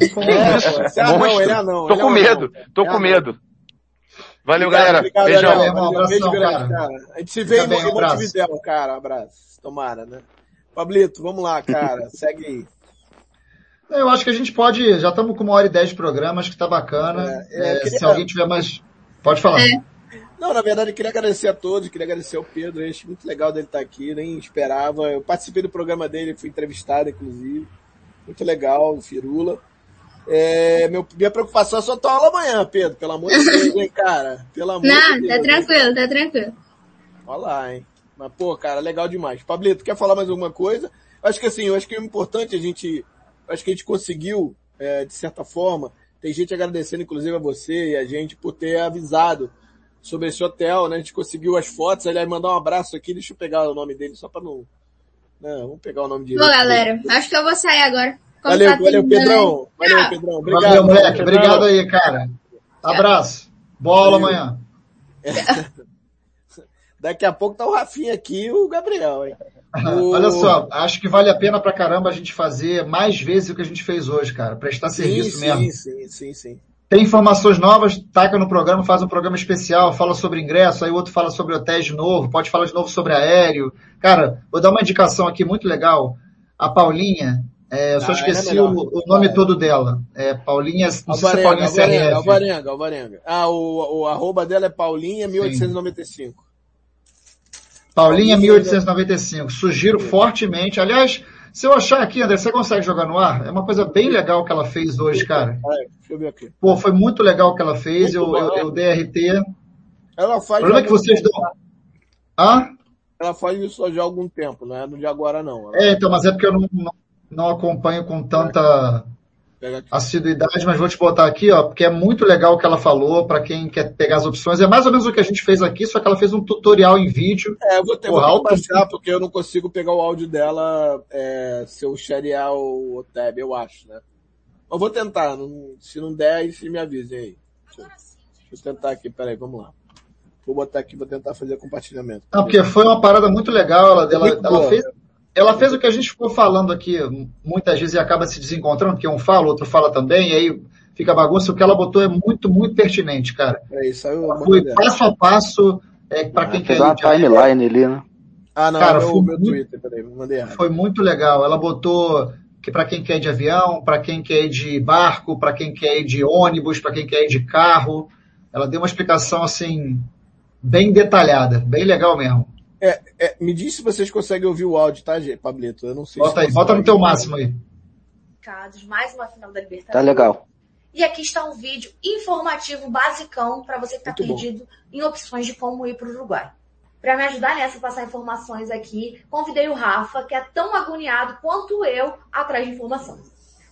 Tô com medo. Valeu, galera. Obrigado, beijão. Beijo grande, cara. A gente se vê em Montevidéu, cara. Abraço. Tomara, né? Pablito, vamos lá, cara. Segue aí. Eu acho que a gente pode, já estamos com 1h10 de programa, acho que tá bacana. Se alguém tiver mais... Pode falar. Não, na verdade, eu queria agradecer a todos, queria agradecer ao Pedro, eu achei muito legal dele estar aqui, nem esperava. Eu participei do programa dele, fui entrevistado, inclusive. Muito legal, o Firula. Minha preocupação é só tua aula amanhã, Pedro, pelo amor de Deus, hein, cara? Pelo amor de Deus. Não, tá tranquilo. Olha lá, hein? Mas, pô, cara, legal demais. Pablito, quer falar mais alguma coisa? Acho que assim, o importante acho que a gente conseguiu, de certa forma, tem gente agradecendo, inclusive, a você e a gente por ter avisado sobre esse hotel, né? A gente conseguiu as fotos, aliás, mandar um abraço aqui, deixa eu pegar o nome dele só pra não... vamos pegar o nome direito. Bom, galera, acho que eu vou sair agora. Valeu, Pedrão. Valeu, Pedrão. Obrigado. Valeu, moleque. Obrigado aí, cara. Abraço. Bola amanhã. Daqui a pouco tá o Rafinha aqui e o Gabriel, hein? Olha só, acho que vale a pena pra caramba a gente fazer mais vezes o que a gente fez hoje, cara. Prestar serviço mesmo. Sim. Tem informações novas, taca no programa, faz um programa especial, fala sobre ingresso, aí o outro fala sobre hotéis de novo, pode falar de novo sobre aéreo. Cara, vou dar uma indicação aqui muito legal. A Paulinha, eu só esqueci o nome todo dela. Paulinha, não sei se é Paulinha CRF. Alvarenga. O arroba dela é Paulinha 1895. Paulinha 1895. Sugiro fortemente. Aliás, se eu achar aqui, André, você consegue jogar no ar? É uma coisa bem legal que ela fez hoje, cara. Deixa eu ver aqui. Pô, foi muito legal o que ela fez. Eu dei RT. Ela faz. O problema é que vocês dão. Ela faz isso já há algum tempo, não é no de agora, não. Então, mas é porque eu não acompanho com tanta assiduidade, mas vou te botar aqui, porque é muito legal o que ela falou, para quem quer pegar as opções. É mais ou menos o que a gente fez aqui, só que ela fez um tutorial em vídeo. Eu vou ter que baixar, porque eu não consigo pegar o áudio dela se eu sharear o tab, eu acho, né? Eu vou tentar, se não der, aí me avisem aí. Deixa eu tentar aqui, peraí, vamos lá. Vou botar aqui, vou tentar fazer compartilhamento. Não, porque foi uma parada muito legal, ela fez o que a gente ficou falando aqui muitas vezes e acaba se desencontrando, porque um fala, outro fala também, e aí fica bagunça. O que ela botou é muito, muito pertinente, cara. Isso aí foi passo a passo, para quem quer ir. Uma timeline ali, né? Não, cara, foi meu Twitter, peraí, mandei errado. Foi muito legal. Ela botou que para quem quer ir de avião, para quem quer ir de barco, para quem quer ir de ônibus, para quem quer ir de carro. Ela deu uma explicação, assim, bem detalhada, bem legal mesmo. Me diz se vocês conseguem ouvir o áudio, tá, Pablito? Eu não sei. Bota no teu máximo aí. Mais uma final da Libertadores. Tá legal. E aqui está um vídeo informativo basicão para você que está perdido em opções de como ir para o Uruguai. Para me ajudar nessa, passar informações aqui, convidei o Rafa, que é tão agoniado quanto eu atrás de informação.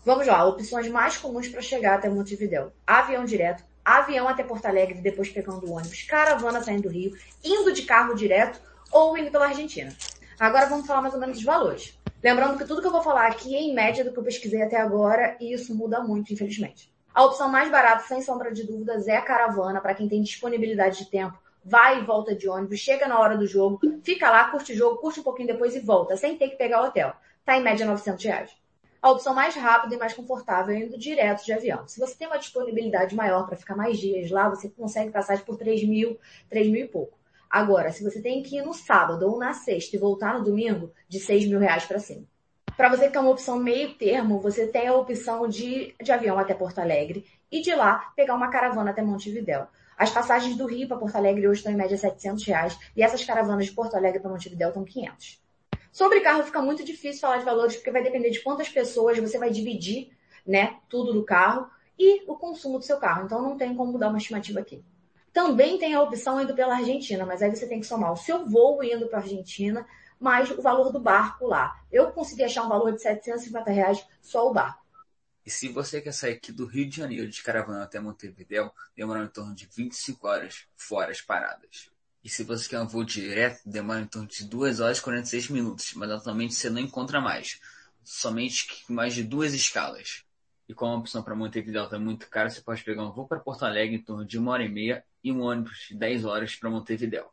Vamos lá, opções mais comuns para chegar até Montevidéu. Avião direto, avião até Porto Alegre, depois pegando o ônibus, caravana saindo do Rio, indo de carro direto ou indo pela Argentina. Agora vamos falar mais ou menos dos valores. Lembrando que tudo que eu vou falar aqui é em média do que eu pesquisei até agora e isso muda muito, infelizmente. A opção mais barata, sem sombra de dúvidas, é a caravana, para quem tem disponibilidade de tempo. Vai e volta de ônibus, chega na hora do jogo, fica lá, curte o jogo, curte um pouquinho depois e volta, sem ter que pegar o hotel. Tá em média R$900. A opção mais rápida e mais confortável é indo direto de avião. Se você tem uma disponibilidade maior para ficar mais dias lá, você consegue passagem por 3 mil e pouco. Agora, se você tem que ir no sábado ou na sexta e voltar no domingo, de R$6.000 para cima. Para você que é uma opção meio termo, você tem a opção de avião até Porto Alegre e de lá pegar uma caravana até Montevidéu. As passagens do Rio para Porto Alegre hoje estão em média R$700 e essas caravanas de Porto Alegre para Montevidéu estão 500. Sobre carro fica muito difícil falar de valores porque vai depender de quantas pessoas você vai dividir, né, tudo do carro e o consumo do seu carro. Então não tem como dar uma estimativa aqui. Também tem a opção indo pela Argentina, mas aí você tem que somar o seu voo indo para a Argentina mais o valor do barco lá. Eu consegui achar um valor de R$750 só o barco. E se você quer sair aqui do Rio de Janeiro de caravana até Montevidéu, demora em torno de 25 horas, fora as paradas. E se você quer um voo direto, demora em torno de 2 horas e 46 minutos, mas atualmente você não encontra mais. Somente mais de 2 escalas. E como a opção para Montevidéu está muito cara, você pode pegar um voo para Porto Alegre em torno de 1h30 e um ônibus de 10 horas para Montevidéu.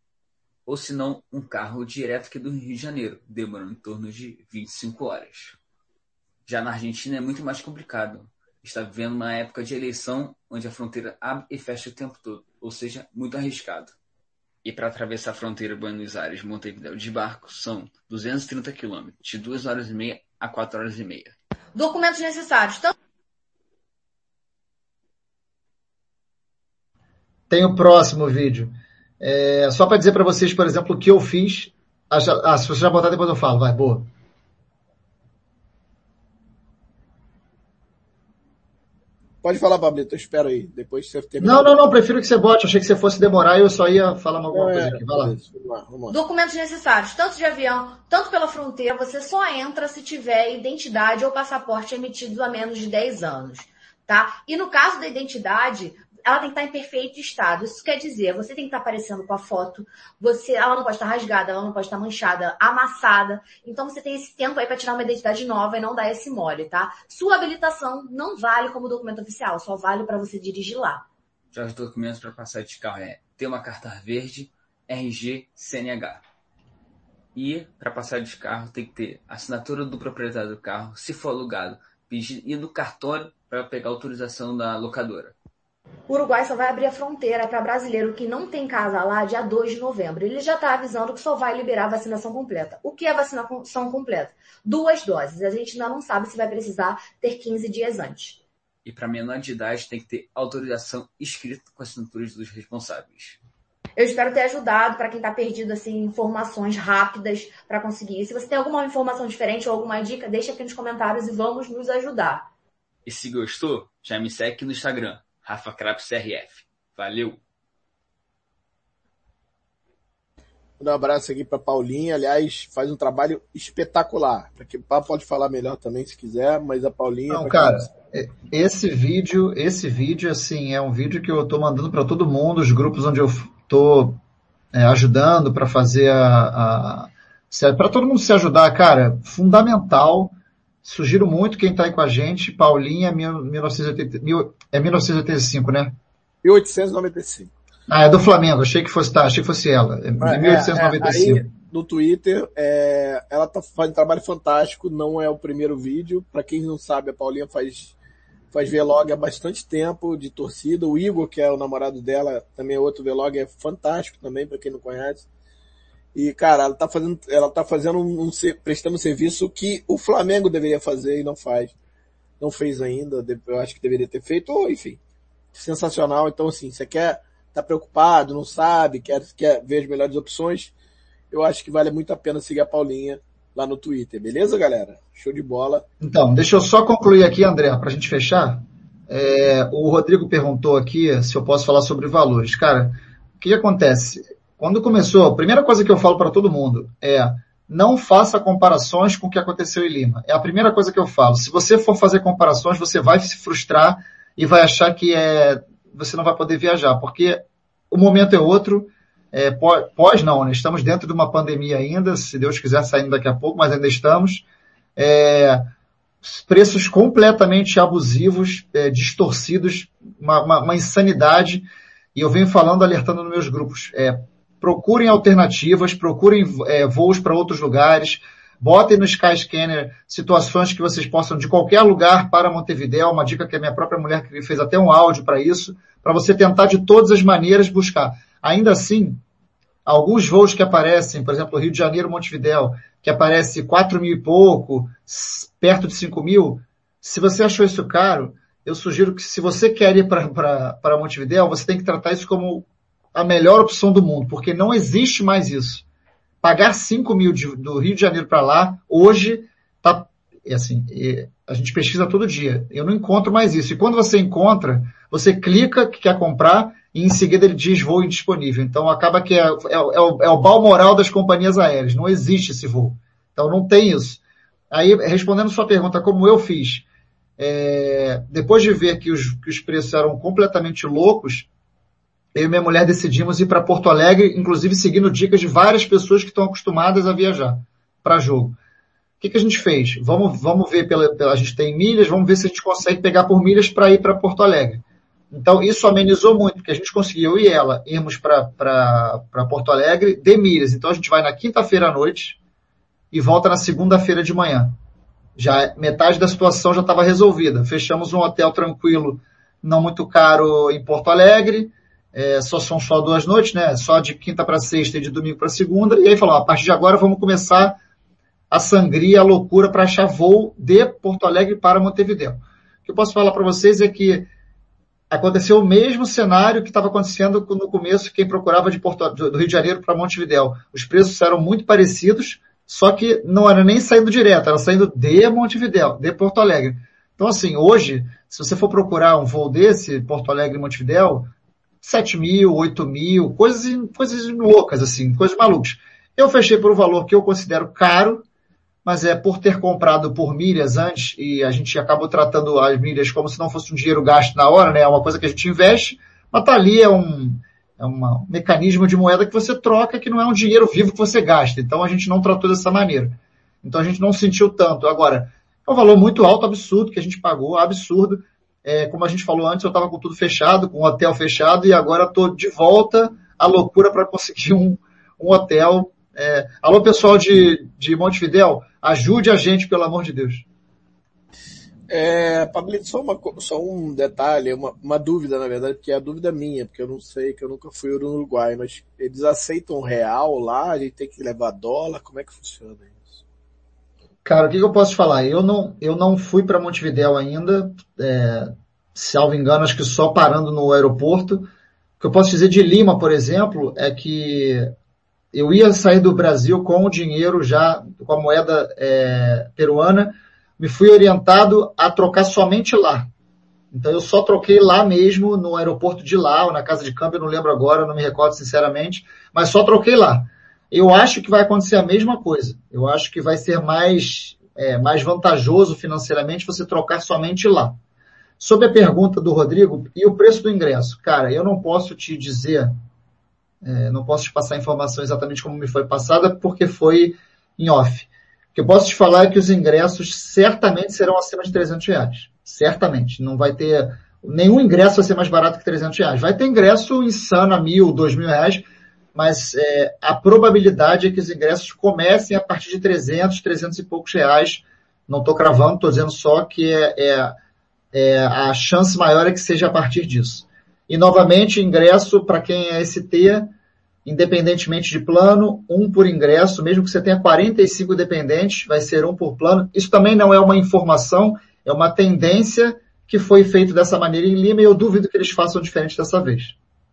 Ou se não, um carro direto aqui do Rio de Janeiro, demorando em torno de 25 horas. Já na Argentina é muito mais complicado. Está vivendo uma época de eleição onde a fronteira abre e fecha o tempo todo, ou seja, muito arriscado. E para atravessar a fronteira Buenos Aires-Montevidéu de barco são 230 km, de 2 horas e meia a 4 horas e meia. Documentos necessários. Tem o próximo vídeo. Só para dizer para vocês, por exemplo, o que eu fiz. Se você já botar, depois eu falo. Vai, boa. Pode falar, Pablito, eu espero aí. Depois você terminar. Não, prefiro que você bote. Eu achei que você fosse demorar e eu só ia falar alguma coisa aqui. Vai lá. Vamos lá. Documentos necessários, tanto de avião, tanto pela fronteira, você só entra se tiver identidade ou passaporte emitido há menos de 10 anos, tá? E no caso da identidade, ela tem que estar em perfeito estado. Isso quer dizer, você tem que estar aparecendo com a foto, ela não pode estar rasgada, ela não pode estar manchada, amassada. Então você tem esse tempo aí para tirar uma identidade nova e não dar esse mole, tá? Sua habilitação não vale como documento oficial, só vale para você dirigir lá. Já os documentos para passar de carro ter uma carta verde, RG, CNH. E para passar de carro tem que ter assinatura do proprietário do carro, se for alugado, e do cartório para pegar autorização da locadora. O Uruguai só vai abrir a fronteira para brasileiro que não tem casa lá dia 2 de novembro. Ele já está avisando que só vai liberar a vacinação completa. O que é vacinação completa? 2 doses. A gente ainda não sabe se vai precisar ter 15 dias antes. E para menor de idade tem que ter autorização escrita com assinaturas dos responsáveis. Eu espero ter ajudado para quem está perdido, assim, informações rápidas para conseguir. Se você tem alguma informação diferente ou alguma dica, deixa aqui nos comentários e vamos nos ajudar. E se gostou, já me segue aqui no Instagram. Rafa Krapf CRF. Valeu! Um abraço aqui para Paulinha, aliás, faz um trabalho espetacular. Para que o Papo pode falar melhor também se quiser, mas a Paulinha... Não, cara, esse vídeo, assim, é um vídeo que eu tô mandando para todo mundo, os grupos onde eu tô ajudando para fazer para todo mundo se ajudar, cara, fundamental. Sugiro muito quem tá aí com a gente, Paulinha, 1985, né? 1895. É do Flamengo, achei que fosse ela. 1895. Aí, no Twitter, ela tá fazendo um trabalho fantástico, não é o primeiro vídeo. Para quem não sabe, a Paulinha faz vlog há bastante tempo de torcida. O Igor, que é o namorado dela, também é outro vlog, é fantástico também, para quem não conhece. E, cara, ela tá fazendo prestando um serviço que o Flamengo deveria fazer e não faz. Não fez ainda, eu acho que deveria ter feito, ou enfim, sensacional. Então, assim, você tá preocupado, não sabe, quer ver as melhores opções, eu acho que vale muito a pena seguir a Paulinha lá no Twitter, beleza, galera? Show de bola. Então, deixa eu só concluir aqui, André, pra gente fechar. O Rodrigo perguntou aqui se eu posso falar sobre valores. Cara, o que acontece? Quando começou, a primeira coisa que eu falo para todo mundo não faça comparações com o que aconteceu em Lima. É a primeira coisa que eu falo. Se você for fazer comparações, você vai se frustrar e vai achar que você não vai poder viajar, porque o momento é outro. Não, né? Estamos dentro de uma pandemia ainda, se Deus quiser saindo daqui a pouco, mas ainda estamos. Preços completamente abusivos, distorcidos, uma insanidade, e eu venho falando, alertando nos meus grupos. Procurem alternativas, procurem voos para outros lugares, botem no Skyscanner situações que vocês possam, de qualquer lugar para Montevidéu, uma dica que a minha própria mulher fez até um áudio para isso, para você tentar de todas as maneiras buscar. Ainda assim, alguns voos que aparecem, por exemplo, Rio de Janeiro, Montevidéu, que aparece 4 mil e pouco, perto de 5 mil, se você achou isso caro, eu sugiro que se você quer ir para Montevidéu, você tem que tratar isso como a melhor opção do mundo, porque não existe mais isso. Pagar 5 mil do Rio de Janeiro para lá, hoje, a gente pesquisa todo dia. Eu não encontro mais isso. E quando você encontra, você clica que quer comprar e em seguida ele diz voo indisponível. Então acaba que é o balmoral das companhias aéreas. Não existe esse voo. Então não tem isso. Aí, respondendo sua pergunta, como eu fiz, depois de ver que os preços eram completamente loucos, eu e minha mulher decidimos ir para Porto Alegre, inclusive seguindo dicas de várias pessoas que estão acostumadas a viajar para jogo. O que a gente fez? Vamos ver, a gente tem milhas, vamos ver se a gente consegue pegar por milhas para ir para Porto Alegre. Então, isso amenizou muito, porque a gente conseguiu, eu e ela, irmos para Porto Alegre de milhas. Então, a gente vai na quinta-feira à noite e volta na segunda-feira de manhã. Já metade da situação já estava resolvida. Fechamos um hotel tranquilo, não muito caro em Porto Alegre. São só 2 noites, né? Só de quinta para sexta e de domingo para segunda. E aí falou, a partir de agora vamos começar a sangria, a loucura para achar voo de Porto Alegre para Montevidéu. O que eu posso falar para vocês é que aconteceu o mesmo cenário que estava acontecendo no começo, quem procurava do Rio de Janeiro para Montevidéu. Os preços eram muito parecidos, só que não era nem saindo direto, era saindo de Montevidéu, de Porto Alegre. Então, assim, hoje, se você for procurar um voo desse, Porto Alegre e Montevidéu, 7 mil, 8 mil, coisas loucas, assim, coisas malucas. Eu fechei por um valor que eu considero caro, mas por ter comprado por milhas antes, e a gente acabou tratando as milhas como se não fosse um dinheiro gasto na hora, né? É uma coisa que a gente investe, mas tá ali, é um mecanismo de moeda que você troca, que não é um dinheiro vivo que você gasta. Então a gente não tratou dessa maneira. Então a gente não sentiu tanto. Agora, é um valor muito alto, absurdo, que a gente pagou, absurdo. Como a gente falou antes, eu estava com tudo fechado, com o hotel fechado, e agora estou de volta à loucura para conseguir um hotel. Alô, pessoal de Montevidéu, ajude a gente, pelo amor de Deus. Pablito, só um detalhe, uma dúvida, na verdade, porque é a dúvida minha, porque eu não sei, que eu nunca fui no Uruguai, mas eles aceitam real lá, a gente tem que levar dólar, como é que funciona isso? Cara, o que eu posso te falar? Eu não fui para Montevidéu ainda, salvo engano, acho que só parando no aeroporto. O que eu posso dizer de Lima, por exemplo, é que eu ia sair do Brasil com o dinheiro já, com a moeda peruana, me fui orientado a trocar somente lá. Então eu só troquei lá mesmo, no aeroporto de lá, ou na casa de câmbio, eu não lembro agora, não me recordo sinceramente, mas só troquei lá. Eu acho que vai acontecer a mesma coisa. Eu acho que vai ser mais vantajoso financeiramente você trocar somente lá. Sobre a pergunta do Rodrigo, e o preço do ingresso? Cara, eu não posso te dizer, não posso te passar a informação exatamente como me foi passada, porque foi em off. O que eu posso te falar é que os ingressos certamente serão acima de R$300. Certamente. Não vai ter, nenhum ingresso vai ser mais barato que R$300. Vai ter ingresso insano a R$1.000, R$2.000, mas a probabilidade é que os ingressos comecem a partir de 300, 300 e poucos reais. Não estou cravando, estou dizendo só que a chance maior é que seja a partir disso. E, novamente, ingresso para quem é ST, independentemente de plano, 1 por ingresso, mesmo que você tenha 45 dependentes, vai ser 1 por plano. Isso também não é uma informação, é uma tendência que foi feito dessa maneira em Lima, e eu duvido que eles façam diferente dessa vez.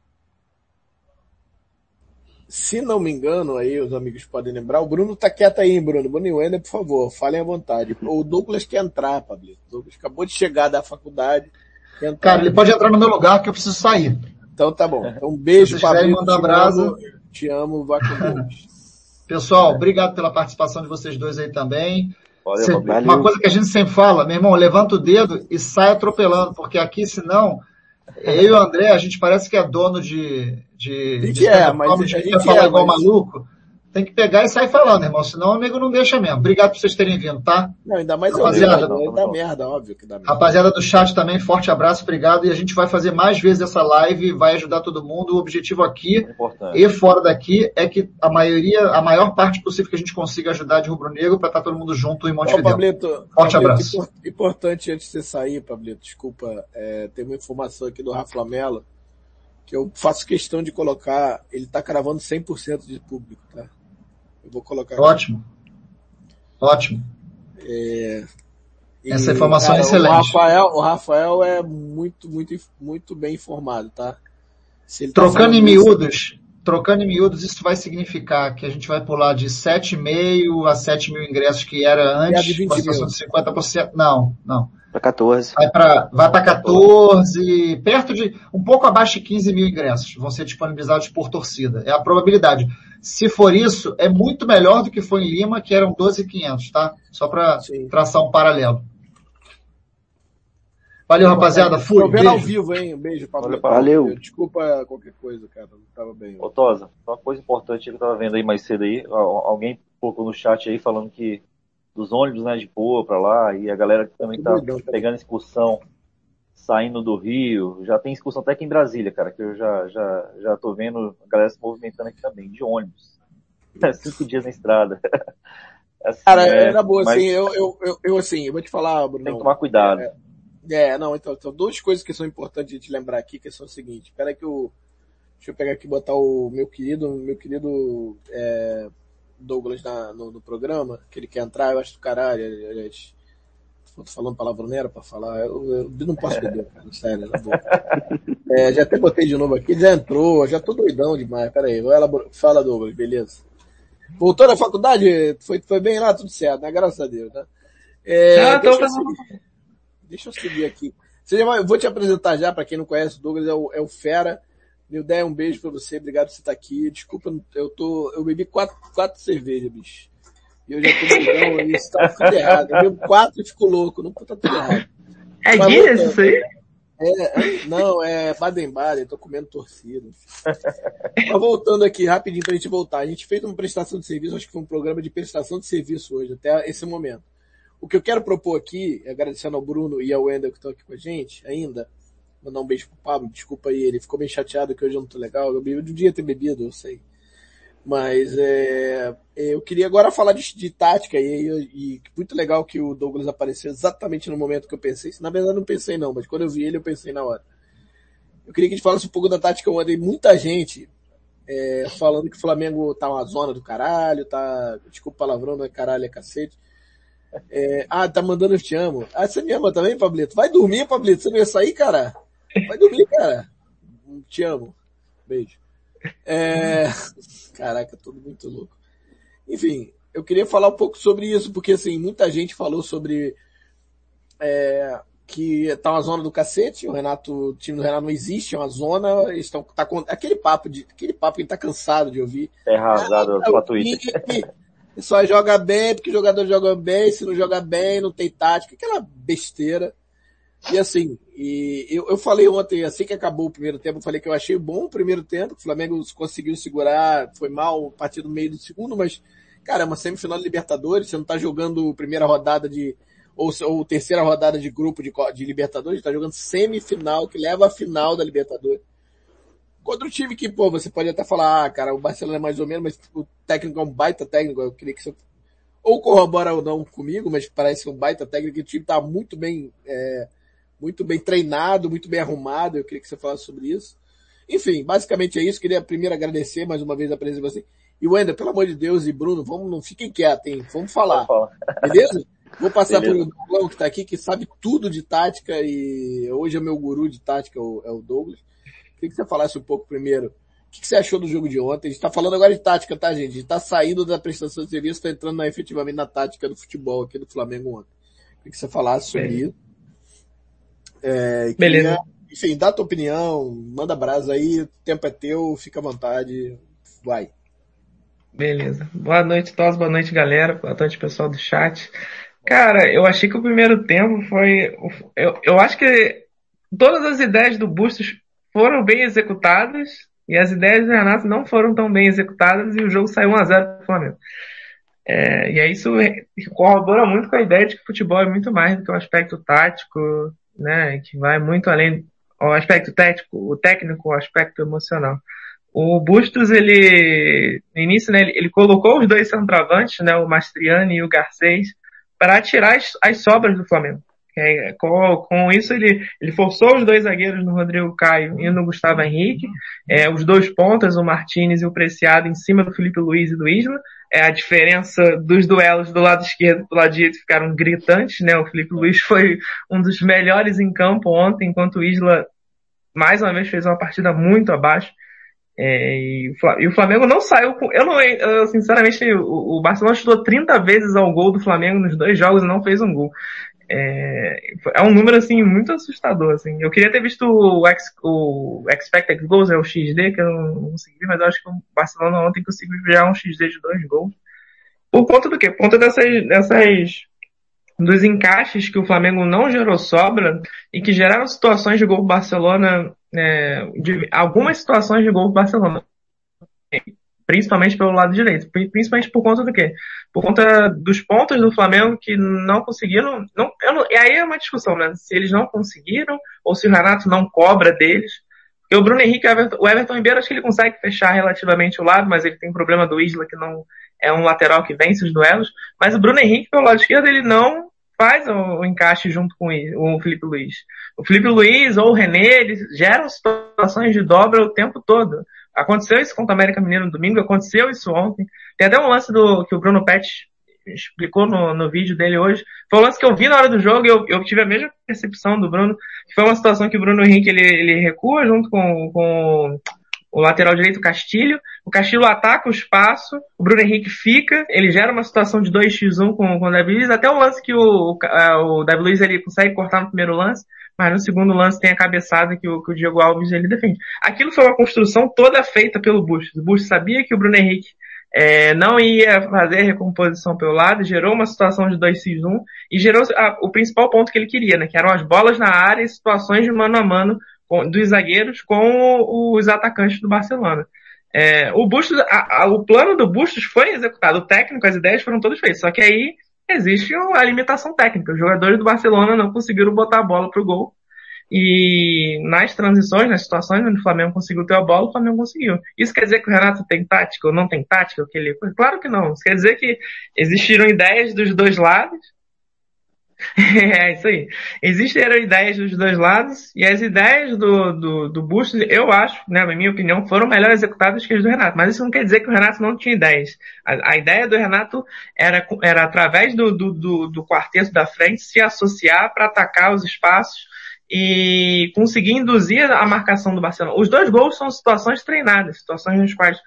Se não me engano, aí os amigos podem lembrar, o Bruno tá quieto aí, hein, Bruno? Bruno e Wender, por favor, falem à vontade. O Douglas quer entrar, Pablito. O Douglas acabou de chegar da faculdade. Cara, ele pode entrar no meu lugar, que eu preciso sair. Então tá bom. Então um beijo, Pablito. Mandar brasa. Te amo, vá com Deus. Pessoal, obrigado pela participação de vocês dois aí também. Valeu. Uma coisa que a gente sempre fala, meu irmão, levanta o dedo e sai atropelando, porque aqui, senão, eu e o André, a gente parece que é dono de mas a gente quer falar igual maluco. Tem que pegar e sair falando, irmão, senão o amigo não deixa mesmo. Obrigado por vocês terem vindo, tá? Não, ainda mais rapaziada, dá merda, óbvio que dá merda. Rapaziada do chat também, forte abraço, obrigado. E a gente vai fazer mais vezes essa live, vai ajudar todo mundo. O objetivo aqui e fora daqui é que a maior parte possível que a gente consiga ajudar de rubro-negro para estar todo mundo junto em Montevidéu. Forte abraço. Importante antes de você sair, Pablito, desculpa, tem uma informação aqui do Rafa Lamela que eu faço questão de colocar, ele tá cravando 100% de público, tá? Eu vou colocar Ótimo. Essa informação é excelente. O Rafael é muito bem informado, tá? Se ele trocando em miúdos, isso vai significar que a gente vai pular de 7,5 a 7 mil ingressos que era antes, com a situação de 50%. Não. Para 14. Vai para 14, perto de, um pouco abaixo de 15 mil ingressos vão ser disponibilizados por torcida. É a probabilidade. Se for isso, é muito melhor do que foi em Lima, que eram 12.500, tá? Só para traçar um paralelo. Valeu, rapaziada. Fui. Tô vendo ao vivo, hein? Um beijo, Pablo. Valeu. Desculpa qualquer coisa, cara. Não tava bem. Ô, Tosa, uma coisa importante que eu tava vendo aí mais cedo aí, alguém colocou no chat aí falando que dos ônibus, né, de boa pra lá, e a galera que também tá pegando excursão, saindo do Rio, já tem excursão até aqui em Brasília, cara, que eu já tô vendo a galera se movimentando aqui também, de ônibus. 5 dias na estrada. Assim, cara, era boa, mas assim, eu assim, eu vou te falar, Bruno. Tem que tomar cuidado. Então, duas coisas que são importantes de te lembrar aqui, que são o seguinte, espera que deixa eu pegar aqui e botar o meu querido Douglas no programa, que ele quer entrar, eu acho do caralho, aliás, tô falando palavra, não era pra falar, eu não posso beber, cara, sério, na boca. Já até botei de novo aqui, ele já entrou, já tô doidão demais, peraí, fala, Douglas, beleza. Voltou na faculdade? Foi bem lá, tudo certo, né? Graças a Deus, né? Deixa eu seguir aqui. Eu vou te apresentar já, pra quem não conhece, o Douglas é o Fera. Nildeia, um beijo pra você, obrigado por você estar aqui. Desculpa, eu bebi 4 cervejas, bicho. E eu já tô doidão, e isso tá tudo errado. Eu bebo 4 e fico louco, não tá tudo errado. É Guinness isso aí? Não, é Baden-Baden, tô comendo torcida. Mas voltando aqui, rapidinho pra gente voltar. A gente fez uma prestação de serviço, acho que foi um programa de prestação de serviço hoje, até esse momento. O que eu quero propor aqui, agradecendo ao Bruno e ao Wendel que estão aqui com a gente ainda, mandar um beijo pro Pablo, desculpa aí, ele ficou bem chateado que hoje eu não tô legal, eu devia ter bebido, eu sei. Mas eu queria agora falar de tática e muito legal que o Douglas apareceu exatamente no momento que eu pensei. Na verdade não pensei não, mas quando eu vi ele eu pensei na hora. Eu queria que a gente falasse um pouco da tática ontem. Muita gente falando que o Flamengo tá uma zona do caralho, desculpa o palavrão, não é caralho, é cacete. Tá mandando eu te amo. Você me ama também, Pablito? Vai dormir, Pablito, você não ia sair, cara? Vai dormir, cara. Te amo. Beijo. Caraca, tudo muito louco. Enfim, eu queria falar um pouco sobre isso, porque assim, muita gente falou sobre que tá uma zona do cacete, o time do Renato não existe, é uma zona, eles aquele papo que ele tá cansado de ouvir. Arrasado pela Twitter. Só joga bem porque os jogadores jogam bem, se não joga bem, não tem tática, aquela besteira. E assim, eu falei ontem, assim que acabou o primeiro tempo, eu falei que eu achei bom o primeiro tempo, que o Flamengo conseguiu segurar, foi mal a partir do meio do segundo, mas, cara, é uma semifinal de Libertadores, você não tá jogando primeira rodada ou terceira rodada de grupo de Libertadores, tá jogando semifinal, que leva a final da Libertadores. Contra o time que, você pode até falar, cara, o Barcelona é mais ou menos, mas o técnico é um baita técnico, eu queria que você ou corrobora ou não comigo, mas parece um baita técnico, o time tá muito bem treinado, muito bem arrumado, eu queria que você falasse sobre isso. Enfim, basicamente é isso, queria primeiro agradecer mais uma vez a presença de você. E Wendel, pelo amor de Deus, e Bruno, não fiquem quietos, hein? Vamos falar. Beleza? Vou passar pro Douglas que tá aqui, que sabe tudo de tática, e hoje é meu guru de tática, é o Douglas. Queria que você falasse um pouco primeiro. O que você achou do jogo de ontem? A gente tá falando agora de tática, tá, gente? A gente tá saindo da prestação de serviço, tá entrando efetivamente na tática do futebol aqui do Flamengo ontem. Queria que você falasse sobre isso. Beleza. Enfim, dá a tua opinião, manda brasa aí, o tempo é teu, fica à vontade, vai. Beleza. Boa noite, Tos. Boa noite, galera. Boa noite, pessoal do chat. Cara, eu achei que o primeiro tempo foi... Eu acho que todas as ideias do Bustos foram bem executadas e as ideias do Renato não foram tão bem executadas e o jogo saiu 1-0 pro Flamengo. E aí isso corrobora muito com a ideia de que o futebol é muito mais do que um aspecto tático, né? Que vai muito além do aspecto técnico, o aspecto emocional. O Bustos, ele, no início, né, ele colocou os dois centroavantes, né, o Mastriani e o Garcês, para tirar as sobras do Flamengo. Com isso, ele forçou os dois zagueiros no Rodrigo Caio e no Gustavo Henrique, os dois pontas, o Martínez e o Preciado, em cima do Felipe Luiz e do Isla. A diferença dos duelos do lado esquerdo e do lado direito ficaram gritantes, né? O Felipe Luiz foi um dos melhores em campo ontem, enquanto o Isla, mais uma vez, fez uma partida muito abaixo. E o Flamengo não saiu com... Eu sinceramente, o Barcelona chutou 30 vezes ao gol do Flamengo nos 2 jogos e não fez um gol. É um número, assim, muito assustador, assim. Eu queria ter visto o Expected Goals, o XD, que eu não consegui, mas eu acho que o Barcelona ontem conseguiu virar um XD de 2 gols. Por conta do quê? Por conta dos encaixes que o Flamengo não gerou sobra e que geraram situações de gol do Barcelona, algumas situações de gol do Barcelona, principalmente pelo lado direito, principalmente por conta do quê? Por conta dos pontos do Flamengo que não conseguiram, e aí é uma discussão, né? Se eles não conseguiram ou se o Renato não cobra deles. Porque o Bruno Henrique, o Everton Ribeiro, acho que ele consegue fechar relativamente o lado, mas ele tem problema do Isla, que não é um lateral que vence os duelos. Mas o Bruno Henrique, pelo lado esquerdo, ele não faz o encaixe junto com o Felipe Luiz. O Felipe Luiz ou o René, eles geram situações de dobra o tempo todo. Aconteceu isso contra o América Mineiro no domingo, aconteceu isso ontem. Tem até um lance que o Bruno Pet explicou no vídeo dele hoje. Foi um lance que eu vi na hora do jogo e eu tive a mesma percepção do Bruno. Que foi uma situação que o Bruno Henrique ele recua junto com o lateral direito, o Castilho. O Castilho ataca o espaço, o Bruno Henrique fica, ele gera uma situação de 2x1 com o David Luiz, até o lance que o David Luiz ele consegue cortar no primeiro lance, mas no segundo lance tem a cabeçada que o Diego Alves ele defende. Aquilo foi uma construção toda feita pelo Bustos. O Bustos sabia que o Bruno Henrique não ia fazer recomposição pelo lado, gerou uma situação de 2x1 e gerou o principal ponto que ele queria, né, que eram as bolas na área e situações de mano a mano dos zagueiros com os atacantes do Barcelona. O Bustos, o plano do Bustos foi executado, o técnico, as ideias foram todas feitas, só que aí existe a limitação técnica. Os jogadores do Barcelona não conseguiram botar a bola pro gol. E nas transições, nas situações onde o Flamengo conseguiu ter a bola, o Flamengo conseguiu. Isso quer dizer que o Renato tem tática ou não tem tática? Claro que não. Isso quer dizer que existiram ideias dos dois lados. É isso aí. Existiram ideias dos dois lados e as ideias do Bustos, eu acho, né, na minha opinião, foram melhor executadas que as do Renato. Mas isso não quer dizer que o Renato não tinha ideias. A ideia do Renato era através do quarteto da frente se associar para atacar os espaços e conseguir induzir a marcação do Barcelona. Os 2 gols são situações treinadas, situações nas quais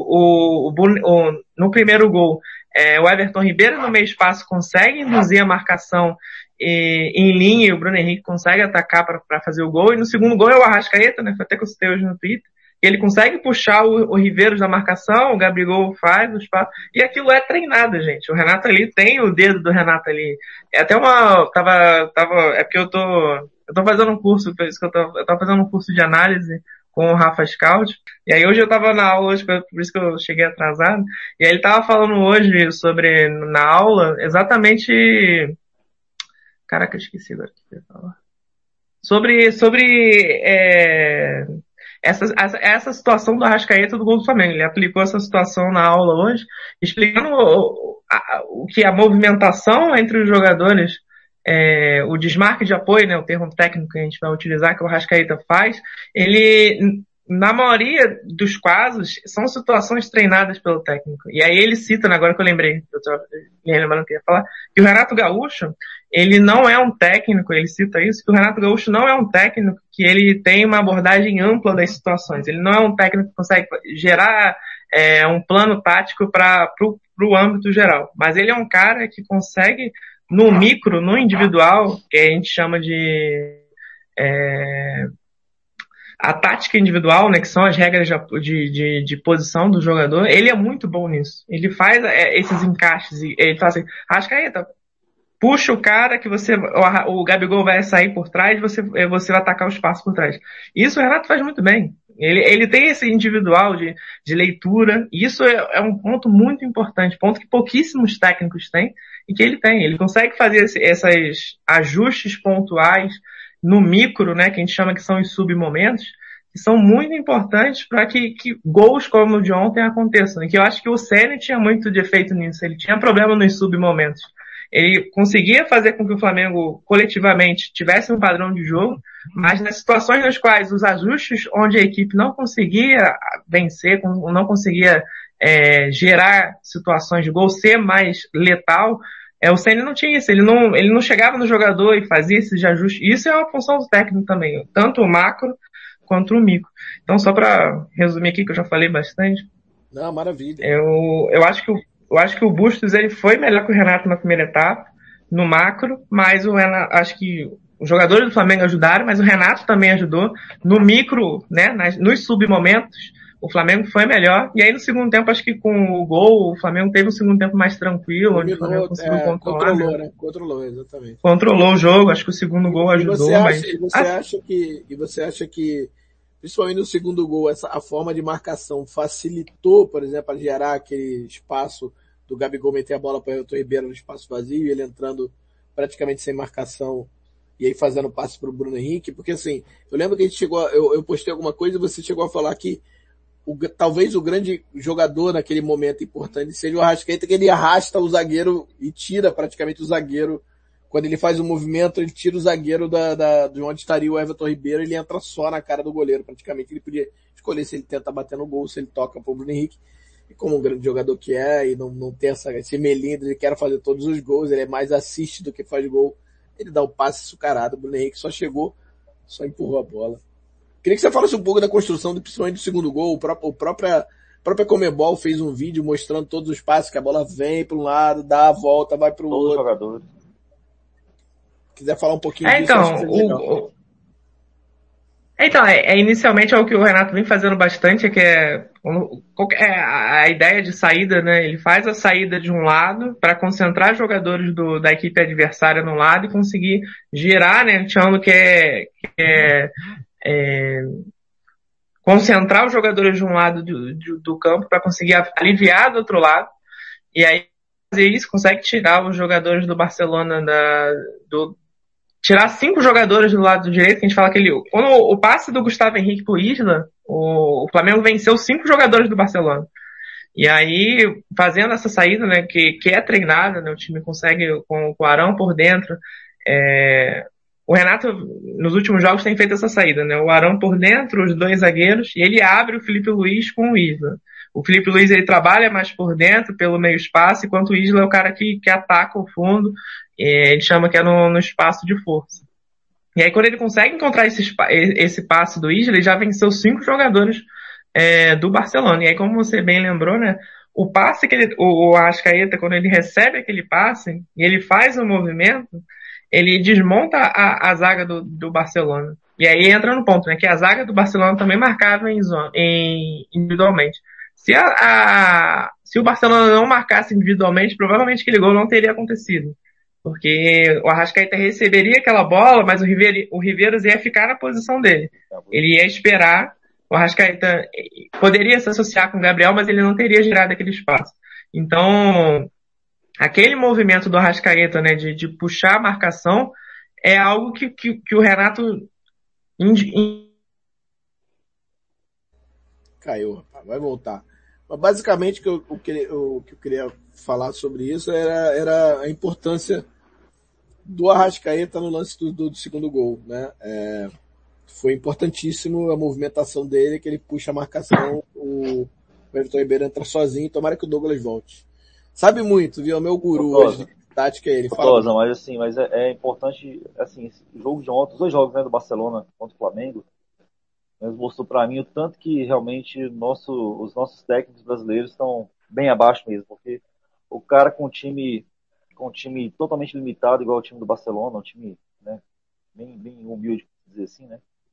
no primeiro gol o Everton Ribeiro no meio espaço consegue induzir a marcação em linha e o Bruno Henrique consegue atacar para fazer o gol. E no segundo gol é o Arrascaeta, né? Foi até que eu citei hoje no Twitter. Ele consegue puxar o Riveiros da marcação, o Gabigol faz o espaço. E aquilo é treinado, gente. O Renato ali tem o dedo do Renato ali. É até é porque eu tô fazendo um curso, por isso que eu tava fazendo um curso de análise com o Rafa Scout. E aí hoje eu tava na aula, hoje, por isso que eu cheguei atrasado. E aí ele tava falando hoje na aula, exatamente... Caraca, eu esqueci agora o que eu ia falar. Sobre essa situação do Arrascaeta do gol do Flamengo. Ele aplicou essa situação na aula hoje, explicando o que a movimentação entre os jogadores, o desmarque de apoio, né, o termo técnico que a gente vai utilizar, que o Arrascaeta faz, ele, na maioria dos casos, são situações treinadas pelo técnico. E aí ele cita, né, agora que eu lembrei, eu tô lembrando que eu ia falar, que o Renato Gaúcho, ele não é um técnico, ele cita isso, que o Renato Gaúcho não é um técnico que ele tem uma abordagem ampla das situações. Ele não é um técnico que consegue gerar um plano tático para o âmbito geral. Mas ele é um cara que consegue, no micro, no individual, que a gente chama de a tática individual, né, que são as regras de posição do jogador, ele é muito bom nisso. Ele faz esses encaixes, ele fala assim, Arrascaeta, puxa o cara que o Gabigol vai sair por trás, você vai atacar o espaço por trás. Isso o Renato faz muito bem. Ele tem esse individual de leitura, e isso é um ponto muito importante, ponto que pouquíssimos técnicos têm, e que ele tem. Ele consegue fazer esses ajustes pontuais no micro, né, que a gente chama que são os submomentos, que são muito importantes para que gols como o de ontem aconteçam. E que eu acho que o Ceni tinha muito de efeito nisso, ele tinha problema nos submomentos. Ele conseguia fazer com que o Flamengo coletivamente tivesse um padrão de jogo, mas nas situações nas quais os ajustes onde a equipe não conseguia vencer, não conseguia gerar situações de gol, ser mais letal, o Ceni não tinha isso, ele não chegava no jogador e fazia esses ajustes. Isso é uma função do técnico também, tanto o macro quanto o micro. Então, só para resumir aqui, que eu já falei bastante. Não, maravilha. Eu acho que o Bustos ele foi melhor que o Renato na primeira etapa, no macro, mas o Renato, acho que os jogadores do Flamengo ajudaram, mas o Renato também ajudou. No micro, né, nos submomentos, o Flamengo foi melhor. E aí no segundo tempo, acho que com o gol, o Flamengo teve um segundo tempo mais tranquilo, onde o Flamengo conseguiu controlar. Controlou, exatamente. Controlou o jogo, acho que o segundo gol ajudou. E você acha que principalmente no segundo gol, a forma de marcação facilitou, por exemplo, a gerar aquele espaço do Gabigol meter a bola para o Everton Ribeiro no espaço vazio e ele entrando praticamente sem marcação e aí fazendo passe para o Bruno Henrique? Porque assim, eu lembro que a gente eu postei alguma coisa e você chegou a falar que talvez o grande jogador naquele momento importante seja o Arrascaeta, que ele arrasta o zagueiro e tira praticamente o zagueiro. Quando ele faz o movimento, ele tira o zagueiro de onde estaria o Everton Ribeiro, ele entra só na cara do goleiro, praticamente. Ele podia escolher se ele tenta bater no gol, se ele toca pro Bruno Henrique. E como um grande jogador que é, e não tem esse melindre, ele quer fazer todos os gols, ele é mais assiste do que faz gol. Ele dá o passe açucarado, o Bruno Henrique só chegou, só empurrou a bola. Queria que você falasse um pouco da construção, principalmente do segundo gol. A própria Conmebol fez um vídeo mostrando todos os passes, que a bola vem para um lado, dá a volta, vai pro outro. Todos os jogadores. Quiser falar um pouquinho disso, acho que seria legal. Inicialmente é o que o Renato vem fazendo bastante, que a ideia de saída, né? Ele faz a saída de um lado para concentrar jogadores da equipe adversária no lado e conseguir girar, né? Chamando que concentrar os jogadores de um lado do campo para conseguir aliviar do outro lado. E aí fazer isso, consegue tirar os jogadores do Barcelona tirar 5 jogadores do lado direito, que a gente fala quando o passe do Gustavo Henrique pro Isla, o Flamengo venceu 5 jogadores do Barcelona. E aí, fazendo essa saída, né, que é treinada, né, o time consegue com o Arão por dentro, o Renato, nos últimos jogos, tem feito essa saída, né, o Arão por dentro, os 2 zagueiros, e ele abre o Felipe Luiz com o Isla. O Felipe Luiz, ele trabalha mais por dentro, pelo meio espaço, enquanto o Isla é o cara que ataca o fundo, ele chama que é no espaço de força. E aí quando ele consegue encontrar esse passe do Isla, ele já venceu 5 jogadores do Barcelona. E aí como você bem lembrou, né, o passe que o Arrascaeta, quando ele recebe aquele passe e ele faz o movimento, ele desmonta a zaga do Barcelona. E aí entra no ponto, né, que a zaga do Barcelona também marcava individualmente. Se o Barcelona não marcasse individualmente, provavelmente aquele gol não teria acontecido. Porque o Arrascaeta receberia aquela bola, mas o Riveiros ia ficar na posição dele. Ele ia esperar, o Arrascaeta poderia se associar com o Gabriel, mas ele não teria gerado aquele espaço. Então, aquele movimento do Arrascaeta, né, de puxar a marcação, é algo que o Renato caiu, rapaz, vai voltar. Mas basicamente o que eu queria falar sobre isso era a importância do Arrascaeta no lance do segundo gol, né? Foi importantíssimo a movimentação dele, que ele puxa a marcação, o Everton Ribeiro entra sozinho, tomara que o Douglas volte. Sabe muito, viu? É o meu guru hoje de tática, ele fala. Mas é importante, assim, o jogo de ontem, os 2 jogos, né, do Barcelona contra o Flamengo, mas mostrou para mim o tanto que realmente os nossos técnicos brasileiros estão bem abaixo mesmo, porque o cara com um time totalmente limitado, igual o time do Barcelona, um time, né, bem humilde, dizer assim, né,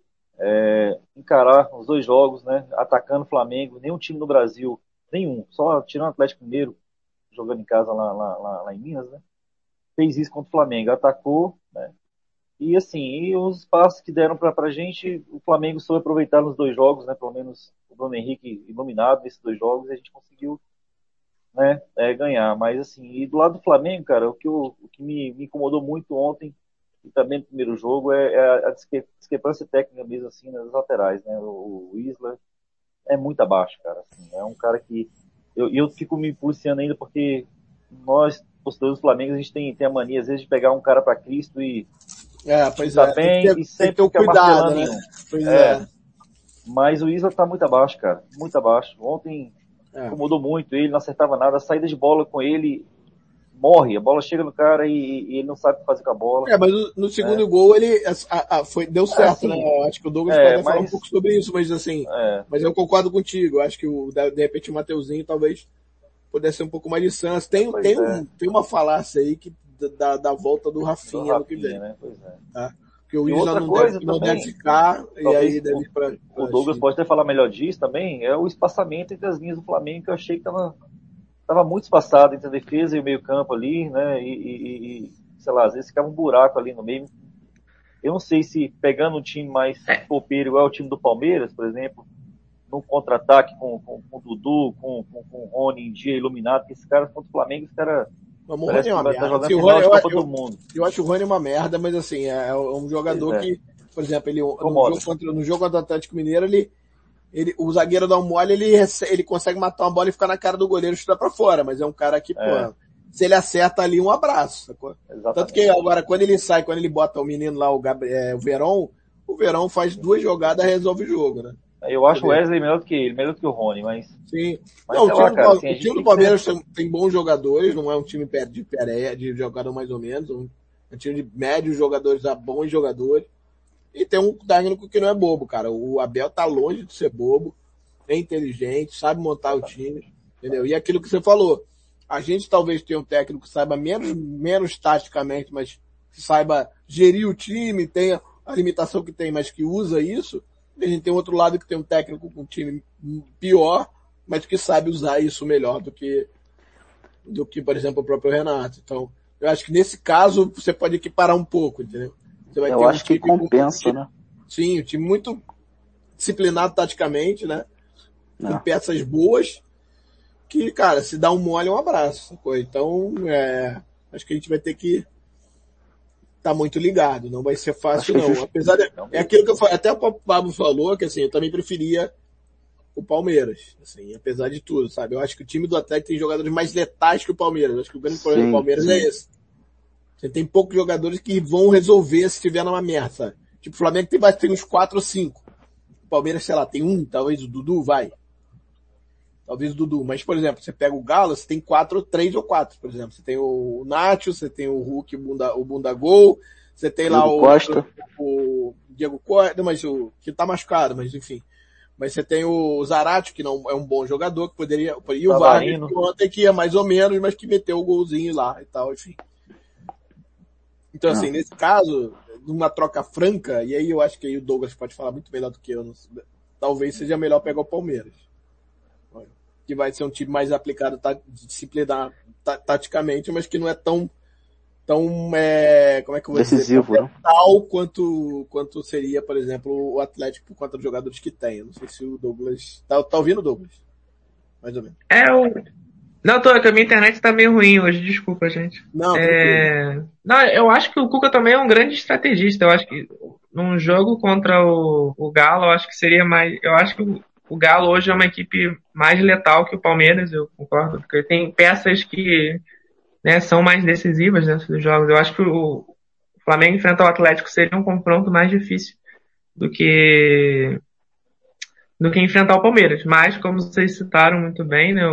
encarar os 2 jogos, né? Atacando o Flamengo, nenhum time no Brasil, nenhum, só tirando o Atlético Mineiro, jogando em casa lá em Minas, né? Fez isso contra o Flamengo, atacou, né? E assim, e os espaços que deram pra gente, o Flamengo soube aproveitar nos 2 jogos, né? Pelo menos o Bruno Henrique iluminado nesses 2 jogos, e a gente conseguiu, né, ganhar. Mas assim, e do lado do Flamengo, cara, o que me incomodou muito ontem, e também no primeiro jogo, é a discrepância técnica mesmo, assim, nas laterais, né? O Isla é muito abaixo, cara, assim, é um cara que eu fico me policiando ainda porque nós, torcedores do Flamengo, a gente tem a mania, às vezes, de pegar um cara pra Cristo e pois tá bem, e sempre fica martelando né? em um. Pois é. Mas o Isla tá muito abaixo, cara, muito abaixo. Ontem incomodou muito, ele não acertava nada, a saída de bola com ele morre, a bola chega no cara e ele não sabe o que fazer com a bola. Mas no segundo gol ele deu certo, né? Eu acho que o Douglas pode falar um pouco sobre isso, mas assim, mas eu concordo contigo. Eu acho que de repente o Mateuzinho talvez pudesse ser um pouco mais de chance. Tem uma falácia aí que da volta do Rafinha no que vem. Né? Pois é. Tá? Porque o Isla não deve ficar, e aí deve ir pra o Douglas pode até falar melhor disso também, é o espaçamento entre as linhas do Flamengo, que eu achei que tava muito espaçado entre a defesa e o meio campo ali, né, e sei lá, às vezes ficava um buraco ali no meio. Eu não sei se pegando um time mais copeiro, igual o time do Palmeiras, por exemplo, no contra-ataque com o Dudu, com o Rony em dia iluminado, porque esses caras contra o Flamengo, esse cara parece que vai estar jogando final de Copa do Mundo. Eu acho o Rony uma merda, mas assim, é um jogador que, por exemplo, ele no jogo contra o Atlético Mineiro, o zagueiro dá um mole, ele consegue matar uma bola e ficar na cara do goleiro e chutar pra fora, mas é um cara que, pô, se ele acerta ali, um abraço, sacou? Tanto que agora, quando ele bota o menino lá, o Verón faz 2 jogadas e resolve o jogo, né? Eu acho o Wesley melhor do que ele, melhor do que o Rony, mas... Sim. Não, o time do Palmeiras tem bons jogadores, não é um time de jogador mais ou menos, é um time de médios jogadores a bons jogadores. E tem um técnico que não é bobo, cara. O Abel tá longe de ser bobo, é inteligente, sabe montar o time, entendeu? E aquilo que você falou, a gente talvez tenha um técnico que saiba menos taticamente, mas que saiba gerir o time, tenha a limitação que tem, mas que usa isso. E a gente tem outro lado que tem um técnico com um time pior, mas que sabe usar isso melhor do que, por exemplo, o próprio Renato. Então, eu acho que nesse caso você pode equiparar um pouco, entendeu? Você vai ter acho que compensa, né? Sim, um time muito disciplinado taticamente, né? Com peças boas, que, cara, se dá um mole, um abraço, sacou? Então, acho que a gente vai ter que tá muito ligado, não vai ser fácil não. Apesar é aquilo que eu falei, até o Pablo falou, que assim, eu também preferia o Palmeiras, assim, apesar de tudo, sabe? Eu acho que o time do Atlético tem jogadores mais letais que o Palmeiras. Eu acho que o grande problema do Palmeiras é esse. Você tem poucos jogadores que vão resolver se tiver numa merda, sabe? Tipo, o Flamengo tem uns 4 ou 5. O Palmeiras, sei lá, tem um, talvez o Dudu vai. Talvez o Dudu. Mas, por exemplo, você pega o Galo, você tem 3 ou 4, por exemplo. Você tem o Nacho, você tem o Hulk, o Bunda Gol, você tem lá o Diego Costa, mas que tá machucado, mas enfim. Mas você tem o Zarate, que não é um bom jogador, que poderia, e o Wagner, que ontem que é mais ou menos, mas que meteu o golzinho lá e tal, enfim. Então, assim, nesse caso, numa troca franca, e aí eu acho que aí o Douglas pode falar muito melhor do que eu, talvez seja melhor pegar o Palmeiras. Que vai ser um time mais aplicado, disciplinar taticamente, mas que não é tão como é que eu vou decisivo, dizer, tal quanto seria, por exemplo, o Atlético por conta dos jogadores que tem. Eu não sei se o Douglas... Tá ouvindo, Douglas? Mais ou menos. Não, que a minha internet tá meio ruim hoje, desculpa, gente. Não, eu acho que o Cuca também é um grande estrategista. Eu acho que num jogo contra o Galo, eu acho que seria mais... Eu acho que o Galo hoje é uma equipe mais letal que o Palmeiras, eu concordo, porque tem peças que, né, são mais decisivas dentro dos jogos. Eu acho que o Flamengo enfrentar o Atlético seria um confronto mais difícil do que enfrentar o Palmeiras. Mas, como vocês citaram muito bem, né,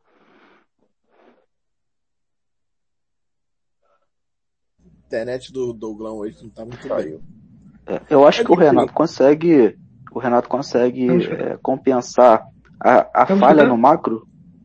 A internet do Douglão hoje não tá muito bem. Eu acho que o Renato consegue compensar a falha no macro.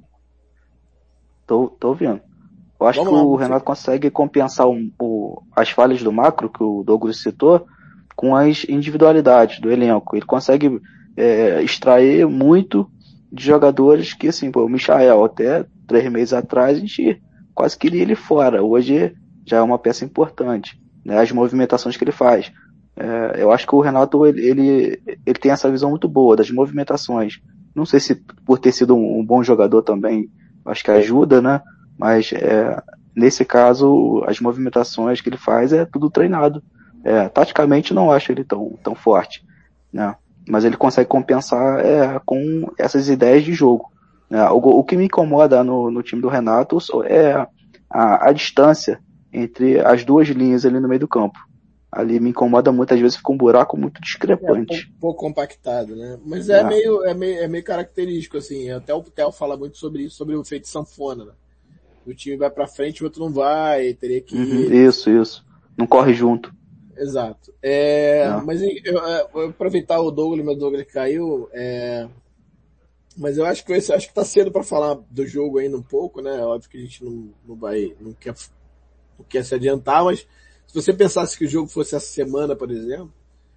Tô ouvindo. Eu acho que o Renato consegue compensar as falhas do macro que o Douglas citou, com as individualidades do elenco. Ele consegue extrair muito de jogadores que, assim, o Michael, até 3 meses atrás, a gente quase queria ele fora. Hoje já é uma peça importante, né? As movimentações que ele faz. Eu acho que o Renato, ele tem essa visão muito boa das movimentações. Não sei se por ter sido um bom jogador também, acho que ajuda, né? Mas, nesse caso, as movimentações que ele faz é tudo treinado. Taticamente não acho ele tão forte, né? Mas ele consegue compensar com essas ideias de jogo. Né? O que me incomoda no time do Renato é a distância entre as duas linhas ali no meio do campo. Ali me incomoda muito, às vezes fica um buraco muito discrepante. Um pouco compactado, né? Mas é meio característico, assim. Até o Theo fala muito sobre isso, sobre o efeito sanfona, né? O time vai pra frente, o outro não vai, teria que ir. Isso. Não corre junto. Exato. Mas eu aproveitar o Douglas, mas o Douglas caiu. Mas eu acho que tá cedo para falar do jogo ainda um pouco, né? Óbvio que a gente não quer se adiantar, mas se você pensasse que o jogo fosse essa semana, por exemplo,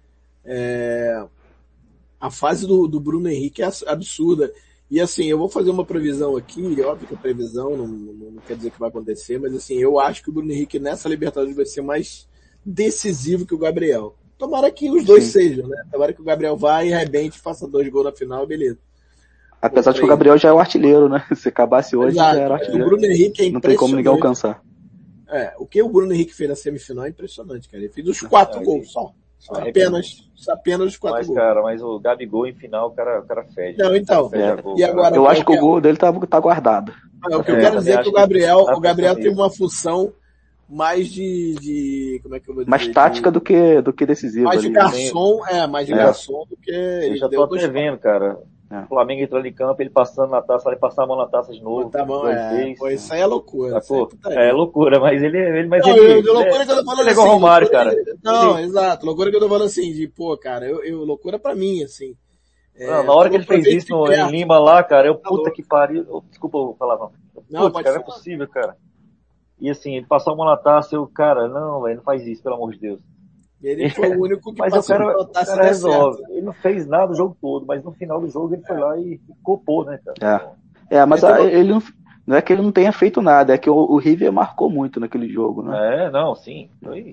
a fase do Bruno Henrique é absurda. E assim, eu vou fazer uma previsão aqui, óbvio que a previsão não quer dizer que vai acontecer, mas assim, eu acho que o Bruno Henrique nessa Libertadores vai ser mais decisivo que o Gabriel. Tomara que os dois sejam, né? Tomara que o Gabriel vá e arrebente, faça 2 gols na final, beleza. Apesar de que o Gabriel já é o artilheiro, né? Se acabasse hoje, Exato. já era artilheiro. O Bruno Henrique é impressionante. Não tem como ninguém alcançar. O que o Bruno Henrique fez na semifinal é impressionante, cara. Ele fez os 4 gols só. Apenas os 4 gols. Cara, mas o Gabigol em final, o cara fede. Não, então. E agora, eu acho que o gol dele tá guardado. O que eu quero dizer é que o Gabriel tem uma função mais de como é que eu vou dizer? Mais tática do que decisiva. Mais de garçom, mais de garçom do que... Eu já tô até vendo, cara. O Flamengo entrando em campo, ele passando na taça, ele passar a mão na taça de novo. Tá bom, isso aí é loucura. É loucura, mas ele loucura que eu tô falando assim. O Romário, cara. Não, exato. Loucura que eu tô falando assim, cara, loucura pra mim, assim. Na hora que ele fez isso em Lima lá, cara, puta que pariu. Desculpa eu falar, não. Não, cara, não é possível, cara. E assim, ele passou a mão na taça, cara, não, velho, não faz isso, pelo amor de Deus. Ele foi o único que mas passou o cara resolve. Ele não fez nada o jogo todo, mas no final do jogo ele foi lá e copou, né, cara? Mas ele não é que ele não tenha feito nada, é que o River marcou muito naquele jogo, né? Não, sim. Foi.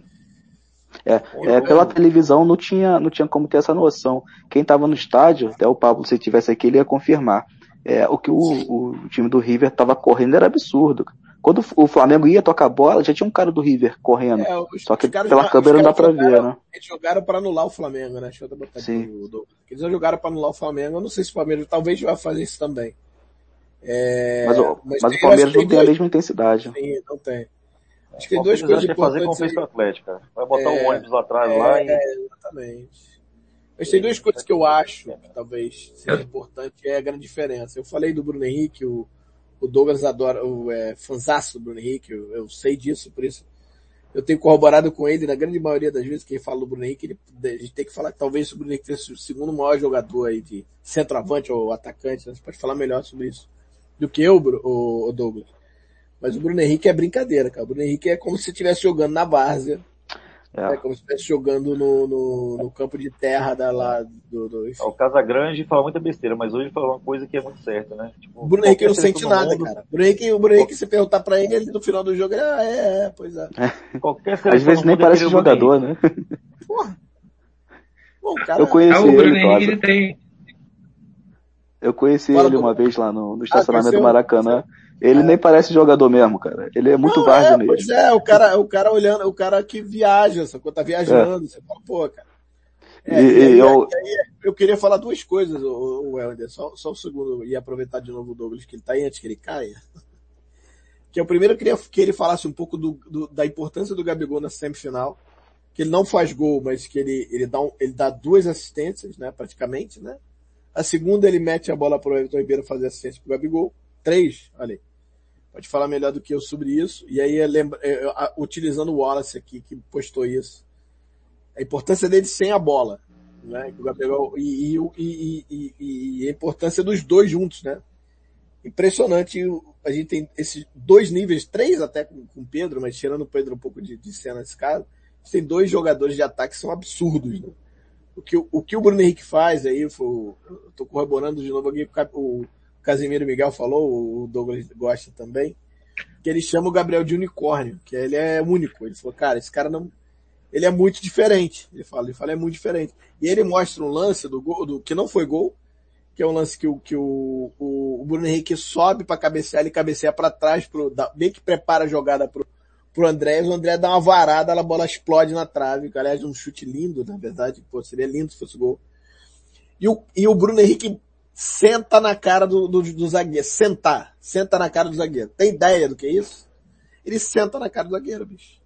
Pela televisão não tinha como ter essa noção. Quem tava no estádio, até o Pablo, se estivesse aqui, ele ia confirmar. O que o time do River tava correndo era absurdo. Quando o Flamengo ia tocar a bola, já tinha um cara do River correndo. Só que pela câmera não dá pra ver, né? Eles jogaram pra anular o Flamengo, né? Deixa eu botar aqui o Douglas. Eles já jogaram pra anular o Flamengo. Eu não sei se o Palmeiras talvez vai fazer isso também. Mas o Palmeiras não tem a mesma intensidade. Sim, não tem. Acho que tem 2 coisas importantes. Fazer como fez com o Atlético, cara. Vai botar um ônibus lá atrás lá e... Exatamente. Mas tem 2 coisas que eu acho que talvez seja importante, a grande diferença. Eu falei do Bruno Henrique, o Douglas adora, fanzaço do Bruno Henrique, eu sei disso, por isso eu tenho corroborado com ele, na grande maioria das vezes, quem fala do Bruno Henrique, a gente tem que falar que talvez o Bruno Henrique seja o segundo maior jogador aí de centroavante ou atacante, né? Você pode falar melhor sobre isso do que eu, o Douglas. Mas o Bruno Henrique é brincadeira, cara. O Bruno Henrique é como se estivesse jogando na várzea. É como se estivesse jogando no campo de terra O Casagrande fala muita besteira, mas hoje ele falou uma coisa que é muito certa, né? Tipo, o Bruno Henrique não sente nada, cara. O Bruno Henrique, se perguntar pra ele no final do jogo, pois é. Às vezes nem parece jogador, né? Porra. Bom, cara, eu conheci o Bruno ele, Henrique tem... Eu conheci ele uma vez lá no estacionamento do Maracanã. Ele nem parece jogador mesmo, cara. Ele é muito várzea mesmo. Pois o cara olhando, o cara que viaja, só quando tá viajando, você fala, pô, cara. Eu queria falar 2 coisas, o Helder, só um segundo, e aproveitar de novo o Douglas, que ele tá aí antes que ele caia. Que o primeiro eu queria que ele falasse um pouco da importância do Gabigol na semifinal, que ele não faz gol, mas que ele dá 2 assistências, né, praticamente, né. A segunda ele mete a bola pro Everton Ribeiro fazer assistência pro Gabigol. 3, olha aí. Pode falar melhor do que eu sobre isso. E aí, utilizando o Wallace aqui, que postou isso. A importância dele sem a bola, né? O Gabigol, e a importância dos 2 juntos, né? Impressionante. A gente tem esses 2 níveis, 3 até com o Pedro, mas tirando o Pedro um pouco de cena nesse caso. tem 2 jogadores de ataque que são absurdos, né? O que o Bruno Henrique faz aí, eu tô corroborando de novo aqui, o Casimiro Miguel falou, o Douglas gosta também, que ele chama o Gabriel de unicórnio, que ele é único. Ele falou, cara, esse cara não, ele é muito diferente. Ele fala, é muito diferente. E ele mostra um lance do gol, que não foi gol, que é um lance que o Bruno Henrique sobe pra cabecear, ele cabeceia pra trás, bem que prepara a jogada pro Andrés, o André dá uma varada, a bola explode na trave, que aliás é um chute lindo, na verdade, pô, seria lindo se fosse gol. E o Bruno Henrique senta na cara do zagueiro, senta na cara do zagueiro. Tem ideia do que é isso? Ele senta na cara do zagueiro, bicho.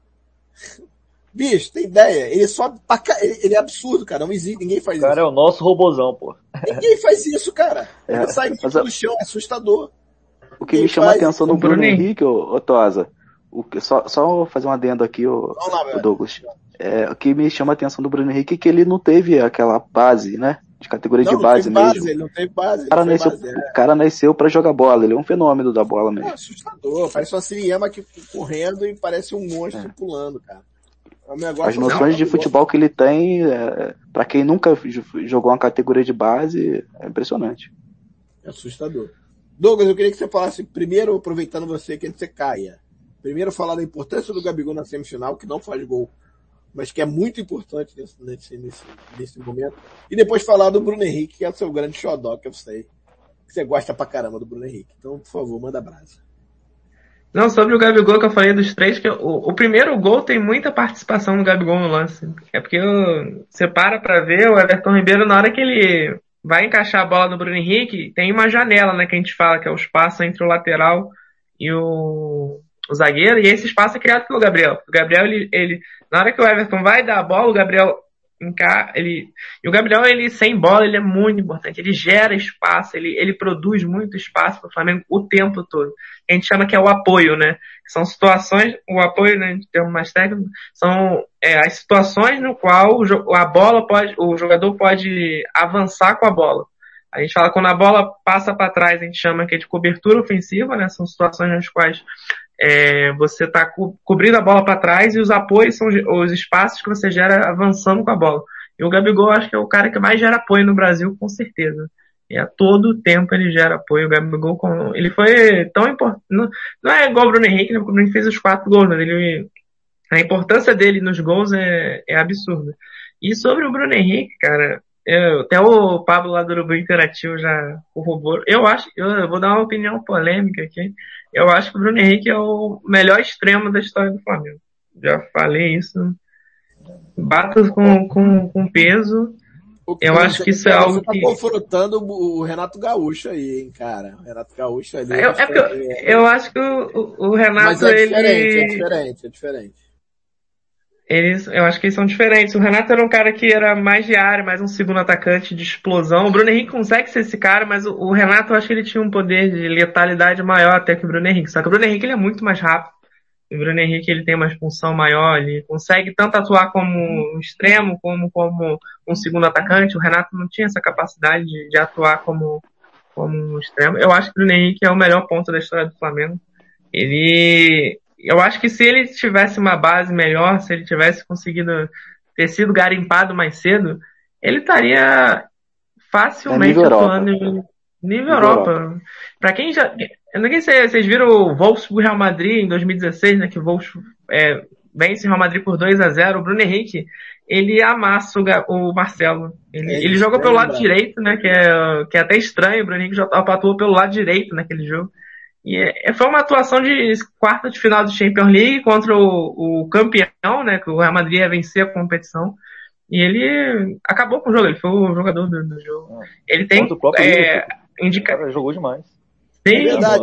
Bicho, tem ideia? Ele sobe pra cá, ele é absurdo, cara, não existe, ninguém faz isso. O cara é o nosso robozão, pô. Ninguém faz isso, cara. Ele sai do chão, é assustador. O que me chama a atenção no Bruno Henrique, ô Tosa, só fazer um adendo aqui, o Douglas. O que me chama a atenção do Bruno Henrique é que ele não teve aquela base, né? De categoria de base mesmo. Ele não teve base. O cara nasceu pra jogar bola, ele é um fenômeno da bola mesmo. É assustador, parece uma Siriema aqui correndo e parece um monstro pulando, cara. As noções de futebol que ele tem, pra quem nunca jogou uma categoria de base, é impressionante. É assustador. Douglas, eu queria que você falasse, primeiro, aproveitando você, que você caia. Primeiro falar da importância do Gabigol na semifinal, que não faz gol, mas que é muito importante nesse momento. E depois falar do Bruno Henrique, que é o seu grande xodó, que eu sei. Que você gosta pra caramba do Bruno Henrique. Então, por favor, manda brasa. Não, sobre o Gabigol que eu falei dos 3, que o primeiro gol tem muita participação do Gabigol no lance. É porque você para pra ver o Everton Ribeiro, na hora que ele vai encaixar a bola no Bruno Henrique, tem uma janela, né, que a gente fala, que é o espaço entre o lateral e o zagueiro, e esse espaço é criado pelo Gabriel. O Gabriel, ele na hora que o Everton vai dar a bola, o Gabriel e o Gabriel, ele sem bola, ele é muito importante, ele gera espaço, ele produz muito espaço pro Flamengo o tempo todo. A gente chama que é o apoio, né? São situações, o apoio, né, de termo mais técnico, são as situações no qual o jogador pode avançar com a bola. A gente fala quando a bola passa para trás, a gente chama que é de cobertura ofensiva, né? São situações nas quais você está cobrindo a bola para trás e os apoios são os espaços que você gera avançando com a bola. E o Gabigol, acho que é o cara que mais gera apoio no Brasil, com certeza. E a todo tempo ele gera apoio. O Gabigol, ele foi tão importante. Não é igual o Bruno Henrique, né? Porque o Bruno Henrique fez os 4 gols, mas a importância dele nos gols é absurda. E sobre o Bruno Henrique, cara, até o Pablo lá do Urubu Interativo já corroborou. Eu vou dar uma opinião polêmica aqui. Eu acho que o Bruno Henrique é o melhor extremo da história do Flamengo. Já falei isso. Bato com peso. Eu acho que isso é algo que... Você tá confrontando o Renato Gaúcho aí, hein, cara. O Renato Gaúcho ali... Eu acho que o Renato, mas é diferente. Eu acho que eles são diferentes. O Renato era um cara que era mais de área, mais um segundo atacante de explosão. O Bruno Henrique consegue ser esse cara, mas o Renato, eu acho que ele tinha um poder de letalidade maior até que o Bruno Henrique. Só que o Bruno Henrique, ele é muito mais rápido. O Bruno Henrique, ele tem uma expulsão maior, ele consegue tanto atuar como um extremo, como um segundo atacante. O Renato não tinha essa capacidade de atuar como um extremo. Eu acho que o Bruno Henrique é o melhor ponto da história do Flamengo. Eu acho que se ele tivesse uma base melhor, se ele tivesse conseguido ter sido garimpado mais cedo, ele estaria facilmente atuando em nível Europa. Pra quem já... Eu não sei se vocês viram o Wolfsburg Real Madrid em 2016, né? Que o Wolfsburg vence o Real Madrid por 2-0. O Bruno Henrique, ele amassa o Marcelo. Ele jogou pelo lado direito, né? Que é até estranho. O Bruno Henrique já atuou pelo lado direito naquele jogo. E foi uma atuação de quarta de final do Champions League contra o campeão, né? Que o Real Madrid ia vencer a competição. E ele acabou com o jogo. Ele foi o jogador do jogo. Ele tem... Cara, jogou demais. Sim, é verdade.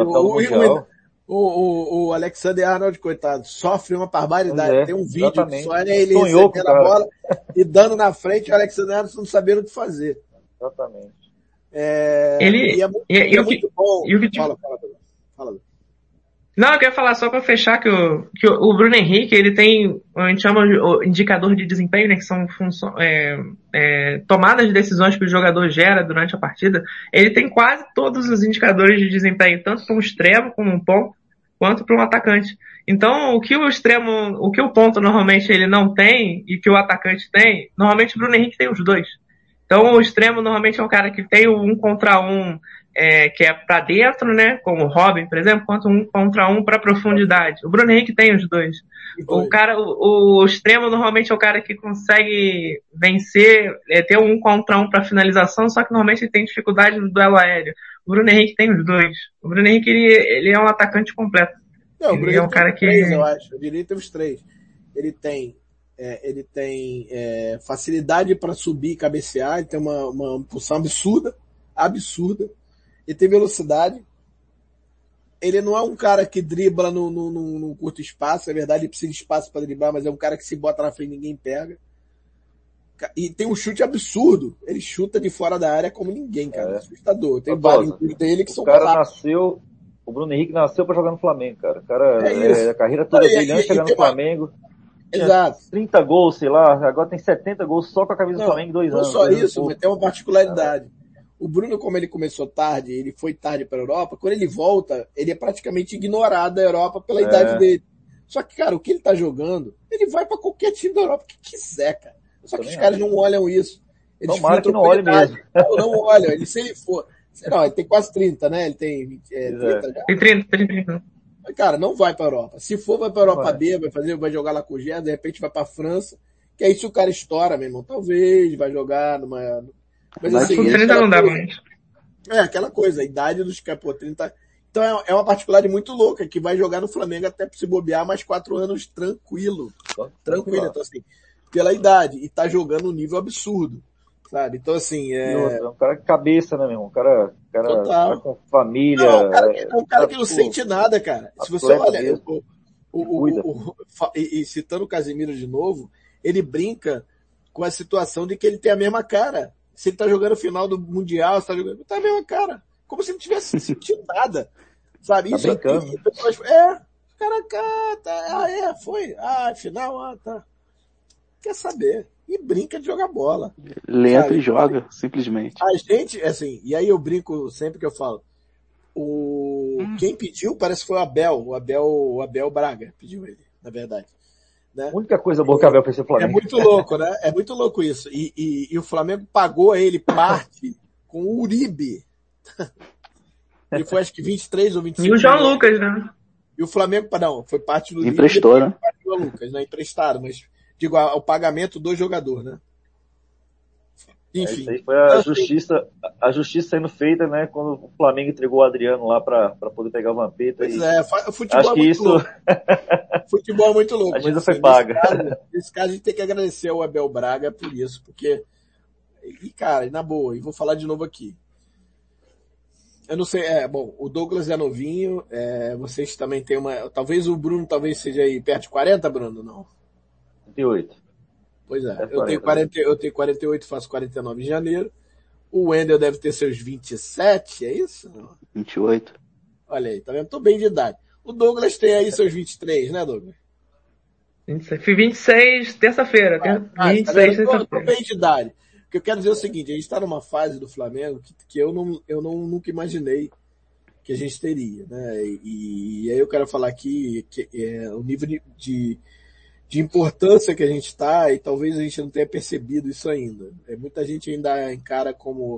O Alexander Arnold, coitado, sofre uma barbaridade. Tem um vídeo que só ele recebendo a bola e dando na frente, o Alexander Arnold não sabendo o que fazer. Exatamente. Ele é muito bom. Fala. Não, eu queria falar só para fechar que o Bruno Henrique, ele tem, a gente chama de indicador de desempenho, né, que são tomadas de decisões que o jogador gera durante a partida. Ele tem quase todos os indicadores de desempenho, tanto como extremo como um ponto. quanto para um atacante. Então, o que o ponta normalmente ele não tem e que o atacante tem, normalmente o Bruno Henrique tem os dois. Então, o extremo normalmente é um cara que tem o 1 contra 1, que é para dentro, né? Como o Robin, por exemplo, quanto 1 contra 1 para profundidade. O Bruno Henrique tem os dois. O extremo normalmente é o cara que consegue vencer, ter um 1 contra 1 para finalização, só que normalmente ele tem dificuldade no duelo aéreo. O Bruno Henrique tem os dois. O Bruno Henrique, ele é um atacante completo. Não, o Bruno Ele é um cara que... três, eu acho. Eu diria que tem os três. Ele tem facilidade para subir e cabecear, ele tem uma impulsão absurda. Ele tem velocidade. Ele não é um cara que dribla num curto espaço, é verdade, ele precisa de espaço para driblar, mas é um cara que se bota na frente e ninguém pega. E tem um chute absurdo. Ele chuta de fora da área como ninguém, cara. É assustador. Tem vários dele que são rápidos. O Bruno Henrique nasceu para jogar no Flamengo, cara. O cara, a carreira toda brilhante chegando no Flamengo. Exato. 30 gols, sei lá, agora tem 70 gols só com a camisa do Flamengo em 2 anos. Não só isso, mas tem uma particularidade. O Bruno, como ele começou tarde, ele foi tarde para a Europa, quando ele volta, ele é praticamente ignorado da Europa pela idade dele. Só que, cara, o que ele tá jogando, ele vai para qualquer time da Europa que quiser, cara. Só que os caras não olham isso. Eles tomara que não olhe mesmo. Não olham. Se ele for... Não, ele tem quase 30, né? Ele tem 30 já. Tem 30. Cara, não vai pra Europa. Se for, vai pra Europa B, vai jogar lá com o Gé, de repente vai pra França, que aí se o cara estoura, meu irmão, talvez vai jogar numa... Mas assim, 30 não dá mais. Aquela coisa, a idade dos caras, 30... Então é uma particularidade muito louca, que vai jogar no Flamengo até se bobear mais 4 anos tranquilo. Tranquilo, então assim, pela idade, e tá jogando um nível absurdo. Sabe? Então, assim, um cara de cabeça, né, meu irmão? Um cara com família. Não, um cara que não sente nada, cara. Se você olha, e citando o Casemiro de novo, ele brinca com a situação de que ele tem a mesma cara. Se ele tá jogando o final do Mundial, tá a mesma cara. Como se não tivesse sentido nada. Sabe? Tá isso brincando. Aqui, foi. Final, tá. Quer saber? E brinca de jogar bola. Lento e joga, simplesmente. A gente, assim, e aí eu brinco sempre que eu falo, quem pediu parece que foi o Abel Braga pediu ele, na verdade. Né? A única coisa boa que o Abel fez ser Flamengo. É muito louco, né? É muito louco isso. E o Flamengo pagou a ele parte com o Uribe. Ele foi acho que 23 ou 25. E o João Lucas, né? E o Flamengo, não, foi parte do Uribe. Emprestou, né? Parte do Lucas, né? Emprestado, mas digo, o pagamento do jogador, né? Enfim. Isso aí foi a justiça sendo feita, né? Quando o Flamengo entregou o Adriano lá pra poder pegar o Vampeta. Pois futebol acho é que muito isso... louco. Futebol é muito louco. A gente foi paga. Nesse caso, a gente tem que agradecer ao Abel Braga por isso, porque... E, cara, na boa, e vou falar de novo aqui. Eu não sei, o Douglas é novinho, vocês também têm talvez o Bruno seja aí perto de 40, Bruno, não? 38. Pois eu tenho 48, faço 49 em janeiro. O Wendel deve ter seus 27, é isso? 28. Olha aí, tá vendo? Tô bem de idade. O Douglas tem aí seus 23, né, Douglas? 26, terça-feira. 26, terça-feira. Tô bem de idade. O que eu quero dizer é o seguinte, a gente tá numa fase do Flamengo que eu nunca imaginei que a gente teria, né? E aí eu quero falar aqui que o nível de importância que a gente está, e talvez a gente não tenha percebido isso ainda. Muita gente ainda encara como,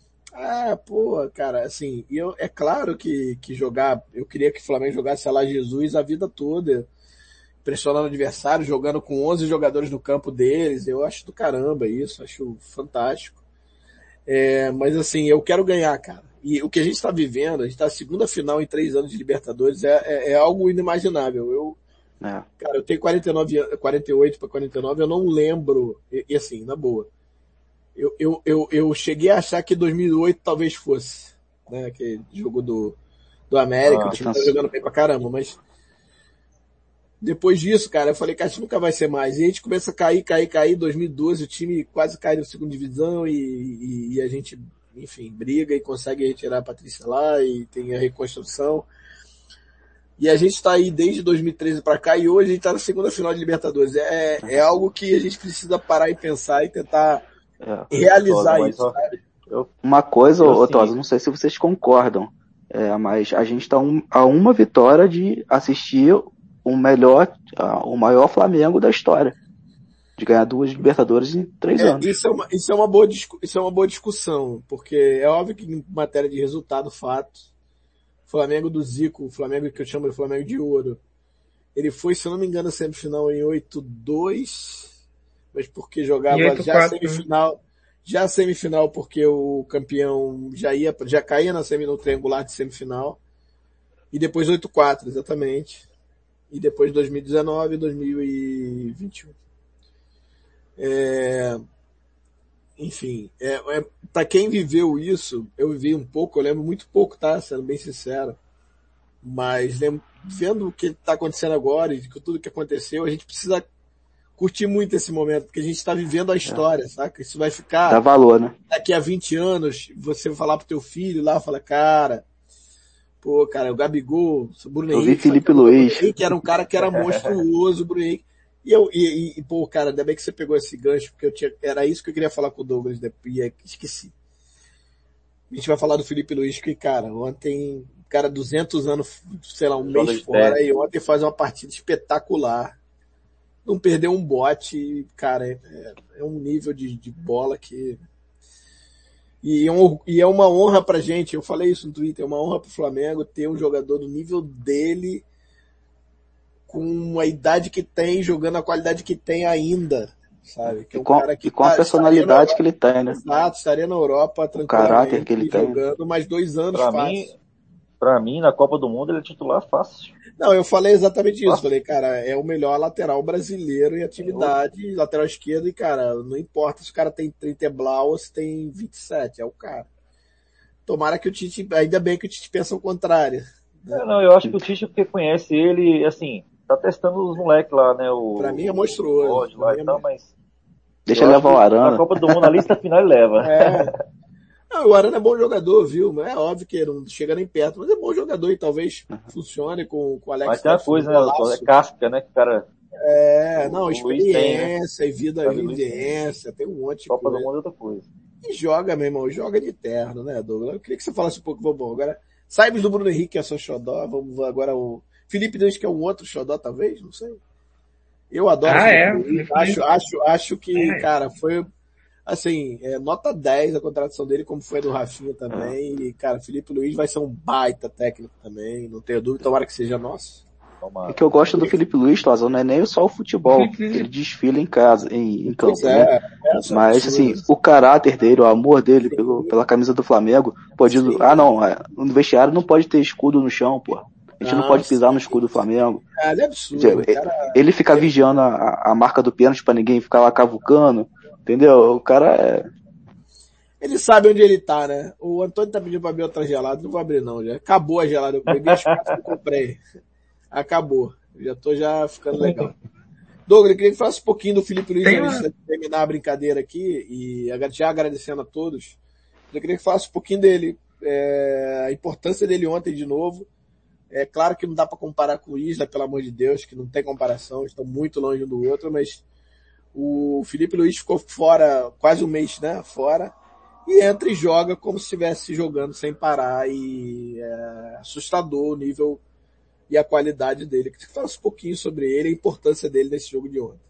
cara, assim, é claro que eu queria que o Flamengo jogasse lá Jesus a vida toda, pressionando o adversário, jogando com 11 jogadores no campo deles, eu acho do caramba isso, acho fantástico. Mas assim, eu quero ganhar, cara. E o que a gente está vivendo, a gente está na segunda final em 3 anos de Libertadores, é algo inimaginável. Cara, eu tenho 48 para 49, eu não lembro, e assim, na boa, eu cheguei a achar que 2008 talvez fosse, né, aquele jogo do América, o time tá jogando bem pra caramba, mas depois disso, cara, eu falei que a gente nunca vai ser mais, e a gente começa a cair, 2012 o time quase cai na segunda divisão e a gente, enfim, briga e consegue retirar a Patrícia lá e tem a reconstrução. E a gente está aí desde 2013 para cá e hoje a gente está na segunda final de Libertadores. É algo que a gente precisa parar e pensar e tentar realizar isso. Sabe? Uma coisa, Tosa, não sei se vocês concordam. Mas a gente está a uma vitória de assistir o maior Flamengo da história. De ganhar 2 Libertadores em 3 anos. Isso é uma boa discussão, porque é óbvio que em matéria de resultado, fato, o Flamengo do Zico, o Flamengo que eu chamo de Flamengo de Ouro, ele foi, se eu não me engano, semifinal em 8-2, mas porque jogava já semifinal porque o campeão já caía no triangular de semifinal, e depois 8-4, exatamente, e depois 2019 e 2021. Enfim, para quem viveu isso, eu vivi um pouco, eu lembro muito pouco, tá? Sendo bem sincero. Mas vendo o que está acontecendo agora e tudo que aconteceu, a gente precisa curtir muito esse momento, porque a gente está vivendo a história, saca? Isso vai ficar... Dá valor, né? Daqui a 20 anos, você vai falar pro teu filho lá, fala, cara, o Gabigol, o Bruno Henrique... Eu vi Felipe Luiz. Que era um cara que era monstruoso, o Bruno Henrique. Cara, ainda bem que você pegou esse gancho, porque era isso que eu queria falar com o Douglas, e esqueci. A gente vai falar do Felipe Luiz, que, cara, ontem, 200 anos, sei lá, um mês fora, e ontem faz uma partida espetacular. Não perdeu um bote, cara, é um nível de bola que... E é uma honra pra gente, eu falei isso no Twitter, é uma honra pro Flamengo ter um jogador do nível dele, com a idade que tem, jogando a qualidade que tem ainda, sabe? Que é um cara que com a personalidade que ele tem, né? Exato, estaria na Europa tranquilamente, o caráter que ele jogando tem. Mais 2 anos fácil. Pra mim, na Copa do Mundo, ele é titular fácil. Não, eu falei exatamente isso. Falei, cara, é o melhor lateral brasileiro em atividade, lateral esquerdo, e, cara, não importa se o cara tem 30 blau ou se tem 27, é o cara. Tomara que o Tite, ainda bem que o Tite pensa o contrário. Né? Eu acho que o Tite, porque conhece ele, assim, tá testando os moleques lá, né? Pra mim é monstruoso. Lá e tal, mas... Deixa ele levar o Arana. Na Copa do Mundo, na lista final, ele leva. Não, o Arana é bom jogador, viu? É óbvio que não chega nem perto, mas é bom jogador e talvez funcione com o Alex. Mas tem uma coisa, né, doutor? É casca, né? Que o cara... Experiência e vivência, tem um monte de coisa. Copa do Mundo é outra coisa. E joga, meu irmão, joga de terno, né, Douglas? Eu queria que você falasse um pouco, bom. Agora, saímos do Bruno Henrique, que é seu xodó, vamos agora o Felipe Luiz, que é um outro xodó, talvez, não sei. Eu adoro acho que, cara, foi, assim, nota 10 a contratação dele, como foi a do Rafinha também, e, cara, Felipe Luiz vai ser um baita técnico também, não tenho dúvida, tomara que seja nosso. O que eu gosto do Felipe Luiz, Tozão, não é nem só o futebol, ele desfila em casa, em campo, né? Mas, assim, o caráter dele, o amor dele pela camisa do Flamengo, no vestiário não pode ter escudo no chão, pô. A gente não pode pisar no escudo do Flamengo. É absurdo. Ele fica vigiando a marca do pênalti pra ninguém ficar lá cavucando, entendeu? O cara Ele sabe onde ele tá, né? O Antônio tá pedindo pra abrir outra gelada, não vou abrir não, já. Acabou a gelada, eu bebi as 4 que eu comprei. Acabou. Já tô ficando legal. Douglas, eu queria que falasse um pouquinho do Felipe Luiz antes de terminar a brincadeira aqui, e já agradecendo a todos. Eu queria que falasse um pouquinho dele, a importância dele ontem de novo. É claro que não dá para comparar com o Isla, pelo amor de Deus, que não tem comparação, estão muito longe um do outro, mas o Felipe Luiz ficou fora quase um mês, né? Fora. E entra e joga como se estivesse jogando sem parar, e é assustador o nível e a qualidade dele. Queria que você falasse um pouquinho sobre ele, a importância dele nesse jogo de ontem.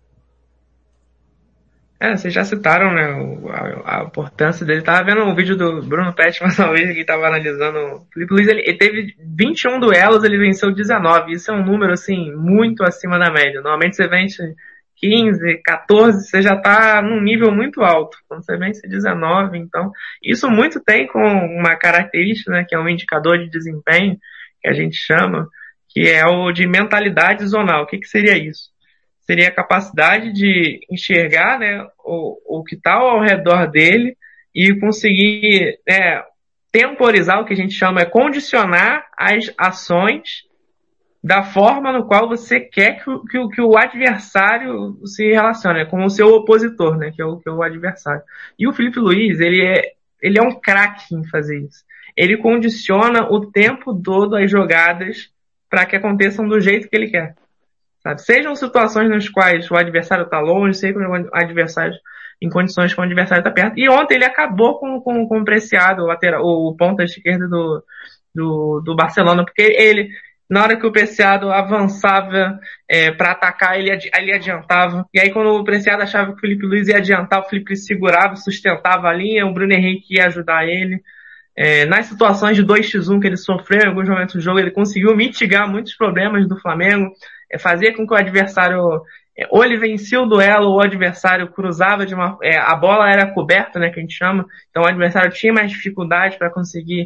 Vocês já citaram, né, a importância dele. Tava vendo um vídeo do Bruno Pet uma vez que tava analisando o Felipe Luiz. Ele teve 21 duelos, ele venceu 19. Isso é um número, assim, muito acima da média. Normalmente você vence 15, 14, você já tá num nível muito alto. Quando você vence 19, então... Isso muito tem com uma característica, né, que é um indicador de desempenho, que a gente chama, que é o de mentalidade zonal. O que seria isso? Seria a capacidade de enxergar, né, o que está ao redor dele e conseguir temporizar, o que a gente chama condicionar as ações da forma no qual você quer que o adversário se relacione, como o seu opositor, né, que é o adversário. E o Felipe Luiz, ele é um craque em fazer isso. Ele condiciona o tempo todo as jogadas para que aconteçam do jeito que ele quer. Sabe? Sejam situações nas quais o adversário está longe, sejam adversários em condições que o adversário está perto. E ontem ele acabou com o Preciado, o ponta esquerda do Barcelona, porque ele, na hora que o Preciado avançava para atacar, ele adiantava. E aí quando o Preciado achava que o Felipe Luiz ia adiantar, o Felipe Luiz segurava, sustentava a linha, o Bruno Henrique ia ajudar ele. Nas situações de 2x1 que ele sofreu em alguns momentos do jogo, ele conseguiu mitigar muitos problemas do Flamengo, fazer com que o adversário, ou ele vencia o duelo, ou o adversário cruzava a bola era coberta, né, que a gente chama, então o adversário tinha mais dificuldade para conseguir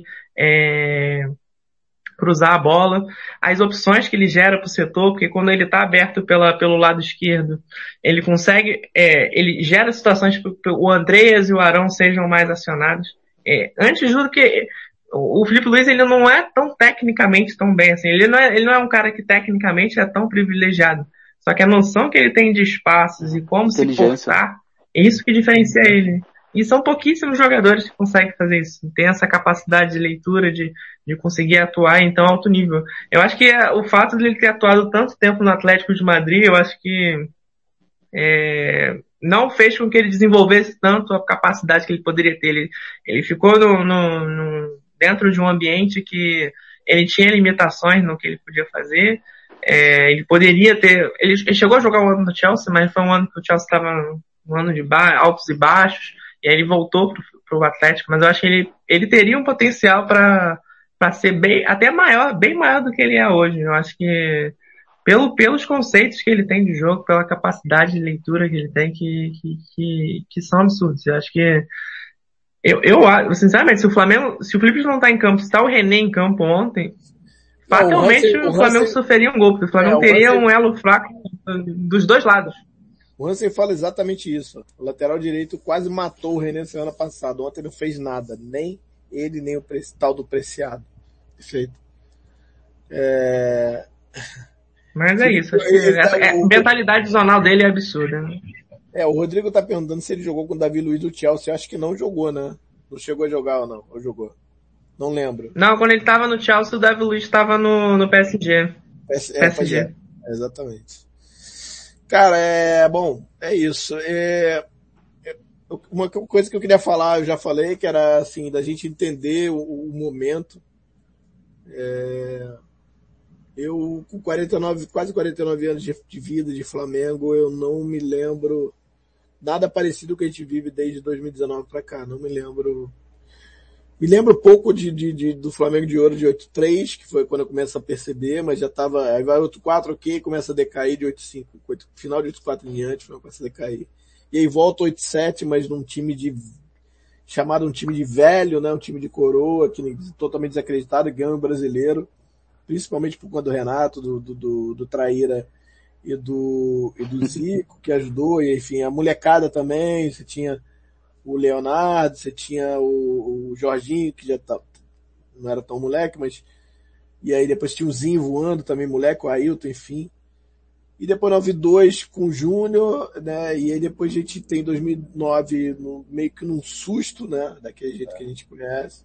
cruzar a bola, as opções que ele gera para o setor, porque quando ele está aberto pelo lado esquerdo, ele consegue, ele gera situações que o Andreas e o Arão sejam mais acionados. Antes, juro que o Felipe Luiz, ele não é tão tecnicamente tão bem assim. Ele não é um cara que tecnicamente é tão privilegiado. Só que a noção que ele tem de espaços e como se portar, é isso que diferencia ele. E são pouquíssimos jogadores que conseguem fazer isso. Tem essa capacidade de leitura, de conseguir atuar em tão alto nível. Eu acho que o fato de ele ter atuado tanto tempo no Atlético de Madrid, eu acho que não fez com que ele desenvolvesse tanto a capacidade que ele poderia ter. Ele ficou dentro de um ambiente que ele tinha limitações no que ele podia fazer. Ele poderia ter... Ele chegou a jogar um ano no Chelsea, mas foi um ano que o Chelsea estava um ano de altos e baixos, e aí ele voltou pro Atlético, mas eu acho que ele teria um potencial para ser bem maior do que ele é hoje. Eu acho que pelos conceitos que ele tem de jogo, pela capacidade de leitura que ele tem, que são absurdos. Eu acho que eu sinceramente, se o Felipe não tá em campo, se tá o René em campo ontem, fatalmente o Flamengo sofreria um gol, porque o Flamengo teria um elo fraco dos dois lados. O Hansen fala exatamente isso. O lateral direito quase matou o René semana passada. Ontem ele não fez nada. Nem ele, nem o tal do Preciado. Perfeito. Mas é isso. A mentalidade zonal dele é absurda, né? O Rodrigo tá perguntando se ele jogou com o Davi Luiz do Chelsea. Acho que não jogou, né? Não chegou a jogar ou não? Ou jogou? Não lembro. Não, quando ele tava no Chelsea, o Davi Luiz estava no PSG. PSG. Exatamente. Cara, bom, é isso. Uma coisa que eu queria falar, eu já falei, que era assim, da gente entender o momento. Eu, com quase 49 anos de vida de Flamengo, eu não me lembro nada parecido com o que a gente vive desde 2019 pra cá. Não me lembro. Me lembro pouco do Flamengo de Ouro de 8-3, que foi quando eu começo a perceber, mas já tava, aí vai 8-4, ok, começa a decair de 8-5, final de 8-4 em diante, começa a decair. E aí volta 8-7, mas num time chamado um time de velho, né, um time de coroa, totalmente desacreditado, ganha o brasileiro, principalmente por conta do Renato, do Traíra e do Zico, que ajudou, e enfim, a molecada também, você tinha o Leonardo, você tinha o Jorginho, que já não era tão moleque, mas... E aí depois tinha o Zinho voando também, moleque, o Ailton, enfim. E depois 92 com o Júnior, né? E aí depois a gente tem 2009 meio que num susto, né? Daquele jeito que a gente conhece.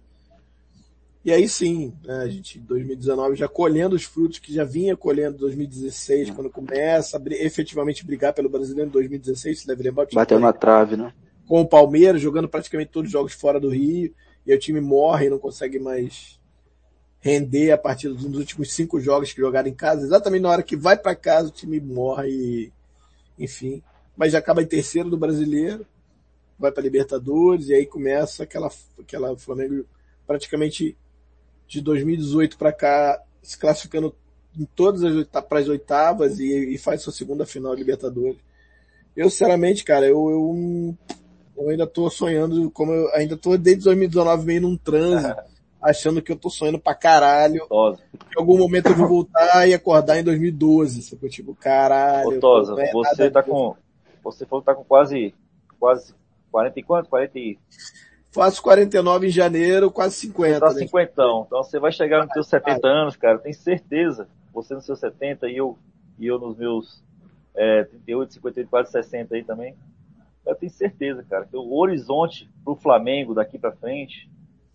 E aí sim, né? A gente em 2019 já colhendo os frutos que já vinha colhendo em 2016, quando começa a efetivamente brigar pelo Brasileiro em 2016, você deve lembrar. Bateu na trave, né? Com o Palmeiras, jogando praticamente todos os jogos fora do Rio, e o time morre e não consegue mais render a partir dos últimos 5 jogos que jogaram em casa. Exatamente na hora que vai para casa, o time morre, e, enfim. Mas já acaba em terceiro do Brasileiro, vai para Libertadores, e aí começa aquela Flamengo praticamente de 2018 para cá, se classificando em todas as oitavas e faz sua segunda final de Libertadores. Eu, sinceramente, cara, eu ainda tô sonhando, como eu ainda tô desde 2019 meio num transe, achando que eu tô sonhando pra caralho. Tosa. Em algum momento eu vou voltar e acordar em 2012. Você tipo, caralho. Ô, Tosa, você falou que tá com quase 40 e quanto? 40 e... Faço 49 em janeiro, quase 50. Você tá 50, então você vai chegar nos seus 70 anos, cara, tenho certeza. Você nos seus 70 e eu nos meus 38, 58, quase 60 aí também. Eu tenho certeza, cara, que o horizonte pro Flamengo daqui pra frente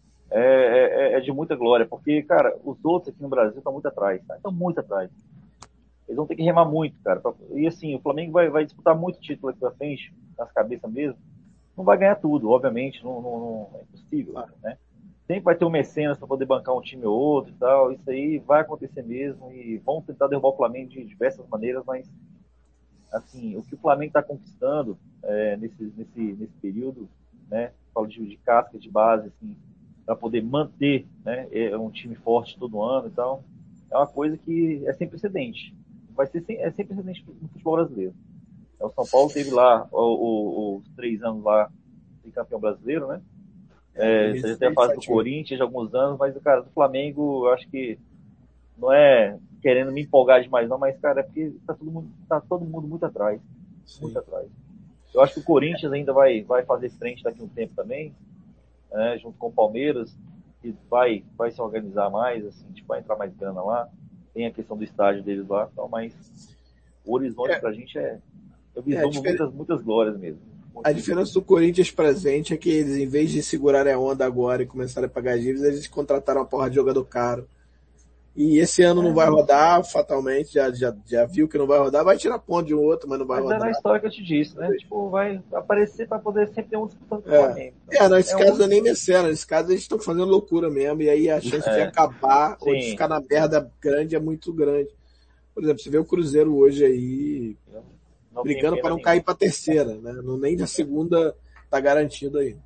é de muita glória, porque, cara, os outros aqui no Brasil estão muito atrás, tá? Estão muito atrás. Eles vão ter que remar muito, cara. E assim, o Flamengo vai disputar muito título aqui pra frente, nas cabeças mesmo. Não vai ganhar tudo, obviamente, não é impossível, né? sempre vai ter um mecenas para poder bancar um time ou outro e tal. Isso aí vai acontecer mesmo e vão tentar derrubar o Flamengo de diversas maneiras, mas assim, o que o Flamengo está conquistando nesse período, né? Falo de casca, de base, assim, para poder manter, né, um time forte todo ano e tal, é uma coisa que é sem precedente. É sem precedente no futebol brasileiro. O São Paulo teve lá os 3 anos lá de campeão brasileiro, né? Você já tem a fase do Corinthians de alguns anos, mas, cara, do Flamengo, eu acho que não é querendo me empolgar demais, não, mas, cara, é porque tá todo mundo muito atrás. Sim. Muito atrás. Eu acho que o Corinthians ainda vai fazer frente daqui a um tempo também, né, junto com o Palmeiras, que vai se organizar mais, assim, tipo, vai entrar mais grana lá. Tem a questão do estádio deles lá, então, mas o horizonte pra gente eu vislumbro muitas glórias mesmo. A diferença do Corinthians presente é que eles, em vez de segurarem a onda agora e começarem a pagar dívidas, eles contrataram uma porra de jogador caro. E esse ano não vai rodar, fatalmente, já viu que não vai rodar, vai tirar ponto de um outro, mas não vai rodar. Mas é na história que eu te disse, né? Tipo, vai aparecer para poder sempre ter um disputando com o Flamengo. Nesse caso é nem mecena, nesse caso eles estão fazendo loucura mesmo, e aí a chance de acabar ou de ficar na merda grande é muito grande. Por exemplo, você vê o Cruzeiro hoje aí brigando para não cair para terceira, né? Nem da segunda tá garantido aí.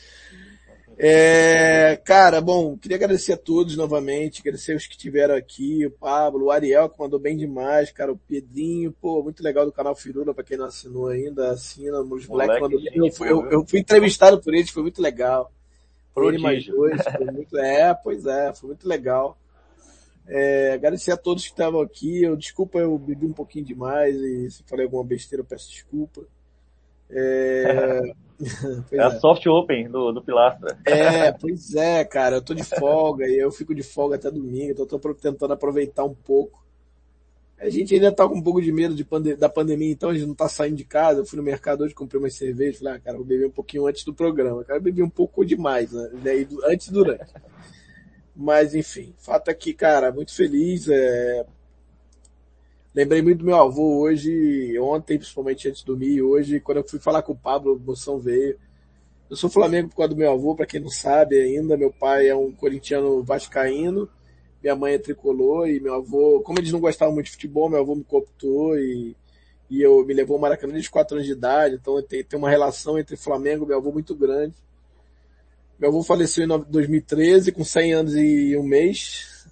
Cara, bom, queria agradecer a todos novamente, agradecer os que estiveram aqui, o Pablo, o Ariel, que mandou bem demais, cara, o Pedrinho, pô, muito legal do canal Firula, pra quem não assinou ainda, assina, os moleques mandou bem. Eu fui entrevistado por eles, foi muito legal. Ele mais dois, foi muito, foi muito legal. Agradecer a todos que estavam aqui, desculpa, eu bebi um pouquinho demais e se falei alguma besteira, eu peço desculpa. A soft open do Pilastra. Pois é, cara, eu tô de folga e eu fico de folga até domingo, então eu tô tentando aproveitar um pouco. A gente ainda tá com um pouco de medo da pandemia, então a gente não tá saindo de casa. Eu fui no mercado hoje, comprei umas cervejas, falei, cara, vou beber um pouquinho antes do programa. Cara, eu bebi um pouco demais, né? Antes e durante. Mas, enfim, fato é que, cara, muito feliz, lembrei muito do meu avô hoje, ontem, principalmente antes de dormir, e hoje, quando eu fui falar com o Pablo, a emoção veio. Eu sou Flamengo por causa do meu avô, pra quem não sabe ainda, meu pai é um corintiano vascaíno, minha mãe é tricolor, e meu avô, como eles não gostavam muito de futebol, meu avô me cooptou e me levou ao Maracanã desde 4 anos de idade, então tem uma relação entre Flamengo e meu avô muito grande. Meu avô faleceu em 2013, com 100 anos e um mês.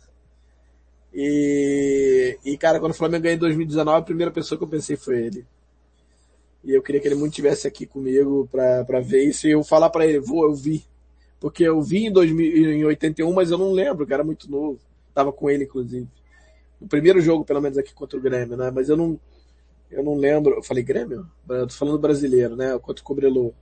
E cara, quando o Flamengo ganhou em 2019, a primeira pessoa que eu pensei foi ele. E eu queria que ele muito estivesse aqui comigo pra ver isso. E eu falar pra ele, eu vi. Porque eu vi em 81, mas eu não lembro, que era muito novo. Tava com ele, inclusive. No primeiro jogo, pelo menos aqui contra o Grêmio, né? Mas eu não lembro. Eu falei Grêmio? Eu tô falando brasileiro, né? Contra o Cobreloa.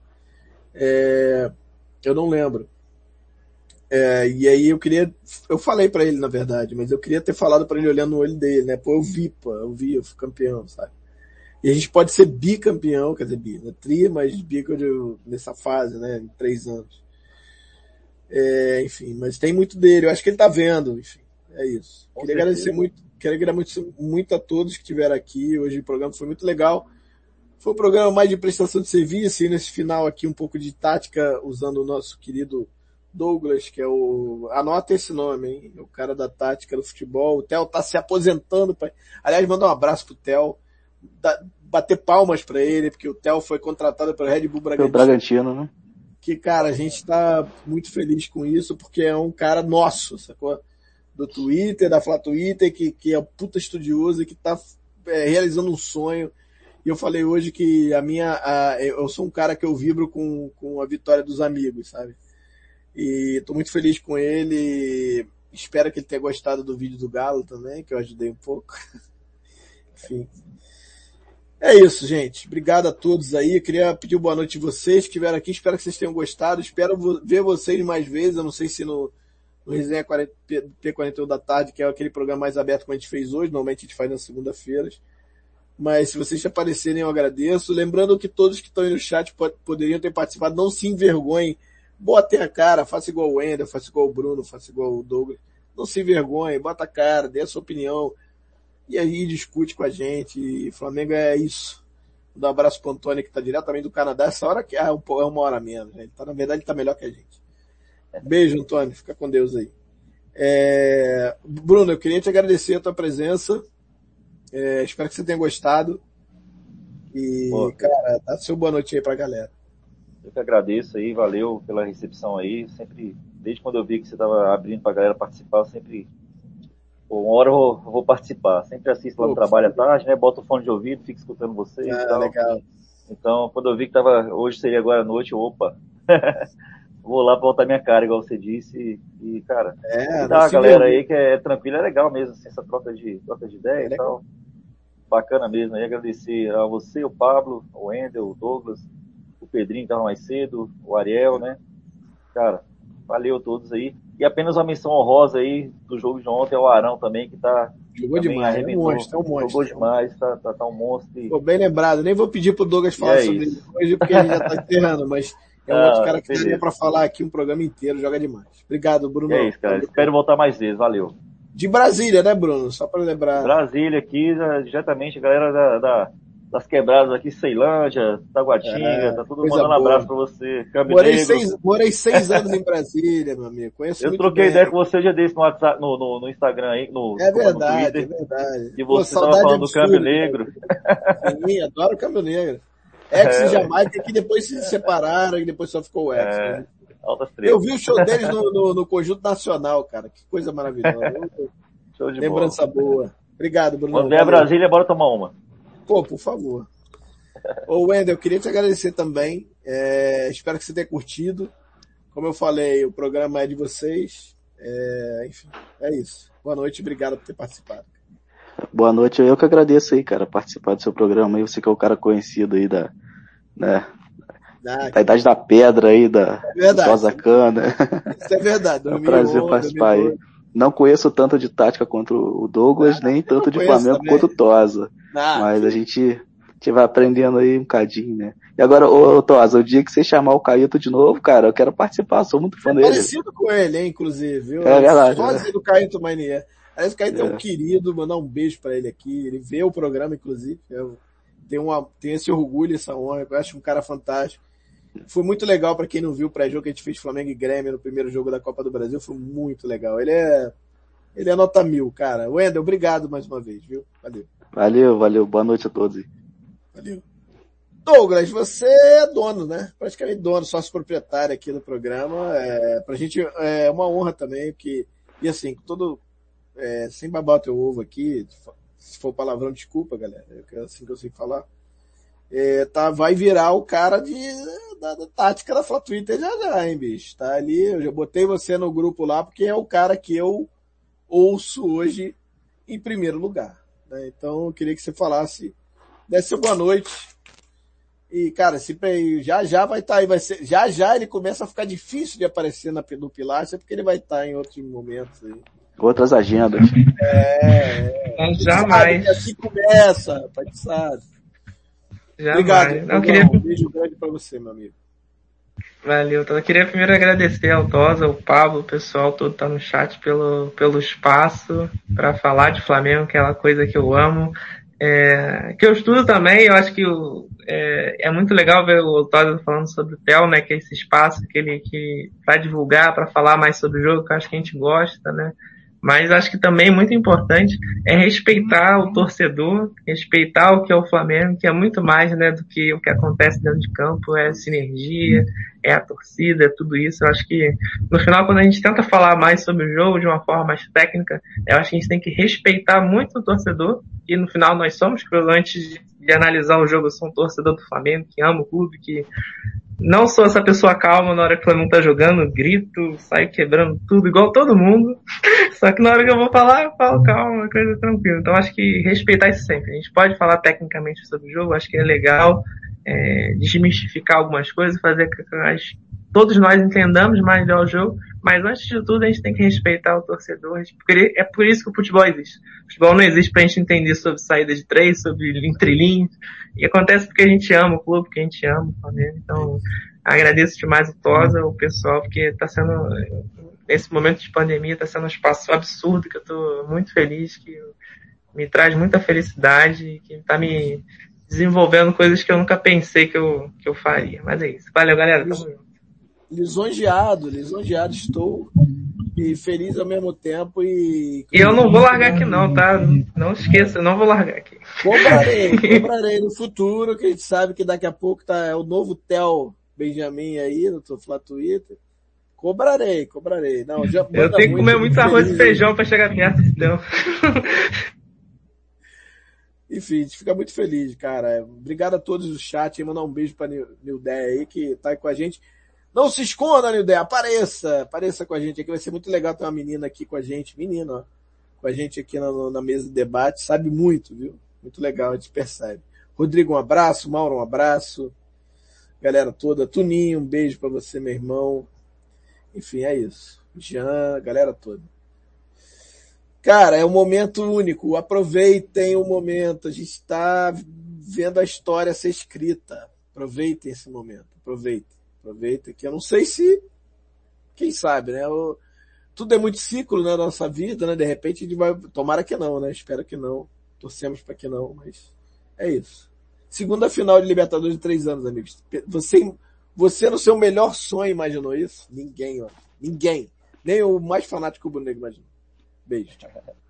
Eu não lembro. E aí eu falei pra ele, na verdade, mas eu queria ter falado pra ele olhando no olho dele, né? Pô, eu fui campeão, sabe? E a gente pode ser bicampeão, quer dizer, né? Mas nessa fase, né? Em 3 anos. Enfim, mas tem muito dele, eu acho que ele tá vendo, enfim, é isso. Queria agradecer muito a todos que estiveram aqui, hoje o programa foi muito legal. Foi um programa mais de prestação de serviço, e nesse final aqui um pouco de tática, usando o nosso querido Douglas, que é anota esse nome, hein? O cara da tática do futebol. O Theo tá se aposentando. Aliás, manda um abraço pro Theo. Bater palmas pra ele, porque o Theo foi contratado pelo Red Bull Bragantino. Pelo Bragantino, né? Que, cara, a gente tá muito feliz com isso, porque é um cara nosso, sacou? Do Twitter, da Flá Twitter, que é um puta estudioso e que tá realizando um sonho. E eu falei hoje que eu sou um cara que eu vibro com a vitória dos amigos, sabe? E tô muito feliz com ele. Espero que ele tenha gostado do vídeo do Galo também, que eu ajudei um pouco. Enfim. É isso, gente. Obrigado a todos aí. Eu queria pedir boa noite a vocês que estiveram aqui. Espero que vocês tenham gostado. Espero ver vocês mais vezes. Eu não sei se no Resenha P41 da tarde, que é aquele programa mais aberto que a gente fez hoje. Normalmente a gente faz nas segundas-feiras. Mas se vocês aparecerem, eu agradeço. Lembrando que todos que estão aí no chat poderiam ter participado. Não se envergonhem. Botem a cara. Faça igual o Wender, faça igual o Bruno, faça igual o Douglas. Não se envergonhem. Bota a cara, dê a sua opinião. E aí discute com a gente. E Flamengo é isso. Dá um abraço pro Antônio, que tá diretamente do Canadá. Essa hora que é 1 hora menos, né? Na verdade, ele tá melhor que a gente. Beijo, Antônio. Fica com Deus aí. Bruno, eu queria te agradecer a tua presença. Espero que você tenha gostado. E, cara, dá seu boa noite aí pra galera. Eu que agradeço aí, valeu pela recepção aí. Sempre, desde quando eu vi que você estava abrindo pra galera participar, eu sempre... uma hora eu vou participar. Sempre assisto lá no trabalho à tarde, né? Boto o fone de ouvido, fico escutando vocês e tal. Legal. Então, quando eu vi que hoje seria agora à noite, opa, vou lá pra botar minha cara, igual você disse. E cara, a galera aí que é tranquila, é legal mesmo, assim, essa troca de ideia e tal. Bacana mesmo. Aí agradecer a você, o Pablo, o Wendel, o Douglas, o Pedrinho que estava mais cedo, o Ariel, né? Cara, valeu a todos aí. E apenas uma menção honrosa aí do jogo de ontem ao Arão também, que jogou demais, arrebentou. É um monstro. Jogou demais, tá um monstro. Ficou bem lembrado. Nem vou pedir pro Douglas falar sobre ele hoje, porque ele já tá enterrando, mas é um outro cara que daria pra falar aqui um programa inteiro, joga demais. Obrigado, Bruno. É isso, cara. Espero voltar mais vezes. Valeu. De Brasília, né, Bruno? Só pra lembrar. Brasília aqui, diretamente, a galera das quebradas aqui, Ceilândia, Taguatinga, tá todo mundo mandando um abraço pra você. Morei 6 anos em Brasília, meu amigo. Conheço muito bem. Eu troquei ideia com você um dia desse no WhatsApp, no Instagram aí, no Twitter. É verdade. E você tava falando do Câmbio Negro. Sim, adoro o Câmbio Negro. Ex e Jamaica, que depois se separaram e depois só ficou o Ex. Né? Eu vi o show deles no Conjunto Nacional, cara. Que coisa maravilhosa. Show de lembrança boa. Obrigado, Bruno. Quando vier a Brasília, bora tomar uma. Pô, por favor. Ô, Wendel, eu queria te agradecer também. Espero que você tenha curtido. Como eu falei, o programa é de vocês. Enfim, é isso. Boa noite, obrigado por ter participado. Boa noite, eu que agradeço aí, cara, participar do seu programa aí. Você que é o cara conhecido aí da Idade da Pedra aí, da Tosa Cana. Isso é verdade. É um prazer participar aí. Não conheço tanto de tática contra o Douglas, nem tanto de Flamengo quanto o Tosa. Mas a gente vai aprendendo aí um cadinho, né? E agora, ô Tosa, o dia que você chamar o Caíto de novo, cara, eu quero participar, sou muito fã dele. Parecido com ele, hein, inclusive, viu? É verdade. Sósia do Caíto Manier. Aliás, o Caíto é um querido, mandar um beijo pra ele aqui. Ele vê o programa, inclusive. Eu tenho esse orgulho, essa honra. Eu acho um cara fantástico. Foi muito legal pra quem não viu o pré-jogo que a gente fez Flamengo e Grêmio no primeiro jogo da Copa do Brasil. Foi muito legal. Ele é nota 1000, cara. Wendel, obrigado mais uma vez, viu? Valeu. Valeu. Boa noite a todos. Valeu. Douglas, você é dono, né? Praticamente dono, sócio proprietário aqui do programa. Pra gente é uma honra também, porque, e assim, sem babar o teu ovo aqui, se for palavrão, desculpa, galera, é assim que eu sei falar. Vai virar o cara da tática da Fla Twitter já, hein, bicho? Tá ali, eu já botei você no grupo lá, porque é o cara que eu ouço hoje em primeiro lugar, né? Então, eu queria que você falasse, desse boa noite. E, cara, já vai estar aí, já ele começa a ficar difícil de aparecer no Pilastra, porque ele vai estar em outros momentos aí. Outras agendas. Jamais. Assim começa, rapaz, sabe? Jamais. Obrigado. Um beijo grande pra você, meu amigo. Valeu. Então, eu queria primeiro agradecer ao Tosa, ao Pablo, o pessoal todo tá no chat pelo espaço para falar de Flamengo, aquela coisa que eu amo. Que eu estudo também, eu acho que é muito legal ver o Tosa falando sobre o TEL, né, que é esse espaço que vai divulgar, para falar mais sobre o jogo, que eu acho que a gente gosta, né. Mas acho que também muito importante é respeitar o torcedor, respeitar o que é o Flamengo, que é muito mais, né, do que o que acontece dentro de campo, é a sinergia, é a torcida, é tudo isso. Eu acho que no final, quando a gente tenta falar mais sobre o jogo de uma forma mais técnica, eu acho que a gente tem que respeitar muito o torcedor, e no final nós somos, porque antes de analisar o jogo, eu sou um torcedor do Flamengo, que ama o clube, que não sou essa pessoa calma na hora que o Flamengo tá jogando, grito, saio quebrando tudo, igual todo mundo. Só que na hora que eu vou falar, eu falo calma, coisa tranquila. Então acho que respeitar isso sempre. A gente pode falar tecnicamente sobre o jogo, acho que é legal desmistificar algumas coisas, fazer que todos nós entendamos mais melhor o jogo, mas antes de tudo a gente tem que respeitar o torcedor. É por isso que o futebol existe. O futebol não existe pra gente entender sobre saída de três, sobre entrelinhas. E acontece porque a gente ama o clube, porque a gente ama o Flamengo. Então, agradeço demais o Tosa, o pessoal, porque tá sendo, nesse momento de pandemia, tá sendo um espaço absurdo, que eu tô muito feliz, que me traz muita felicidade, que tá me desenvolvendo coisas que eu nunca pensei que eu faria. Mas é isso. Valeu, galera. Tamo junto. lisonjeado estou e feliz ao mesmo tempo e eu não vou largar aqui não, tá? Não esqueça, eu não vou largar aqui. Cobrarei no futuro, que a gente sabe que daqui a pouco é o novo Theo Benjamin aí no Fla Twitter. Cobrarei. Não, já eu tenho que comer muito arroz e feijão para chegar perto do Theo. Enfim, a gente fica muito feliz, cara. Obrigado a todos do chat. Mandar um beijo pra Nildé aí, que tá aí com a gente. Não se esconda, Nildé. Apareça com a gente aqui. Vai ser muito legal ter uma menina aqui com a gente. Menina, ó. Com a gente aqui na mesa de debate. Sabe muito, viu? Muito legal, a gente percebe. Rodrigo, um abraço. Mauro, um abraço. Galera toda. Tuninho, um beijo pra você, meu irmão. Enfim, é isso. Jean, galera toda. Cara, é um momento único. Aproveitem o momento. A gente está vendo a história ser escrita. Aproveitem esse momento. Aproveitem que eu não sei se... Quem sabe, né? Tudo é muito ciclo, né, na nossa vida, né? De repente a gente vai... Tomara que não, né? Espero que não. Torcemos para que não, mas é isso. Segunda final de Libertadores de 3 anos, amigos. Você no seu melhor sonho imaginou isso? Ninguém, ó. Ninguém. Nem o mais fanático do Bruno imaginou. Beijo.